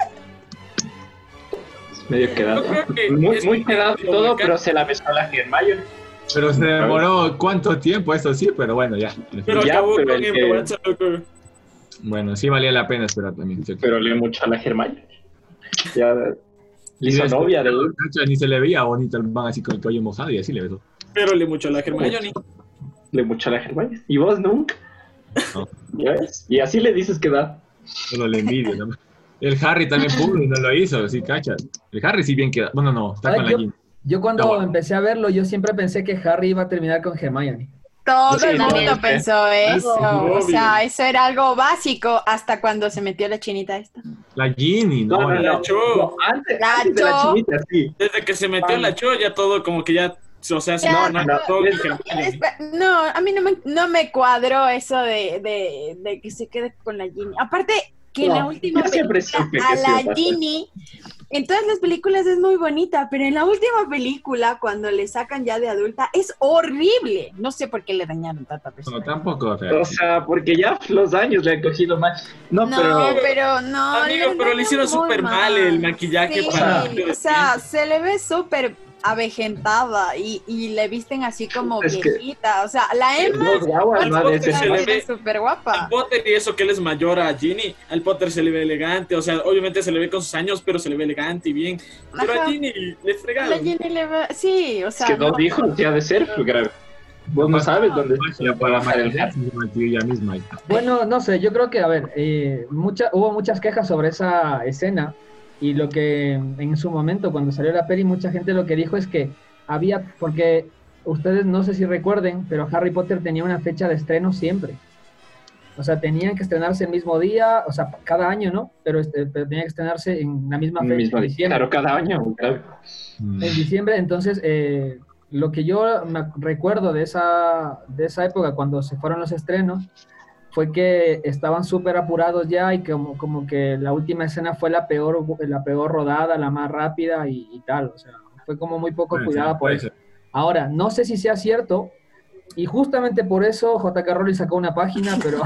Speaker 6: medio quedado.
Speaker 8: Yo creo que
Speaker 6: Muy,
Speaker 8: es
Speaker 6: muy
Speaker 8: un
Speaker 6: quedado y
Speaker 8: poquito
Speaker 6: todo,
Speaker 8: bacán.
Speaker 6: pero se la besó a la Hermione.
Speaker 7: Pero se demoró cuánto tiempo, eso sí, pero bueno, ya.
Speaker 8: Pero
Speaker 6: Ya,
Speaker 8: acabó
Speaker 6: pero
Speaker 8: con
Speaker 6: el
Speaker 8: el
Speaker 6: que-
Speaker 8: emborracho, loco.
Speaker 7: Bueno, sí valía la pena esperar también. ¿cierto?
Speaker 6: Pero le mucho a la Hermione. Ya le hizo
Speaker 7: después,
Speaker 6: novia de él.
Speaker 7: cacha, ni se le veía bonito el man así con el cabello mojado y así le besó.
Speaker 8: Pero le mucho a la Hermione.
Speaker 6: Le mucho a la Hermione. ¿Y vos nunca?
Speaker 7: No.
Speaker 6: ¿Ya ves? Y así le dices que da.
Speaker 7: Solo le envidio, ¿no? El Harry también pudo y no lo hizo, sí, cacha. El Harry sí bien queda. Bueno, no, está
Speaker 3: Ay,
Speaker 7: con la
Speaker 3: yo,
Speaker 7: Ginny.
Speaker 3: yo cuando
Speaker 7: Está bueno.
Speaker 3: empecé a verlo, yo siempre pensé que Harry iba a terminar con Hermione.
Speaker 2: Todo
Speaker 6: Sí,
Speaker 2: el mundo
Speaker 6: también.
Speaker 2: pensó eso.
Speaker 8: Obvio.
Speaker 2: O sea, eso era algo básico hasta cuando se metió la chinita esta.
Speaker 7: La Ginny, no.
Speaker 6: No, no,
Speaker 8: la
Speaker 6: no.
Speaker 8: Cho.
Speaker 6: No, antes,
Speaker 2: La
Speaker 6: antes de la
Speaker 2: Cho.
Speaker 6: chinita, sí.
Speaker 8: Desde que se metió la Cho, ya todo como que ya. O sea,
Speaker 2: Ya,
Speaker 8: no, no,
Speaker 6: no,
Speaker 8: no, todo
Speaker 6: es-
Speaker 8: Hermione.
Speaker 2: Espe- No, a mí no me, no me cuadró eso de, de, de que se quede con la Ginny. Aparte, que en la
Speaker 6: No,
Speaker 2: última
Speaker 6: yo siempre
Speaker 2: película
Speaker 6: supe que
Speaker 2: a
Speaker 6: sí iba a
Speaker 2: la
Speaker 6: pasar.
Speaker 2: Ginny, en todas las películas es muy bonita, pero en la última película, cuando le sacan ya de adulta, es horrible. No sé por qué le dañaron tanta
Speaker 7: No,
Speaker 2: persona.
Speaker 7: tampoco. O sea,
Speaker 6: O sea, porque ya los años le han cogido más. No,
Speaker 2: No,
Speaker 6: pero.
Speaker 2: pero no.
Speaker 8: Amigo, pero le hicieron
Speaker 2: dañaron muy
Speaker 8: súper mal el maquillaje
Speaker 2: Sí,
Speaker 8: para.
Speaker 2: o sea, se le ve súper avejentada y, y le visten así como
Speaker 6: Es que-
Speaker 2: viejita. O sea, la Emma
Speaker 6: Dos guaguas,
Speaker 8: Al
Speaker 6: ¿no? De
Speaker 8: Potter
Speaker 6: ese
Speaker 8: se le
Speaker 6: tipo.
Speaker 8: ve-
Speaker 2: es súper
Speaker 8: Al
Speaker 2: guapa.
Speaker 8: Potter y eso que él es mayor a Ginny, al Potter se le ve elegante, o sea, obviamente se le ve con sus años, pero se le ve elegante y bien. Pero
Speaker 2: Ajá.
Speaker 8: a Ginny le
Speaker 2: La
Speaker 8: fregaron.
Speaker 2: Ginny le ve, sí, o
Speaker 6: Es
Speaker 2: sea,
Speaker 6: que dos
Speaker 2: no.
Speaker 6: hijos ya de ser, pues, grave. Vos no sabes dónde
Speaker 7: magia para maquillar, se maquilló ella misma. ahí.
Speaker 3: Bueno, no sé, yo creo que, a ver, eh, mucha, hubo muchas quejas sobre esa escena y lo que en su momento, cuando salió la peli, mucha gente lo que dijo es que había, porque ustedes no sé si recuerden, pero Harry Potter tenía una fecha de estreno siempre. O sea, tenían que estrenarse el mismo día, o sea, cada año, ¿no? Pero, este, pero tenía que estrenarse en la misma fecha,
Speaker 6: Mismo
Speaker 3: en
Speaker 6: día.
Speaker 3: diciembre.
Speaker 6: Claro, cada año, claro.
Speaker 7: Mm.
Speaker 3: En diciembre, entonces, eh, lo que yo me recuerdo de esa, de esa época, cuando se fueron los estrenos, fue que estaban súper apurados ya y como, como que la última escena fue la peor, la peor rodada, la más rápida y, y tal. O sea, fue como muy poco
Speaker 7: Puede
Speaker 3: cuidada
Speaker 7: ser,
Speaker 3: por
Speaker 7: puede
Speaker 3: eso.
Speaker 7: ser.
Speaker 3: Ahora, no sé si sea cierto, y justamente por eso J K. Rowling sacó una página, pero...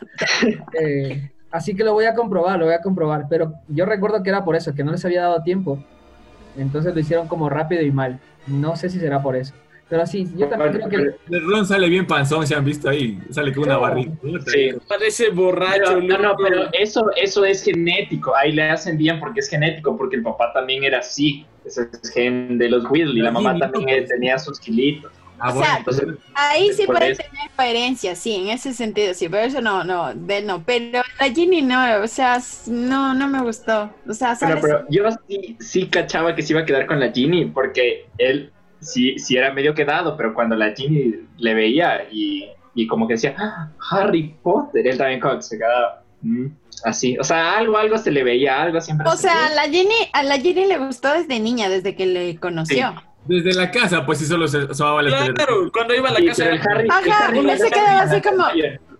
Speaker 3: eh, así que lo voy a comprobar, lo voy a comprobar. Pero yo recuerdo que era por eso, que no les había dado tiempo. Entonces lo hicieron como rápido y mal. No sé si será por eso. Pero sí, yo también
Speaker 6: Bueno,
Speaker 3: creo que...
Speaker 7: El Ron sale bien panzón, se han visto ahí. Sale con una barriga.
Speaker 6: Sí.
Speaker 8: Parece borracho,
Speaker 6: Pero, no, no,
Speaker 8: loco.
Speaker 6: pero eso, eso es genético. Ahí le hacen bien porque es genético, porque el papá también era así. Ese es gen de los Weasley. La mamá también eh, tenía sus kilitos.
Speaker 7: Ah,
Speaker 2: O
Speaker 7: bueno,
Speaker 2: sea,
Speaker 7: entonces,
Speaker 2: Ahí sí
Speaker 6: Por
Speaker 2: puede
Speaker 6: eso.
Speaker 2: tener coherencia, sí, en ese sentido, sí, pero eso no, no, de él no. Pero la Ginny no, o sea, s- no, no me gustó. O sea,
Speaker 6: Bueno,
Speaker 2: sale
Speaker 6: pero yo sí, sí cachaba que se iba a quedar con la Ginny, porque él sí, sí era medio quedado, pero cuando la Ginny le veía y, y como que decía, "Ah, Harry Potter", él también como que se quedaba mm, así. O sea, algo, algo se le veía, algo siempre.
Speaker 2: O
Speaker 6: se
Speaker 2: sea,
Speaker 6: le
Speaker 2: la Ginny, a la Ginny le gustó desde niña, desde que le conoció.
Speaker 7: desde la casa, pues sí solo se asomaba la
Speaker 8: Claro, cuando iba a la
Speaker 6: Sí,
Speaker 8: casa.
Speaker 6: pero el Harry, el
Speaker 2: Ajá,
Speaker 6: Harry
Speaker 2: uno
Speaker 6: la
Speaker 2: se
Speaker 6: casa
Speaker 2: quedaba
Speaker 6: tenía
Speaker 2: así como-
Speaker 6: Hermione.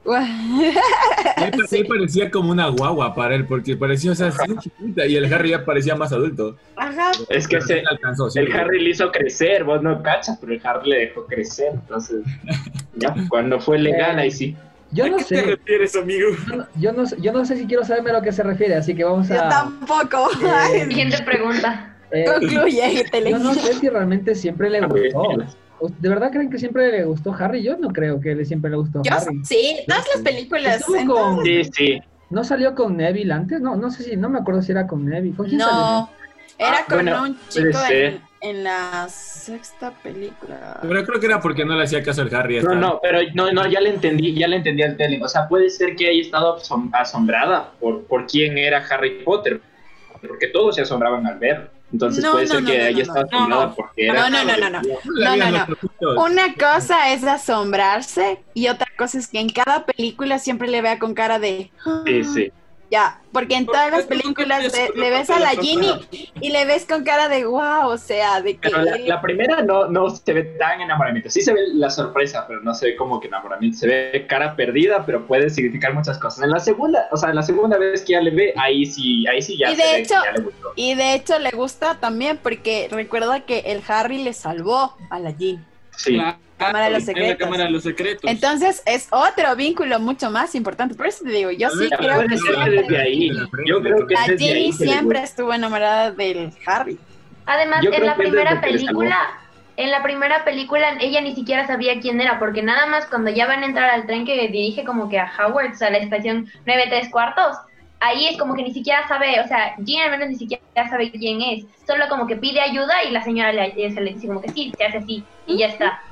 Speaker 7: Él,
Speaker 2: Sí.
Speaker 7: él parecía como una guagua para él, porque parecía, o sea, así chiquita, y el Harry ya parecía más adulto.
Speaker 2: Ajá.
Speaker 6: Es que
Speaker 7: Pero
Speaker 6: se,
Speaker 7: sí alcanzó, sí,
Speaker 6: el
Speaker 7: pero-
Speaker 6: Harry le hizo crecer, vos no cachas, pero el Harry le dejó crecer, entonces, ya, cuando fue legal, ahí sí.
Speaker 3: Yo
Speaker 8: ¿A
Speaker 3: no
Speaker 8: qué te
Speaker 3: sé,
Speaker 8: refieres, amigo?
Speaker 3: yo no, yo no sé, yo no sé si quiero saberme a lo que se refiere, así que vamos
Speaker 2: Yo
Speaker 3: a...
Speaker 2: tampoco.
Speaker 3: Eh,
Speaker 4: Siguiente pregunta.
Speaker 3: eh,
Speaker 2: Concluye, te
Speaker 3: yo no sé si realmente siempre le gustó. ¿De verdad creen que siempre le gustó Harry? Yo no creo que le siempre le gustó
Speaker 2: Yo
Speaker 3: Harry.
Speaker 2: sí, todas las películas.
Speaker 3: Estuvo
Speaker 2: en
Speaker 3: con-
Speaker 2: todas-
Speaker 6: Sí, sí.
Speaker 3: ¿No salió con Neville antes? No, no sé si, no me acuerdo si era con Neville. ¿Con quién
Speaker 2: No, era
Speaker 6: Ah,
Speaker 2: con
Speaker 6: bueno,
Speaker 2: un
Speaker 6: puede
Speaker 2: chico
Speaker 6: ser.
Speaker 2: en, en la sexta película.
Speaker 7: Pero creo que era porque no le hacía caso al Harry.
Speaker 6: No,
Speaker 7: hasta-
Speaker 6: no, pero no, no, ya le entendí, ya le entendí al tele. O sea, puede ser que haya estado asom- asombrada por, por quién era Harry Potter, porque todos se asombraban al verlo. Entonces
Speaker 2: No,
Speaker 6: puede
Speaker 2: no,
Speaker 6: ser
Speaker 2: no,
Speaker 6: que
Speaker 2: no,
Speaker 6: haya
Speaker 2: no,
Speaker 6: estado
Speaker 8: no.
Speaker 6: asombrada
Speaker 8: No.
Speaker 6: porque era...
Speaker 2: No, no, no, no, no.
Speaker 7: le
Speaker 2: No,
Speaker 7: habían
Speaker 2: no,
Speaker 7: los
Speaker 2: no.
Speaker 7: ojitos.
Speaker 2: Una cosa es asombrarse y otra cosa es que en cada película siempre le vea con cara de... "Ah".
Speaker 6: Sí, sí.
Speaker 2: Ya, porque en todas las
Speaker 8: Porque tú no
Speaker 2: películas
Speaker 8: cambias
Speaker 2: le,
Speaker 8: con
Speaker 2: le
Speaker 8: la
Speaker 2: ves a la
Speaker 8: parte de
Speaker 2: Ginny y le ves con cara de wow, o sea, de que...
Speaker 6: Pero la,
Speaker 2: él-
Speaker 6: la primera no, no se ve tan enamoramiento. Sí se ve la sorpresa, pero no se ve como que enamoramiento. Se ve cara perdida, pero puede significar muchas cosas. En la segunda, o sea, en la segunda vez que ya le ve, ahí sí, ahí sí ya
Speaker 2: Y
Speaker 6: se
Speaker 2: de
Speaker 6: ve
Speaker 2: hecho-
Speaker 6: que ya le gustó.
Speaker 2: Y de hecho le gusta también porque recuerda que el Harry le salvó a la Ginny.
Speaker 6: Sí.
Speaker 8: Claro,
Speaker 2: Cámara de los
Speaker 8: en la
Speaker 2: Secretos.
Speaker 8: Cámara de los Secretos.
Speaker 2: Entonces es otro vínculo mucho más importante. Por eso te digo, yo sí
Speaker 6: Ya,
Speaker 2: creo
Speaker 6: puede
Speaker 2: que
Speaker 6: ser
Speaker 2: siempre-
Speaker 6: desde ahí. Yo creo que
Speaker 2: la
Speaker 6: es desde ahí
Speaker 2: Ginny
Speaker 6: que le
Speaker 2: siempre
Speaker 6: gusta.
Speaker 2: estuvo enamorada del Harry.
Speaker 4: Además,
Speaker 6: Yo
Speaker 4: en
Speaker 6: creo
Speaker 4: la
Speaker 6: que es
Speaker 4: primera
Speaker 6: desde que le salvó.
Speaker 4: película, en la primera película ella ni siquiera sabía quién era, porque nada más cuando ya van a entrar al tren que dirige como que a Hogwarts, a la estación nueve tres cuartos, ahí es como que ni siquiera sabe, o sea, Ginny al menos ni siquiera sabe quién es, solo como que pide ayuda y la señora le, se le dice como que sí, se hace así y ya está.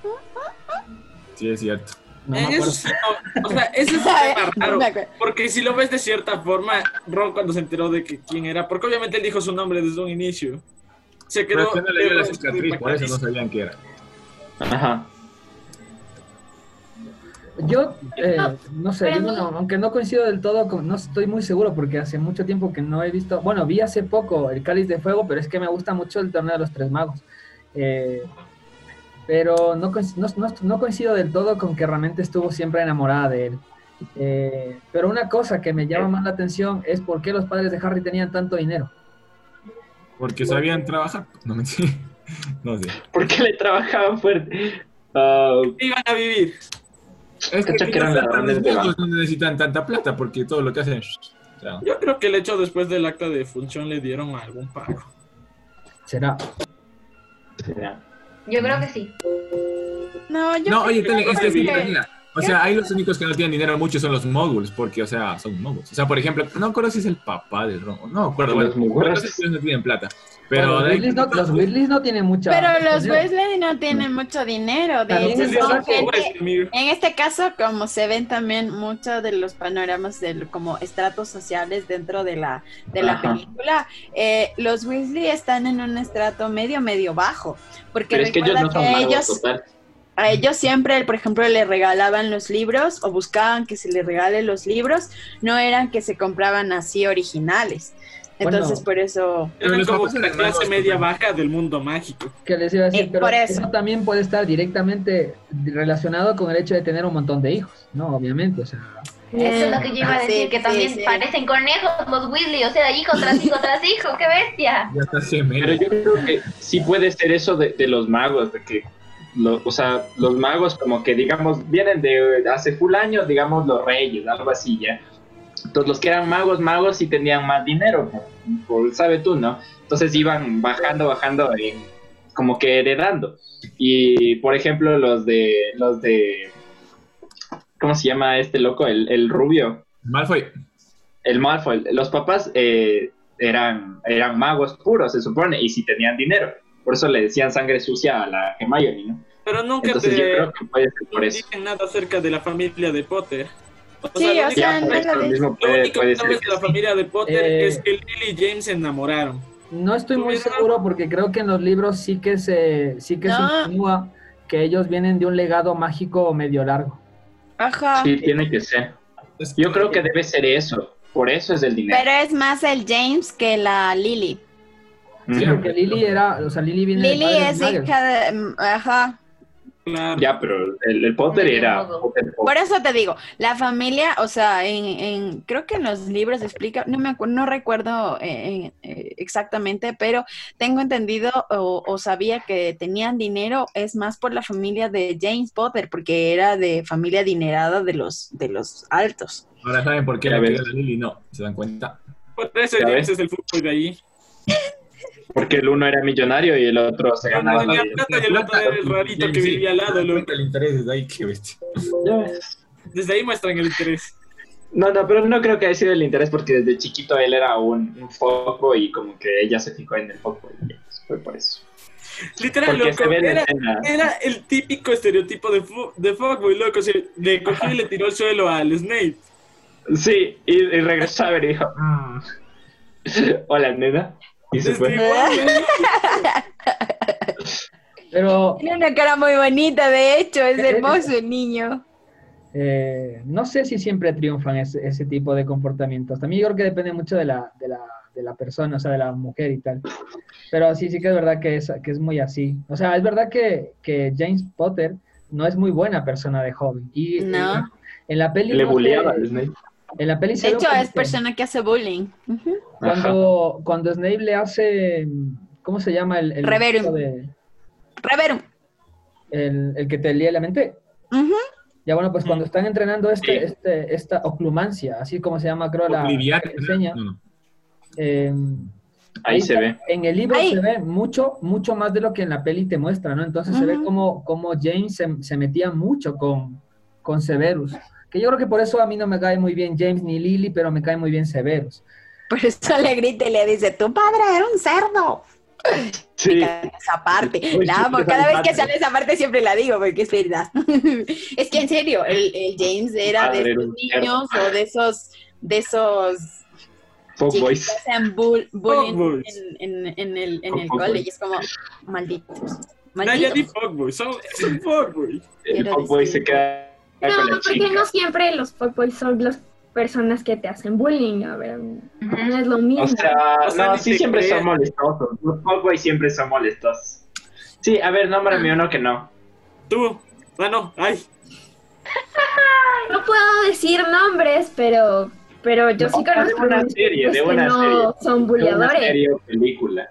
Speaker 7: Sí, es cierto.
Speaker 3: No
Speaker 8: Eh,
Speaker 3: me
Speaker 8: eso
Speaker 3: acuerdo.
Speaker 8: sí, no, o sea, ese es un tema
Speaker 2: No
Speaker 8: raro.
Speaker 2: me acuerdo.
Speaker 8: Porque si lo ves de cierta forma, Ron cuando se enteró de que quién era, porque obviamente él dijo su nombre desde un inicio. Se
Speaker 7: Pero
Speaker 8: quedó.
Speaker 7: es que no le vio la cicatriz, por eso no sabían qué era.
Speaker 6: Ajá.
Speaker 3: Yo, eh, no sé,
Speaker 4: Pero
Speaker 3: yo
Speaker 4: a mí-
Speaker 3: no- aunque no coincido del todo, con- no estoy muy seguro porque hace mucho tiempo que no he visto, bueno, vi hace poco el Cáliz de Fuego, pero es que me gusta mucho el Torneo de los Tres Magos. Eh, pero no, coinc- no, no- no coincido del todo con que realmente estuvo siempre enamorada de él. Eh, pero una cosa que me llama más la atención es por qué los padres de Harry tenían tanto dinero.
Speaker 7: Porque sabían trabajar. No, mentira. No sé.
Speaker 6: ¿Por qué le trabajaban fuerte? Ah,
Speaker 8: Iban a vivir.
Speaker 7: Es
Speaker 6: Cacha que eran
Speaker 7: los
Speaker 6: ladrones de
Speaker 7: magos
Speaker 6: banco.
Speaker 7: no necesitan tanta plata porque todo lo que hacen. O sea,
Speaker 8: Yo creo que el hecho después del acta de función le dieron algún pago.
Speaker 3: ¿Será?
Speaker 6: ya.
Speaker 4: Yo creo que sí.
Speaker 2: No, yo
Speaker 7: no,
Speaker 2: creo
Speaker 7: oye, Tele, es que sí,
Speaker 2: que-
Speaker 7: mira. O sea, ahí los únicos que no tienen dinero muchos son los moguls, porque, o sea, son moguls. O sea, por ejemplo, no recuerdo si es el papá de Ron, no me acuerdo.
Speaker 6: Los
Speaker 7: Bueno,
Speaker 6: moguls.
Speaker 7: pero no sé si ellos no tienen plata. Pero
Speaker 3: Bueno,
Speaker 7: de ahí-
Speaker 3: Weasleys no- los Weasleys no tienen mucha...
Speaker 2: Pero los
Speaker 3: dinero.
Speaker 2: Weasley no tienen mucho dinero. De
Speaker 3: También
Speaker 2: hecho,
Speaker 3: es
Speaker 2: son
Speaker 3: verdad que-
Speaker 2: gente-
Speaker 8: amigo.
Speaker 2: en este caso, como se ven también muchos de los panoramas de como estratos sociales dentro de la, de la
Speaker 6: Ajá.
Speaker 2: película, eh, los Weasley están en un estrato medio, medio bajo. Porque
Speaker 6: Pero es que ellos
Speaker 2: recuerda
Speaker 6: no son
Speaker 2: que
Speaker 6: magos
Speaker 2: ellos,
Speaker 6: total.
Speaker 2: a ellos siempre, por ejemplo, le regalaban los libros o buscaban que se les regale los libros, no eran que se compraban así originales. Entonces,
Speaker 3: Bueno.
Speaker 2: por eso...
Speaker 7: Pero
Speaker 8: Eran
Speaker 7: los
Speaker 8: como
Speaker 7: papás
Speaker 8: la
Speaker 7: eran
Speaker 8: clase
Speaker 7: magos,
Speaker 8: media
Speaker 7: pues.
Speaker 8: baja del mundo mágico.
Speaker 3: Que les iba a decir,
Speaker 2: Eh,
Speaker 3: pero
Speaker 2: por eso.
Speaker 3: eso también puede estar directamente relacionado con el hecho de tener un montón de hijos, ¿no? Obviamente, o sea,
Speaker 4: Eso es lo que yo iba a
Speaker 2: Sí,
Speaker 4: decir, que
Speaker 2: sí,
Speaker 4: también
Speaker 2: sí.
Speaker 4: parecen conejos los Weasley, o sea, hijo tras hijo tras hijo, qué bestia.
Speaker 7: Ya está
Speaker 6: Pero
Speaker 7: gemelo.
Speaker 6: yo creo que sí puede ser eso de, de los magos, de que, lo- o sea, los magos como que, digamos, vienen de hace full años, digamos, los reyes, algo así, ¿ya? Entonces los que eran magos, magos sí tenían más dinero, por, por- sabe tú, ¿no? Entonces iban bajando, bajando, en- como que heredando. Y, por ejemplo, los de, los de, ¿cómo se llama este loco? El, el rubio.
Speaker 7: Malfoy.
Speaker 6: El Malfoy, los papás eh, eran, eran magos puros, se supone, y sí tenían dinero. Por eso le decían sangre sucia a la Hermione, ¿no?
Speaker 8: Pero nunca
Speaker 6: Entonces
Speaker 8: te
Speaker 6: yo creo que puede ser por
Speaker 8: no
Speaker 6: eso.
Speaker 8: dicen nada acerca de la familia de Potter. O
Speaker 2: Sí,
Speaker 8: lo
Speaker 2: o
Speaker 8: único-
Speaker 2: sea,
Speaker 6: Ya, por
Speaker 2: no
Speaker 6: eso
Speaker 2: lo
Speaker 6: mismo
Speaker 8: lo
Speaker 6: puede,
Speaker 8: único
Speaker 6: puede
Speaker 8: que
Speaker 6: ser
Speaker 8: sabes
Speaker 6: que
Speaker 8: de la
Speaker 6: sí.
Speaker 8: familia de Potter
Speaker 3: Eh,
Speaker 8: es que Lily y James se enamoraron.
Speaker 3: no estoy muy
Speaker 8: ¿Tuvieron
Speaker 3: seguro porque creo que en los libros sí que se, sí que
Speaker 2: No.
Speaker 3: se insinúa que ellos vienen de un legado mágico medio largo.
Speaker 2: Ajá.
Speaker 6: Sí, tiene que ser. Yo creo que debe ser eso. Por eso es el dinero.
Speaker 2: Pero es más el James que la Lily.
Speaker 3: Sí,
Speaker 6: Ujú.
Speaker 3: porque Lily era, o sea, Lily viene de
Speaker 2: Lily
Speaker 3: padres
Speaker 2: es
Speaker 3: magos.
Speaker 2: hija de... mm, Ajá.
Speaker 8: Claro.
Speaker 6: Ya, pero el, el Potter
Speaker 4: Ni
Speaker 6: era...
Speaker 4: modo.
Speaker 6: Potter, Potter.
Speaker 2: Por eso te digo, la familia, o sea, en, en creo que en los libros explica, no me acuerdo, no recuerdo eh, eh, exactamente, pero tengo entendido o, o sabía que tenían dinero es más por la familia de James Potter, porque era de familia adinerada de los de los altos.
Speaker 7: Ahora saben por qué
Speaker 6: Ya
Speaker 7: le
Speaker 6: ves.
Speaker 7: queda la Lily, no, ¿se dan cuenta?
Speaker 8: Por eso
Speaker 6: Ya
Speaker 8: James
Speaker 6: ves.
Speaker 8: es el fútbol de ahí.
Speaker 6: Porque el uno era millonario y el otro se
Speaker 8: No,
Speaker 6: ganaba
Speaker 8: no,
Speaker 6: la
Speaker 8: ya.
Speaker 6: vida.
Speaker 8: plata y el otro era el rarito que vivía al lado, loco.
Speaker 7: El interés desde ahí, qué bestia.
Speaker 6: Ya ves.
Speaker 8: Desde ahí muestran el interés.
Speaker 6: No, no, pero no creo que haya sido el interés porque desde chiquito él era un, un foco y como que ella se fijó en el foco y ya, pues, fue por eso.
Speaker 8: Literal,
Speaker 6: Porque
Speaker 8: loco,
Speaker 6: se ve en la
Speaker 8: era,
Speaker 6: escena.
Speaker 8: era el típico estereotipo de, fu- de fuckboy, loco. Se le cogió y le tiró al suelo al Snape.
Speaker 6: Sí, y, y regresó a ver y dijo, "Mm". Hola, nena. Y se
Speaker 8: Desde
Speaker 6: fue.
Speaker 8: igual,
Speaker 3: Pero
Speaker 2: Tiene una cara muy bonita, de hecho, es
Speaker 3: Eh, eh,
Speaker 2: hermoso el niño.
Speaker 3: eh, no sé si siempre triunfan ese, ese tipo de comportamientos. También yo creo que depende mucho de la, de la, de la persona, o sea, de la mujer y tal. Pero sí, sí que es verdad que es, que es muy así. O sea, es verdad que, que James Potter no es muy buena persona de joven. Y
Speaker 2: No.
Speaker 3: en, en la peli...
Speaker 6: Le
Speaker 3: no se-
Speaker 6: bulleaba al Snape.
Speaker 3: En la peli se
Speaker 2: De
Speaker 3: ve
Speaker 2: hecho,
Speaker 3: como
Speaker 2: es
Speaker 3: que
Speaker 2: persona que hace bullying. Ujú.
Speaker 3: Cuando, cuando Snape le hace... ¿Cómo se llama? El, el,
Speaker 2: Reverum.
Speaker 3: de-
Speaker 2: Reverum.
Speaker 3: el, el que te lía la mente.
Speaker 2: Ujú.
Speaker 3: Ya bueno, pues cuando están entrenando este,
Speaker 6: Sí.
Speaker 3: este, esta oclumancia, así como se llama, creo, la
Speaker 7: Obliviar,
Speaker 3: que enseña,
Speaker 7: no, no.
Speaker 3: eh,
Speaker 6: Ahí se ve.
Speaker 3: en el libro
Speaker 2: Ahí.
Speaker 3: se ve mucho, mucho más de lo que en la peli te muestra, ¿no? Entonces se ve
Speaker 2: Ujú.
Speaker 3: como, como James se, se metía mucho con, con Severus. Que yo creo que por eso a mí no me cae muy bien James ni Lily, pero me cae muy bien Severus.
Speaker 2: Por eso le grita y le dice, tu padre era un cerdo.
Speaker 6: Sí.
Speaker 2: Esa parte,
Speaker 6: Uy,
Speaker 2: la
Speaker 6: sí,
Speaker 2: amo.
Speaker 6: esa
Speaker 2: Cada vez
Speaker 6: parte.
Speaker 2: que sale esa parte siempre la digo porque es verdad. Es que en serio, el, el James era de
Speaker 6: Padre, era
Speaker 2: esos
Speaker 6: un
Speaker 2: niños o de esos, de esos chicos
Speaker 6: Fuckboys.
Speaker 2: que hacen bull- bullying
Speaker 8: Fuckboys.
Speaker 2: en, en, en el, en el
Speaker 6: Fuckboys.
Speaker 2: cole y es como, malditos.
Speaker 8: No, ya di
Speaker 2: Malditos.
Speaker 8: fuckboy, son, son fuckboy.
Speaker 6: El
Speaker 2: Quiero
Speaker 6: fuckboy
Speaker 2: decir-
Speaker 6: se queda
Speaker 5: No,
Speaker 6: con la
Speaker 5: porque
Speaker 6: chica.
Speaker 5: no siempre los fuckboys son las personas que te hacen bullying. A ver, no es lo mismo.
Speaker 6: O sea,
Speaker 8: O sea,
Speaker 6: no,
Speaker 8: ni
Speaker 6: sí
Speaker 8: te
Speaker 6: siempre
Speaker 8: creas.
Speaker 6: son molestosos. Los fuckboys siempre son molestosos. Sí, a ver, nómbrame uno que no.
Speaker 8: Tú, ah, no, ay.
Speaker 5: No puedo decir nombres, pero, pero yo
Speaker 6: No,
Speaker 5: sí
Speaker 6: de
Speaker 5: conozco
Speaker 6: una
Speaker 5: unos
Speaker 6: serie, de
Speaker 5: que
Speaker 6: una
Speaker 5: no
Speaker 6: serie.
Speaker 5: son
Speaker 6: De una
Speaker 5: bulleadores.
Speaker 6: serie o película.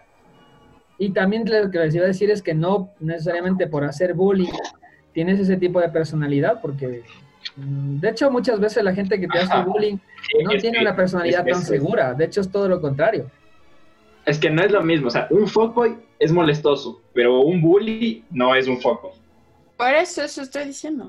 Speaker 3: Y también lo que les iba a decir es que no necesariamente por hacer bullying tienes ese tipo de personalidad, porque mm, de hecho muchas veces la gente que te hace
Speaker 6: Ajá.
Speaker 3: bullying no
Speaker 6: Es
Speaker 3: tiene
Speaker 6: que-
Speaker 3: una personalidad
Speaker 6: es que
Speaker 3: tan
Speaker 6: eso-
Speaker 3: segura, de hecho es todo lo contrario.
Speaker 6: Es que no es lo mismo. O sea, un fuckboy es molestoso, pero un bully no es un fuckboy.
Speaker 2: Por eso, eso estoy diciendo.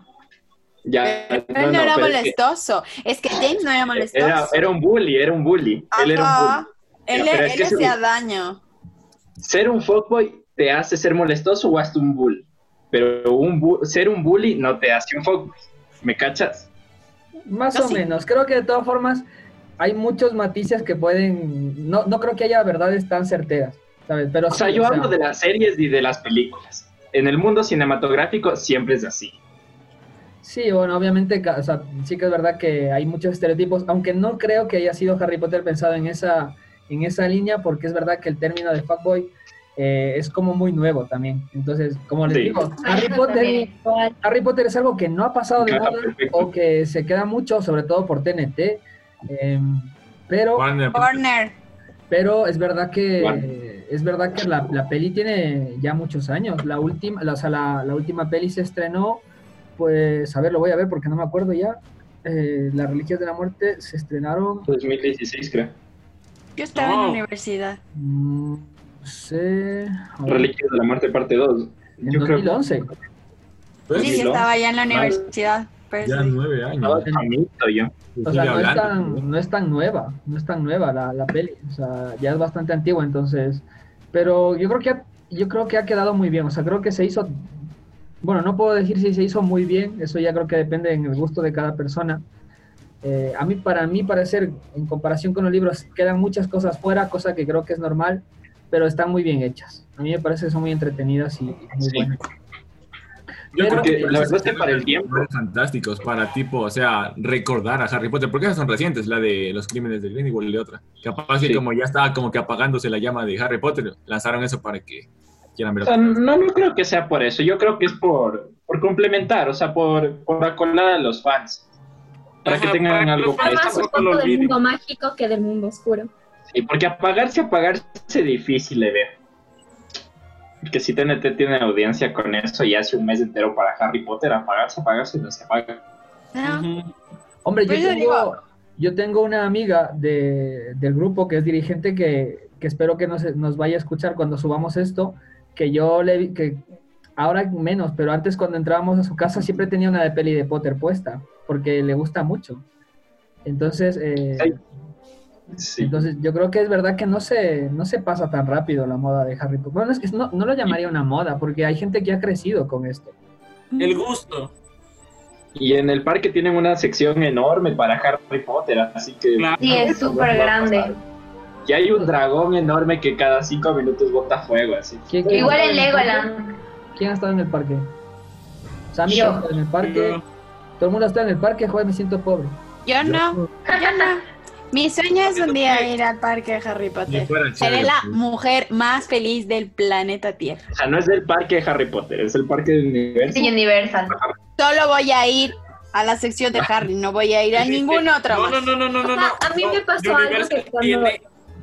Speaker 6: Ya,
Speaker 2: Él no,
Speaker 6: no, no,
Speaker 2: era
Speaker 6: pero es que
Speaker 2: molestoso. Es que James no era molestoso.
Speaker 6: era, era un bully, era un bully. Él era un
Speaker 2: Ajá.
Speaker 6: bully.
Speaker 2: Él,
Speaker 6: Ya, pero es
Speaker 2: él
Speaker 6: que ese-
Speaker 2: hacía daño.
Speaker 6: Ser un fuckboy te hace ser molestoso o hasta un bully. Pero un bu- ser un bully no te hace un fuckboy. ¿Me cachas?
Speaker 3: Más
Speaker 2: Yo
Speaker 3: o
Speaker 2: sí.
Speaker 3: menos, creo que de todas formas hay muchos matices que pueden, no, no creo que haya verdades tan certeras, ¿sabes? Pero
Speaker 6: O sea,
Speaker 3: sí,
Speaker 6: yo
Speaker 3: o sea,
Speaker 6: hablo de las series y de las películas. En el mundo cinematográfico siempre es así.
Speaker 3: sí, bueno, obviamente, ca- o sea, sí que es verdad que hay muchos estereotipos, aunque no creo que haya sido Harry Potter pensado en esa, en esa línea, porque es verdad que el término de fuckboy eh, es como muy nuevo también. Entonces, como les
Speaker 6: Sí.
Speaker 3: digo, Harry Potter, Harry Potter es algo que no ha pasado de
Speaker 6: Encaja
Speaker 3: moda
Speaker 6: perfecto.
Speaker 3: o que se queda mucho, sobre todo por T N T, eh, pero,
Speaker 7: Warner,
Speaker 2: Warner.
Speaker 3: pero es verdad que
Speaker 6: Bueno.
Speaker 3: es verdad que la, la peli tiene ya muchos años. La última, la, o sea, la, la última peli se estrenó, pues, a ver, lo voy a ver porque no me acuerdo ya. Eh, Las Reliquias de la Muerte se estrenaron,
Speaker 6: dos mil dieciséis, creo.
Speaker 2: Yo estaba en
Speaker 8: No.
Speaker 2: la universidad.
Speaker 3: mm, no sé, a ver,
Speaker 6: Reliquias de la Muerte, parte dos.
Speaker 3: en
Speaker 6: Yo creo
Speaker 3: dos mil once.
Speaker 7: pues,
Speaker 2: Sí,
Speaker 6: sí,
Speaker 2: yo
Speaker 6: ¿no?
Speaker 2: estaba ya en la
Speaker 6: Vale.
Speaker 2: universidad. Pero
Speaker 7: ya
Speaker 2: sí.
Speaker 7: nueve
Speaker 6: Estaba
Speaker 7: años.
Speaker 6: chamito yo.
Speaker 3: O sea,
Speaker 7: Sigue
Speaker 3: no es,
Speaker 7: hablando,
Speaker 3: tan, no es tan nueva, no es tan nueva la, la peli, o sea, ya es bastante antigua, entonces, pero yo creo que ha, yo creo que ha quedado muy bien, o sea, creo que se hizo, bueno, no puedo decir si se hizo muy bien, eso ya creo que depende en el gusto de cada persona. Eh, a mí, para mí parecer, en comparación con los libros, quedan muchas cosas fuera, cosa que creo que es normal, pero están muy bien hechas. A mí me parece que son muy entretenidas y, y muy
Speaker 6: Sí.
Speaker 3: buenas.
Speaker 7: Yo
Speaker 3: Pero-
Speaker 7: creo
Speaker 6: Porque
Speaker 7: que
Speaker 6: la verdad es que para el tiempo.
Speaker 7: son fantásticos para tipo, o sea, recordar a Harry Potter, porque esas son recientes, la de los crímenes de Grindelwald y otra. Capaz que
Speaker 6: Sí.
Speaker 7: como ya estaba como que apagándose la llama de Harry Potter, lanzaron eso para que quieran ver.
Speaker 6: O sea, no, no creo que sea por eso. Yo creo que es por, por complementar, o sea, por, por acolar a los fans. Para
Speaker 8: Ajá,
Speaker 6: que tengan
Speaker 8: para que
Speaker 6: algo
Speaker 8: los fans
Speaker 6: que
Speaker 5: Más un
Speaker 8: tampoco lo
Speaker 5: poco del
Speaker 8: olviden.
Speaker 5: mundo mágico que del mundo oscuro.
Speaker 6: Sí, porque apagarse, apagarse difícil de ver. Porque si T N T tiene audiencia con eso y hace un mes entero para Harry Potter, apagarse, apagarse, no se apaga.
Speaker 2: No.
Speaker 8: Ujú.
Speaker 3: Hombre, yo
Speaker 2: Pues yo
Speaker 3: tengo,
Speaker 2: digo-
Speaker 3: yo tengo una amiga de, del grupo que es dirigente que, que espero que nos, nos vaya a escuchar cuando subamos esto, que yo le vi, que ahora menos, pero antes cuando entrábamos a su casa siempre tenía una de peli de Potter puesta, porque le gusta mucho. Entonces, eh,
Speaker 6: Ay. Sí.
Speaker 3: entonces yo creo que es verdad que no se, no se pasa tan rápido la moda de Harry Potter. Bueno, es que no, no lo llamaría una moda, porque hay gente que ha crecido con esto.
Speaker 8: El gusto.
Speaker 6: Y en el parque tienen una sección enorme para Harry Potter, así que...
Speaker 8: Claro.
Speaker 4: Sí, es súper grande.
Speaker 6: Y hay un dragón enorme que cada cinco minutos bota fuego, así.
Speaker 3: ¿Quién- quién
Speaker 4: Igual
Speaker 3: ha
Speaker 4: en
Speaker 3: estado el
Speaker 4: Legoland.
Speaker 3: parque? ¿Quién ha estado en el parque? Sammy
Speaker 4: Yo.
Speaker 3: ha estado en el parque.
Speaker 8: Yo.
Speaker 3: Todo el mundo está en el parque, joder, me siento pobre.
Speaker 2: Yo no, yo no. Mi sueño es un día ir al parque de Harry Potter. Seré la mujer más feliz del planeta Tierra.
Speaker 6: O sea, no es del parque de Harry Potter, es el parque del universo.
Speaker 4: Sí, Universal.
Speaker 2: Solo voy a ir a la sección de Harry, no voy a ir a ninguna otra
Speaker 8: No,
Speaker 2: más.
Speaker 8: no, no, no, no,
Speaker 5: O
Speaker 8: no.
Speaker 5: sea,
Speaker 8: no.
Speaker 5: a mí
Speaker 8: No,
Speaker 5: me pasó algo
Speaker 8: Universal
Speaker 5: que cuando
Speaker 8: tiene-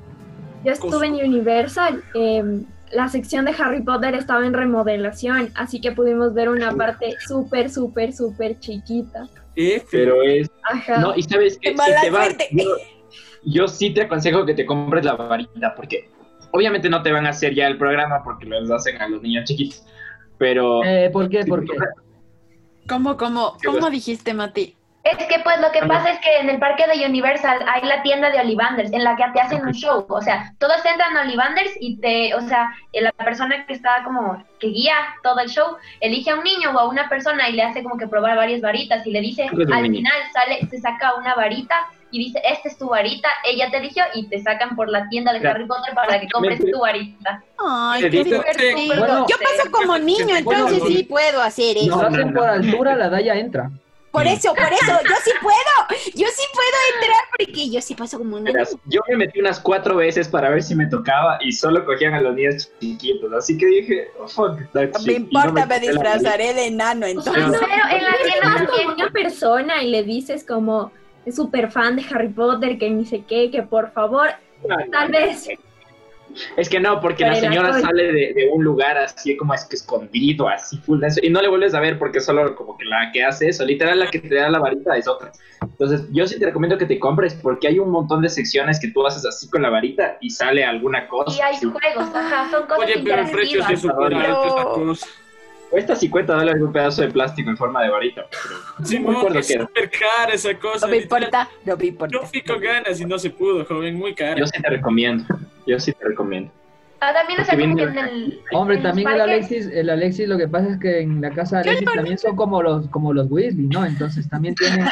Speaker 5: yo estuve en Universal, eh, la sección de Harry Potter estaba en remodelación, así que pudimos ver una parte súper, súper, súper chiquita.
Speaker 8: F.
Speaker 6: Pero es...
Speaker 5: Ajá.
Speaker 6: No, y sabes que
Speaker 2: ¡Qué mala
Speaker 6: si te vas...
Speaker 2: suerte!
Speaker 6: Yo, yo sí te aconsejo que te compres la varita, porque obviamente no te van a hacer ya el programa porque los hacen a los niños chiquitos, pero...
Speaker 3: Eh, ¿Por qué?
Speaker 6: si
Speaker 3: ¿Por
Speaker 6: te
Speaker 3: qué?
Speaker 6: compras-
Speaker 2: ¿Cómo, cómo, cómo dijiste, Mati?
Speaker 4: Es que pues lo que pasa es que en el parque de Universal hay la tienda de Ollivanders en la que te hacen un show, o sea, todos entran a Ollivanders y te, o sea, la persona que está como que guía todo el show elige a un niño o a una persona y le hace como que probar varias varitas y le dice,
Speaker 6: Creo que es un
Speaker 4: al
Speaker 6: niño.
Speaker 4: final sale, se saca una varita y dice, esta es tu varita, ella te eligió y te sacan por la tienda de
Speaker 6: Claro.
Speaker 4: Harry Potter para que compres tu varita.
Speaker 2: Ay,
Speaker 6: Te
Speaker 2: qué
Speaker 6: dice-
Speaker 2: divertido.
Speaker 3: Bueno.
Speaker 2: Yo paso como niño, entonces
Speaker 3: Bueno,
Speaker 2: sí puedo hacer
Speaker 3: Si
Speaker 2: eso.
Speaker 3: lo
Speaker 6: No,
Speaker 3: hacen
Speaker 6: no,
Speaker 3: por
Speaker 6: no.
Speaker 3: altura, la Daya entra.
Speaker 2: Por eso, por eso, yo sí puedo. Yo sí puedo entrar porque yo sí paso como una niña.
Speaker 6: Verás, yo me metí unas cuatro veces para ver si me tocaba y solo cogían a los niños chiquitos, así que dije, oh, fuck that
Speaker 2: No
Speaker 6: shit.
Speaker 2: me
Speaker 6: Y no
Speaker 2: importa, me
Speaker 6: quité la
Speaker 2: disfrazaré de enano entonces.
Speaker 4: Pero en la
Speaker 5: Eres
Speaker 4: tienda
Speaker 5: más como
Speaker 4: también-
Speaker 5: una persona y le dices como es súper fan de Harry Potter, que ni sé qué, que por favor,
Speaker 6: varita.
Speaker 5: tal vez.
Speaker 6: Es que no, porque la
Speaker 5: Pero el
Speaker 6: señora
Speaker 5: alcohol.
Speaker 6: sale de, de un lugar así como es que escondido, así full de eso, y no le vuelves a ver porque solo como que la que hace eso, literal la que te da la varita es otra. Entonces yo sí te recomiendo que te compres porque hay un montón de secciones que tú haces así con la varita y sale alguna cosa.
Speaker 4: Y hay
Speaker 6: así.
Speaker 4: juegos, ajá, son cosas
Speaker 8: Oye, pero el precio sí es
Speaker 4: interactivas.
Speaker 8: súper alto esta
Speaker 2: No.
Speaker 8: cosa.
Speaker 6: Cuesta cincuenta dólares un pedazo de plástico en forma de varita. Pero
Speaker 8: Sí,
Speaker 6: no me acuerdo
Speaker 8: es
Speaker 6: qué era.
Speaker 8: súper cara esa cosa.
Speaker 2: No me
Speaker 8: literal.
Speaker 2: importa, no me importa.
Speaker 8: Yo fui con ganas y no se pudo, joven, muy cara.
Speaker 6: Yo sí te recomiendo. Yo sí te recomiendo.
Speaker 4: Ah, también, o sea,
Speaker 6: Porque
Speaker 4: como que
Speaker 6: viene-
Speaker 4: en el...
Speaker 3: Hombre,
Speaker 4: en los
Speaker 3: también el
Speaker 4: parques-
Speaker 3: Alexis, el Alexis, lo que pasa es que en la casa de Alexis también son como los, como los Weasley, ¿no? Entonces también tienen...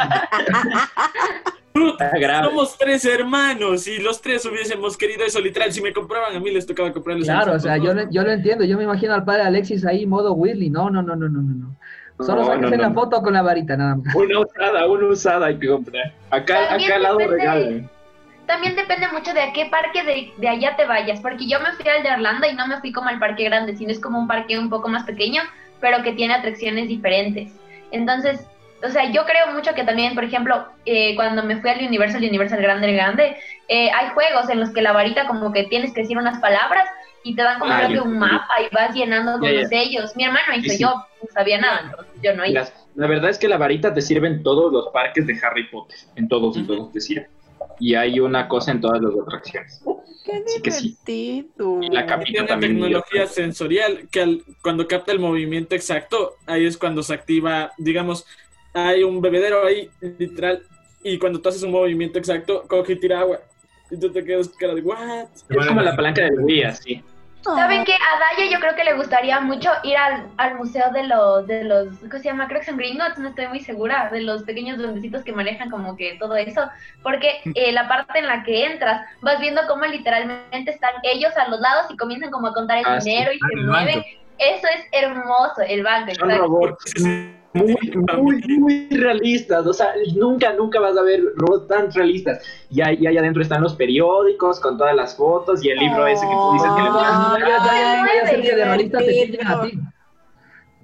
Speaker 6: Está grave.
Speaker 8: Somos tres hermanos y los tres hubiésemos querido eso, literal. Si me compraban a mí, les tocaba comprarles a
Speaker 3: Claro, o
Speaker 8: los
Speaker 3: sea,
Speaker 8: otros
Speaker 3: yo
Speaker 8: dos.
Speaker 3: lo, yo lo entiendo. Yo me imagino al padre Alexis ahí, modo Weasley. No, no, no, no, no, no. no. Solo
Speaker 6: No,
Speaker 3: sáquense
Speaker 6: no,
Speaker 3: la
Speaker 6: no.
Speaker 3: foto con la varita, nada más.
Speaker 6: Una usada, una usada hay que comprar. Acá,
Speaker 4: También
Speaker 6: acá al lado
Speaker 4: depende-
Speaker 6: regalen.
Speaker 4: También depende mucho de a qué parque de, de allá te vayas, porque yo me fui al de Orlando y no me fui como al parque grande, sino es como un parque un poco más pequeño, pero que tiene atracciones diferentes. Entonces, o sea, yo creo mucho que también, por ejemplo, eh, cuando me fui al Universal, Universal Grande, Grande, eh, hay juegos en los que la varita como que tienes que decir unas palabras y te dan como
Speaker 6: Ah,
Speaker 4: creo que
Speaker 6: yo-
Speaker 4: un mapa y vas llenando con
Speaker 6: Ya, ya.
Speaker 4: los sellos. Mi hermano hizo,
Speaker 6: Sí, sí.
Speaker 4: yo no sabía nada, entonces yo no hice.
Speaker 6: Mira, la verdad es que la varita te sirve en todos los parques de Harry Potter. En todos, en
Speaker 8: Ujú.
Speaker 6: todos te sirve. Y hay una cosa en todas las atracciones.
Speaker 2: Qué
Speaker 6: Así que sí.
Speaker 2: divertido.
Speaker 6: Y la capita
Speaker 8: Tiene
Speaker 6: también.
Speaker 8: tecnología sensorial que al- cuando capta el movimiento exacto, ahí es cuando se activa, digamos, hay un bebedero ahí, literal, y cuando tú haces un movimiento exacto, coge y tira agua. Y tú te quedas cara de, ¿what?
Speaker 6: Es como la palanca del Wii, así.
Speaker 4: ¿Saben qué? A Daya yo creo que le gustaría mucho ir al, al museo de los, de los, ¿cómo se llama? Creo que son Gringotts, no estoy muy segura, de los pequeños duendecitos que manejan como que todo eso, porque eh, la parte en la que entras, vas viendo cómo literalmente están ellos a los lados y comienzan como a contar el
Speaker 6: Ah, sí.
Speaker 4: dinero y
Speaker 7: Ah,
Speaker 4: se
Speaker 7: el
Speaker 4: mueven.
Speaker 7: banco.
Speaker 4: Eso es hermoso, el banco,
Speaker 6: Son
Speaker 4: exacto.
Speaker 6: robots muy, muy, muy realistas. O sea, nunca, nunca vas a ver robots tan realistas. Y ahí, y ahí adentro están los periódicos con todas las fotos y el libro ese que tú dices que le
Speaker 3: Ah,
Speaker 6: pones.
Speaker 3: ya, ya, ya, ya, ya sé que de realista te
Speaker 2: divertido.
Speaker 3: pillan a ti.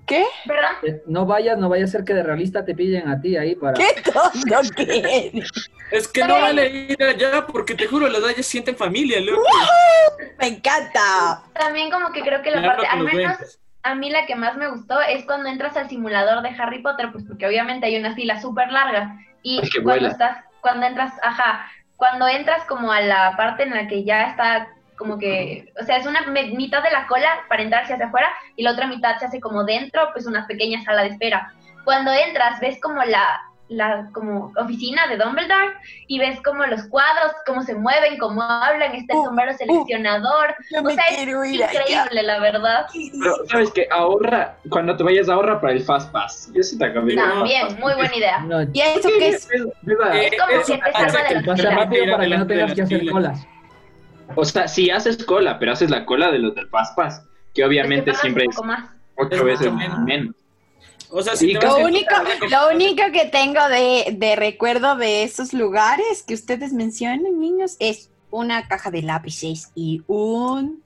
Speaker 2: ¿Qué?
Speaker 4: ¿Perdón?
Speaker 3: Eh, No vayas, no vaya a ser que de realista te pillen a ti ahí para...
Speaker 2: ¿Qué tonto que eres?
Speaker 8: Es que no vale ir allá porque te juro, las Dayas sienten familia, loco.
Speaker 2: Me encanta.
Speaker 4: También como que creo que la
Speaker 8: Me hablo
Speaker 4: parte,
Speaker 8: con
Speaker 4: al
Speaker 8: los
Speaker 4: menos
Speaker 8: duendes.
Speaker 4: a mí la que más me gustó es cuando entras al simulador de Harry Potter, pues porque obviamente hay una fila súper larga. Y
Speaker 6: Es que
Speaker 4: cuando
Speaker 6: vuela.
Speaker 4: estás, cuando entras, ajá, cuando entras como a la parte en la que ya está como que, o sea, es una me- mitad de la cola para entrar hacia afuera y la otra mitad se hace como dentro, pues una pequeña sala de espera. Cuando entras ves como la, la como oficina de Dumbledore y ves como los cuadros, cómo se mueven, cómo hablan, está el
Speaker 2: Uh,
Speaker 4: sombrero seleccionador,
Speaker 2: Yo
Speaker 4: o
Speaker 2: me
Speaker 4: sea, es
Speaker 2: quiero ir allá.
Speaker 4: increíble, la verdad.
Speaker 6: Pero, ¿sabes qué? Ahorra, cuando te vayas, ahorra para el Fast Pass. Yo sí te aconsejo.
Speaker 4: También, muy buena idea.
Speaker 3: No,
Speaker 2: ¿Y eso qué es?
Speaker 6: Es- ¿verdad?
Speaker 8: Eh,
Speaker 4: Es como
Speaker 8: eso
Speaker 4: que te
Speaker 8: hace
Speaker 4: salva de
Speaker 8: que
Speaker 4: las
Speaker 3: pasa
Speaker 4: filas.
Speaker 3: rápido para que no
Speaker 8: delante de
Speaker 3: tengas
Speaker 8: las
Speaker 3: que hacer
Speaker 8: filas.
Speaker 3: colas.
Speaker 6: O sea, si haces cola, pero haces la cola de los del Fast Pass, que obviamente
Speaker 4: Es que pagas
Speaker 6: siempre
Speaker 4: un
Speaker 6: es
Speaker 4: poco más.
Speaker 6: ocho
Speaker 8: Es
Speaker 6: veces
Speaker 8: mucho menos.
Speaker 6: menos.
Speaker 8: O sea, si
Speaker 6: Sí,
Speaker 8: te
Speaker 6: lo
Speaker 8: vas
Speaker 2: Lo
Speaker 8: a
Speaker 2: único, lo único que tengo de, de recuerdo de esos lugares que ustedes mencionan, niños, es una caja de lápices y un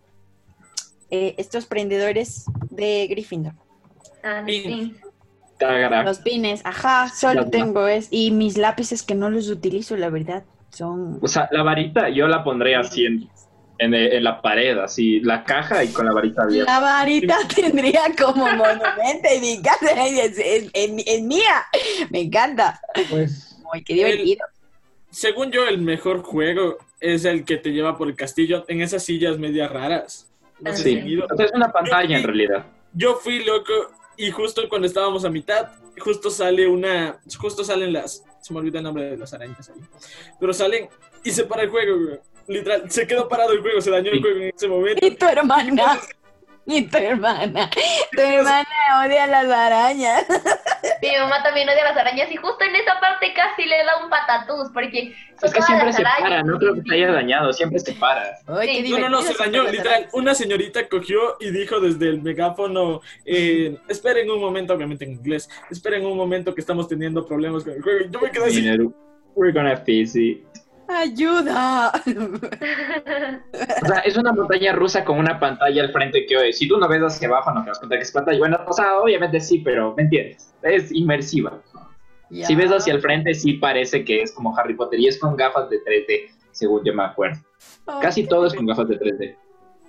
Speaker 2: eh, estos prendedores de Gryffindor.
Speaker 4: Ah,
Speaker 8: Pin.
Speaker 4: sí.
Speaker 6: Tagara.
Speaker 2: Los pines, ajá, solo
Speaker 6: Las
Speaker 2: tengo es y mis lápices que no los utilizo, la verdad, son
Speaker 6: O sea, la varita yo la pondré así en, en, en la pared, así, la caja y con la varita abierta.
Speaker 2: la varita tendría como monumento en mi casa, es, es- es- es mía. Me encanta.
Speaker 3: Pues
Speaker 2: Ay, qué divertido.
Speaker 8: Según yo, el mejor juego es el que te lleva por el castillo en esas sillas medias raras. No sé
Speaker 6: Sí,
Speaker 8: si han ido.
Speaker 6: entonces es una pantalla en realidad.
Speaker 8: Yo fui loco y justo cuando estábamos a mitad, justo sale una, justo salen las, se me olvidó el nombre de las arañas ahí, pero salen y se para el juego, güey. Literal, se quedó parado el juego, se dañó el
Speaker 2: Sí.
Speaker 8: juego en ese momento.
Speaker 2: Y tu hermana, y tu hermana, tu hermana odia las arañas.
Speaker 4: Mi mamá también odia las arañas y justo en esa parte casi le da un patatús porque son
Speaker 6: Es que
Speaker 4: todas
Speaker 6: siempre
Speaker 4: las
Speaker 6: se
Speaker 4: arañas.
Speaker 6: para, no creo que se haya dañado, siempre se para.
Speaker 2: Ay, qué
Speaker 4: Sí.
Speaker 8: No,
Speaker 2: divertido.
Speaker 8: no, no, se
Speaker 2: son
Speaker 8: dañó,
Speaker 2: las
Speaker 8: literal.
Speaker 2: arañas.
Speaker 8: Una señorita cogió y dijo desde el megáfono, eh, esperen un momento, obviamente en inglés, esperen un momento que estamos teniendo problemas con el juego. Y yo me quedé así.
Speaker 6: Mira, we're gonna fix it.
Speaker 2: Ayuda.
Speaker 6: O sea, es una montaña rusa con una pantalla al frente que, oye, si tú no ves hacia abajo no te das cuenta que es pantalla. Bueno, o sea, obviamente sí, pero ¿me entiendes? Es inmersiva.
Speaker 2: Ya.
Speaker 6: Si ves hacia el frente sí parece que es como Harry Potter y es con gafas de tres D, según yo me acuerdo.
Speaker 2: Ay,
Speaker 6: Casi
Speaker 2: qué
Speaker 6: todo es
Speaker 2: divertido.
Speaker 6: con gafas de tres D.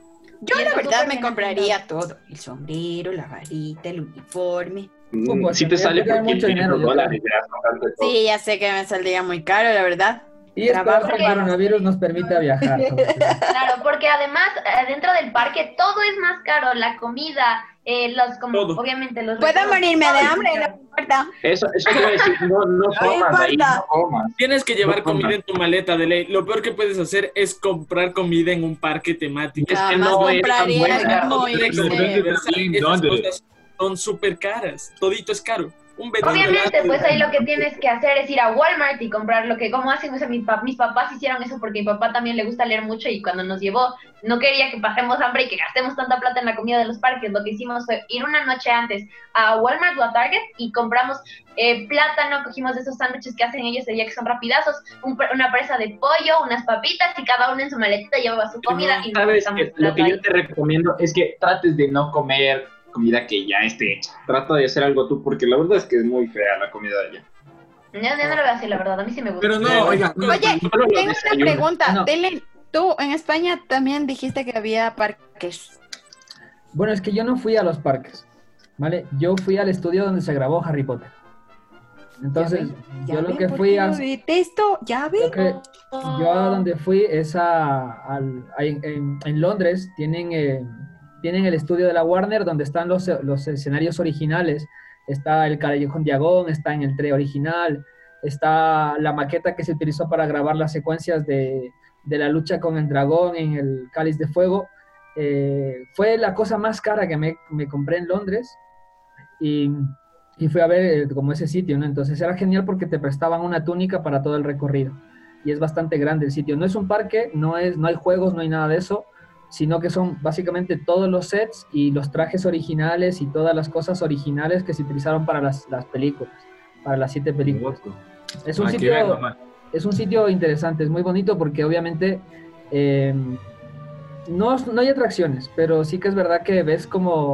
Speaker 2: Yo
Speaker 4: Y
Speaker 2: la
Speaker 4: está
Speaker 2: verdad
Speaker 4: súper
Speaker 2: me
Speaker 4: bien
Speaker 2: compraría todo. El sombrero, la varita, el uniforme.
Speaker 6: Mm,
Speaker 3: pues,
Speaker 6: si te
Speaker 3: tendría
Speaker 6: sale
Speaker 3: que tener
Speaker 6: por
Speaker 3: mucho
Speaker 6: quinientos
Speaker 3: dinero, yo
Speaker 6: dólares, ya has comprado todo.
Speaker 2: Sí, ya sé que me saldría muy caro, la verdad.
Speaker 3: y esperar
Speaker 2: Trabajo
Speaker 3: que el
Speaker 2: para-
Speaker 3: coronavirus nos permita viajar. sobre todo.
Speaker 4: Claro, porque además eh, dentro del parque todo es más caro, la comida, eh, los como
Speaker 8: Todo.
Speaker 4: obviamente los
Speaker 2: Puedo
Speaker 4: recuerdos,
Speaker 2: morirme
Speaker 4: todo
Speaker 2: de
Speaker 4: es
Speaker 2: hambre,
Speaker 4: más
Speaker 2: no
Speaker 4: caro.
Speaker 2: me importa.
Speaker 6: Eso, eso te iba a decir, no, no comas ahí,
Speaker 2: importa.
Speaker 6: no comas.
Speaker 8: Tienes que llevar
Speaker 6: No
Speaker 8: comida
Speaker 6: comas.
Speaker 8: en tu maleta de ley. Lo peor que puedes hacer es comprar comida en un parque temático.
Speaker 6: Es que
Speaker 2: Jamás
Speaker 6: no es tan
Speaker 2: compraría
Speaker 6: buena.
Speaker 2: como
Speaker 8: Hotel
Speaker 2: irse.
Speaker 8: Universal,
Speaker 7: ¿En
Speaker 8: esas
Speaker 7: dónde?
Speaker 8: cosas son súper caras. Todito es caro. Un Betín
Speaker 4: Obviamente,
Speaker 8: helado.
Speaker 4: pues ahí lo que tienes que hacer es ir a Walmart y comprar lo que, como hacen, o sea, mis, pa- mis papás hicieron eso porque mi papá también le gusta leer mucho y cuando nos llevó, no quería que pasemos hambre y que gastemos tanta plata en la comida de los parques. Lo que hicimos fue ir una noche antes a Walmart o a Target y compramos eh, plátano, cogimos de esos sándwiches que hacen ellos de día que son rapidazos, un pre- una presa de pollo, unas papitas y cada uno en su maletita llevaba su comida y nos
Speaker 6: Sabes
Speaker 4: gastamos
Speaker 6: que lo
Speaker 4: plata
Speaker 6: que yo
Speaker 4: ahí.
Speaker 6: te recomiendo es que trates de no comer comida que ya esté hecha. Trata de hacer algo tú, porque la verdad es que es muy fea la comida de allá.
Speaker 4: Yo, yo no lo veo así, la verdad, a mí sí me gusta.
Speaker 7: Pero no, oigan, no,
Speaker 2: Oye,
Speaker 6: Solo los
Speaker 2: tengo una
Speaker 6: desayunos.
Speaker 2: pregunta.
Speaker 3: No.
Speaker 2: Dylan, tú en España también dijiste que había parques.
Speaker 3: Bueno, es que yo no fui a los parques, ¿vale? Yo fui al estudio donde se grabó Harry Potter. Entonces,
Speaker 2: Ya
Speaker 3: yo lo
Speaker 2: ven
Speaker 3: que
Speaker 2: por
Speaker 3: fui
Speaker 2: qué
Speaker 3: a...
Speaker 2: lo detesto, ya ven.
Speaker 3: Yo, que- yo a donde fui es a, al- a- en, en- en Londres, tienen, eh, tienen el estudio de la Warner donde están los, los escenarios originales. Está el Callejón Diagón, está en el tren original, está la maqueta que se utilizó para grabar las secuencias de, de la lucha con el dragón en el Cáliz de Fuego. Eh, fue la cosa más cara que me, me compré en Londres y, y fui a ver eh, como ese sitio, ¿no? Entonces era genial porque te prestaban una túnica para todo el recorrido y es bastante grande el sitio. No es un parque, no, es, no hay juegos, no hay nada de eso, sino que son básicamente todos los sets y los trajes originales y todas las cosas originales que se utilizaron para las, las películas, para las siete películas. Es un,
Speaker 7: Hay que
Speaker 3: sitio,
Speaker 7: verlo, man.
Speaker 3: es un sitio interesante, es muy bonito porque obviamente eh, no, no hay atracciones, pero sí que es verdad que ves como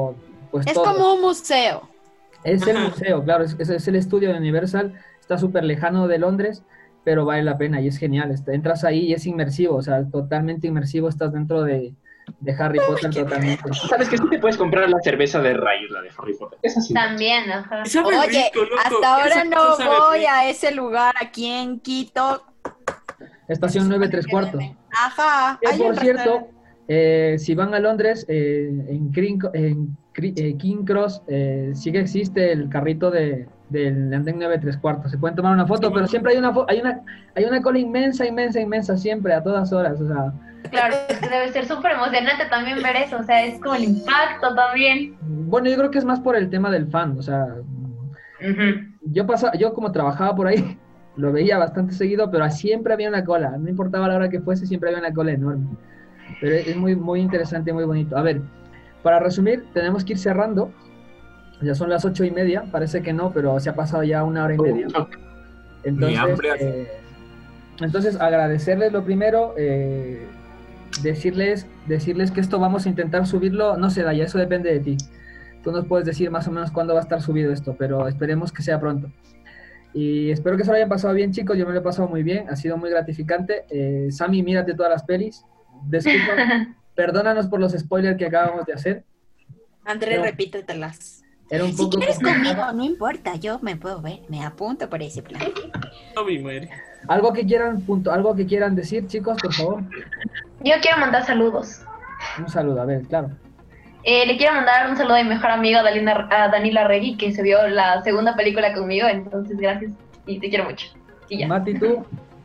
Speaker 3: pues
Speaker 2: Es
Speaker 3: todo.
Speaker 2: como un museo.
Speaker 3: Es el
Speaker 8: Ajá.
Speaker 3: museo, claro, es, es- es el estudio de Universal, está súper lejano de Londres, pero vale la pena y es genial. Este, entras ahí y es inmersivo, o sea, totalmente inmersivo, estás dentro de, de Harry Potter totalmente.
Speaker 6: ¿Sabes que sí te puedes comprar la cerveza de rayos, la de Harry Potter? Esa sí.
Speaker 4: También, ajá.
Speaker 8: Sabe
Speaker 2: Oye,
Speaker 8: rico, loco.
Speaker 2: hasta ahora
Speaker 8: Esa
Speaker 2: no
Speaker 8: cosa sabe
Speaker 2: voy
Speaker 8: rico.
Speaker 2: a ese lugar aquí en Quito.
Speaker 3: Estación nueve tres cuartos.
Speaker 2: Ajá.
Speaker 3: Que
Speaker 2: hay
Speaker 3: por
Speaker 2: un
Speaker 3: cierto,
Speaker 2: restaurante.
Speaker 3: eh, si van a Londres, eh, en, Cring- en Cri- eh, King Cross eh, sí que existe el carrito de, del andén nueve tres cuartos. Se pueden tomar una foto, pero siempre hay una, fo- hay una hay una cola inmensa, inmensa, inmensa, siempre, a todas horas. O sea,
Speaker 4: Claro, es que debe ser súper emocionante también ver eso, o sea, es como el impacto también.
Speaker 3: bueno, yo creo que es más por el tema del fan. O sea,
Speaker 4: Ujú.
Speaker 3: yo, pasaba, yo como trabajaba por ahí, lo veía bastante seguido, pero siempre había una cola. No importaba la hora que fuese, siempre había una cola enorme. Pero es muy, muy interesante y muy bonito. A ver, para resumir, tenemos que ir cerrando. Ya son las ocho y media, parece que no, pero se ha pasado ya una hora y media. Entonces,
Speaker 7: hambre hace.
Speaker 3: eh, entonces agradecerles lo primero, eh, decirles, decirles que esto vamos a intentar subirlo, no sé, Daya, eso depende de ti. Tú nos puedes decir más o menos cuándo va a estar subido esto, pero esperemos que sea pronto. Y espero que se lo hayan pasado bien, chicos. Yo me lo he pasado muy bien, ha sido muy gratificante. Eh, Sammy, mírate todas las pelis. Disculpa, perdónanos por los spoilers que acabamos de hacer.
Speaker 2: André,
Speaker 3: No.
Speaker 2: repítetelas.
Speaker 3: Era un
Speaker 2: Si
Speaker 3: poco
Speaker 2: quieres
Speaker 3: complicado.
Speaker 2: conmigo, no importa, yo me puedo ver, me apunto por ese plan.
Speaker 8: Toby muere.
Speaker 3: Algo que quieran, punto, algo que quieran decir, chicos, por favor.
Speaker 4: Yo quiero mandar saludos.
Speaker 3: Un saludo, a ver, claro.
Speaker 4: Eh, le quiero mandar un saludo a mi mejor amiga Dalina- a Danila Regui, que se vio la segunda película conmigo, entonces gracias y te quiero mucho. Y ya.
Speaker 3: Mati, tú.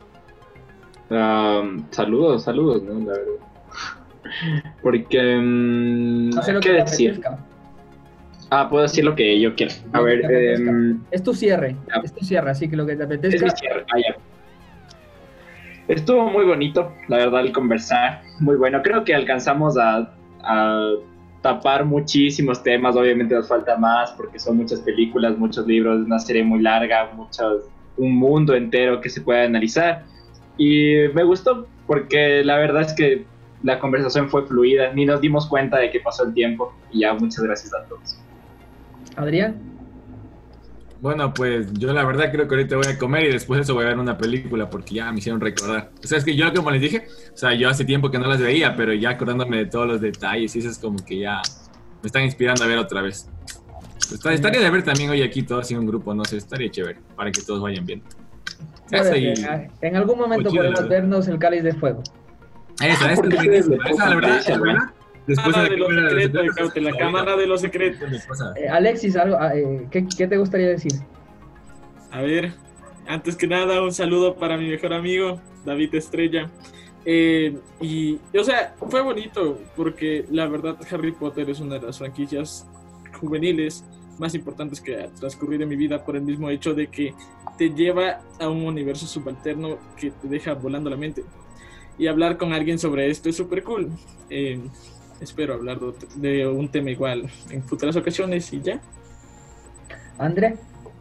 Speaker 6: Um, saludos, saludos, ¿no? La verdad. Porque, mm,
Speaker 3: No sé lo
Speaker 6: ¿qué
Speaker 3: que te
Speaker 6: decir?
Speaker 3: apetezca.
Speaker 6: Ah, puedo decir lo que yo quiero. A
Speaker 3: Lo que
Speaker 6: ver,
Speaker 3: te apetezca.
Speaker 6: em,
Speaker 3: Es tu cierre,
Speaker 6: ya.
Speaker 3: es tu cierre, así que lo que te
Speaker 6: es
Speaker 3: apetezca.
Speaker 6: mi cierre. Ah, ya. Estuvo muy bonito, la verdad, el conversar. Muy bueno. Creo que alcanzamos a, a tapar muchísimos temas. Obviamente nos falta más porque son muchas películas, muchos libros, una serie muy larga, muchos, un mundo entero que se puede analizar. Y me gustó porque la verdad es que la conversación fue fluida, ni nos dimos cuenta de que pasó el tiempo. Y ya, muchas gracias a todos.
Speaker 3: Adrián.
Speaker 7: Bueno, pues yo la verdad creo que ahorita voy a comer y después de eso voy a ver una película porque ya me hicieron recordar. O sea, es que yo, como les dije, o sea, yo hace tiempo que no las veía, pero ya acordándome de todos los detalles y eso es como que ya me están inspirando a ver otra vez. Está- estaría de ver también hoy aquí todos en un grupo, no sé, estaría chévere para que todos vayan bien. Esa
Speaker 3: Puede
Speaker 7: y...
Speaker 3: ser, en algún momento
Speaker 7: Muy chido,
Speaker 3: podemos
Speaker 7: la verdad.
Speaker 3: vernos el cáliz de fuego.
Speaker 7: Esa, esa,
Speaker 6: Porque
Speaker 7: es
Speaker 6: ustedes
Speaker 7: buenísima.
Speaker 6: le
Speaker 7: Esa, la verdad,
Speaker 6: ponen
Speaker 7: la verdad, después
Speaker 8: Cámara de los
Speaker 7: cámara
Speaker 8: secretos, de
Speaker 7: secretos,
Speaker 8: Cautela,
Speaker 7: es
Speaker 8: cámara de los secretos.
Speaker 7: mi cosa.
Speaker 3: Eh, Alexis, algo, ah, eh, ¿qué, qué te gustaría decir?
Speaker 8: A ver, antes que nada, un saludo para mi mejor amigo, David Estrella. Eh, y, o sea, fue bonito porque la verdad Harry Potter es una de las franquicias juveniles más importantes que ha transcurrido en mi vida por el mismo hecho de que te lleva a un universo subalterno que te deja volando la mente. Y hablar con alguien sobre esto es súper cool. Eh, espero hablar de, otro- de un tema igual en futuras ocasiones y ya.
Speaker 3: André.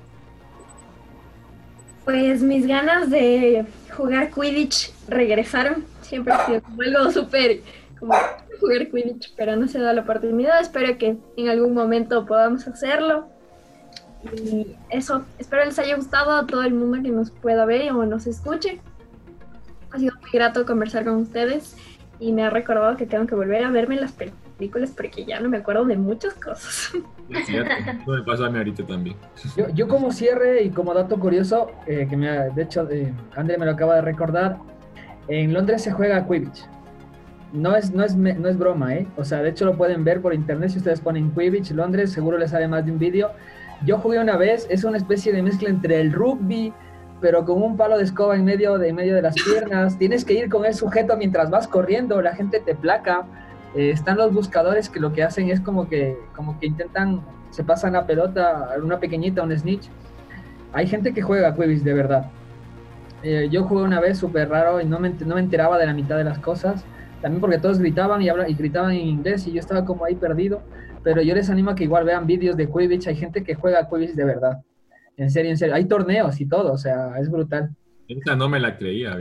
Speaker 5: Pues mis ganas de jugar Quidditch regresaron. Siempre ha sido como algo súper, como jugar Quidditch, pero no se da la oportunidad. Espero que en algún momento podamos hacerlo. Y eso, espero les haya gustado a todo el mundo que nos pueda ver o nos escuche. Ha sido muy grato conversar con ustedes y me ha recordado que tengo que volver a verme las películas porque ya no me acuerdo de muchas cosas.
Speaker 7: Es cierto, eso me pasó a mí ahorita también.
Speaker 3: Yo, yo como cierre y como dato curioso, eh, que me ha- de hecho eh, André me lo acaba de recordar, en Londres se juega Quidditch. No es, no, es, me- no es broma, ¿eh? O sea, de hecho lo pueden ver por internet si ustedes ponen Quidditch Londres, seguro les sale más de un vídeo. Yo jugué una vez, es una especie de mezcla entre el rugby, pero con un palo de escoba en medio de, en medio de las piernas. Tienes que ir con el sujeto mientras vas corriendo, la gente te placa. Eh, están los buscadores que lo que hacen es como que, como que intentan, se pasan la pelota, una pequeñita, un snitch. Hay gente que juega Quidditch de verdad. Eh, yo jugué una vez súper raro y no me, ent- no me enteraba de la mitad de las cosas. También porque todos gritaban y, habla, y gritaban en inglés y yo estaba como ahí perdido. Pero yo les animo a que igual vean vídeos de Quidditch. Hay gente que juega Quidditch de verdad. En serio, en serio. Hay torneos y todo, o sea, es brutal.
Speaker 7: Esa no me la creía, bien.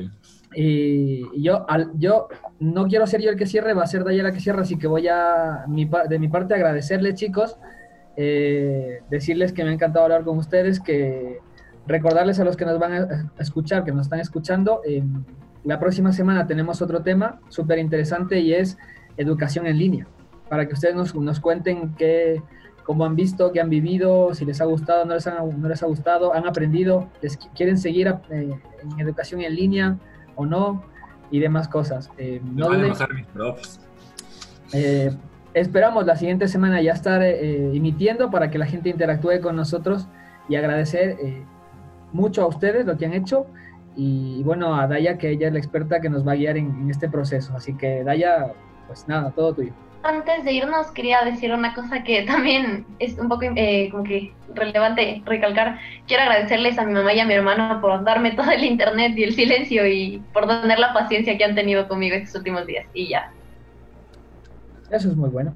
Speaker 3: Y yo, al, yo no quiero ser yo el que cierre, va a ser Daya la que cierra, así que voy a, mi, de mi parte, agradecerles, chicos, eh, decirles que me ha encantado hablar con ustedes, que recordarles a los que nos van a escuchar, que nos están escuchando, eh, la próxima semana tenemos otro tema súper interesante y es educación en línea, para que ustedes nos, nos cuenten qué, cómo han visto, qué han vivido, si les ha gustado, no les ha, no les ha gustado, han aprendido, les quieren seguir eh, en educación en línea o no, y demás cosas. Eh, no
Speaker 7: van a
Speaker 3: duden,
Speaker 7: enojar mis profes.
Speaker 3: eh, esperamos la siguiente semana ya estar eh, emitiendo para que la gente interactúe con nosotros y agradecer eh, mucho a ustedes lo que han hecho y, y bueno, a Daya, que ella es la experta que nos va a guiar en, en este proceso. Así que Daya, pues nada, todo tuyo.
Speaker 4: Antes de irnos quería decir una cosa que también es un poco eh, como que relevante recalcar. Quiero agradecerles a mi mamá y a mi hermano por darme todo el internet y el silencio y por tener la paciencia que han tenido conmigo estos últimos días. Y ya.
Speaker 3: Eso es muy bueno.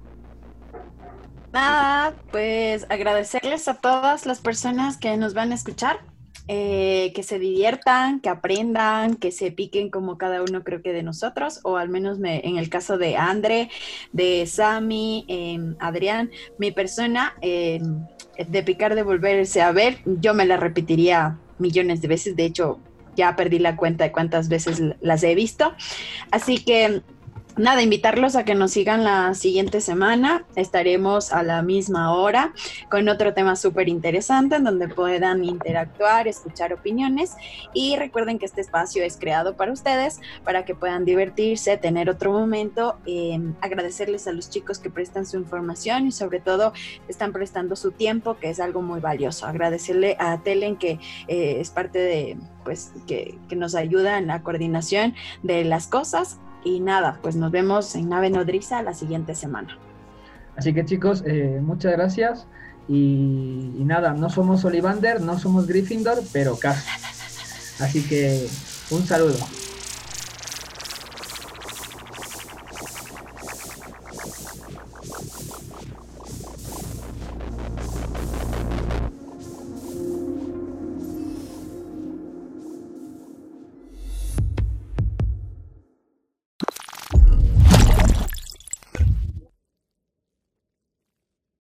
Speaker 2: Nada, pues agradecerles a todas las personas que nos van a escuchar. Eh, que se diviertan, que aprendan, que se piquen como cada uno creo que de nosotros, o al menos me, en el caso de Andre, de Sammy, eh, Adrián, mi persona, eh, de picar, de volverse a ver, yo me la repetiría millones de veces, de hecho ya perdí la cuenta de cuántas veces las he visto, así que nada, invitarlos a que nos sigan la siguiente semana. Estaremos a la misma hora con otro tema súper interesante en donde puedan interactuar, escuchar opiniones y recuerden que este espacio es creado para ustedes, para que puedan divertirse, tener otro momento, eh, agradecerles a los chicos que prestan su información y sobre todo están prestando su tiempo, que es algo muy valioso. Agradecerle a Telen, que eh, es parte de, pues, que, que nos ayuda en la coordinación de las cosas. Y nada, pues nos vemos en Nave Nodriza la siguiente semana.
Speaker 3: Así que chicos, eh, muchas gracias. Y, y nada, no somos Ollivander, no somos Gryffindor, pero casi. Así que un saludo.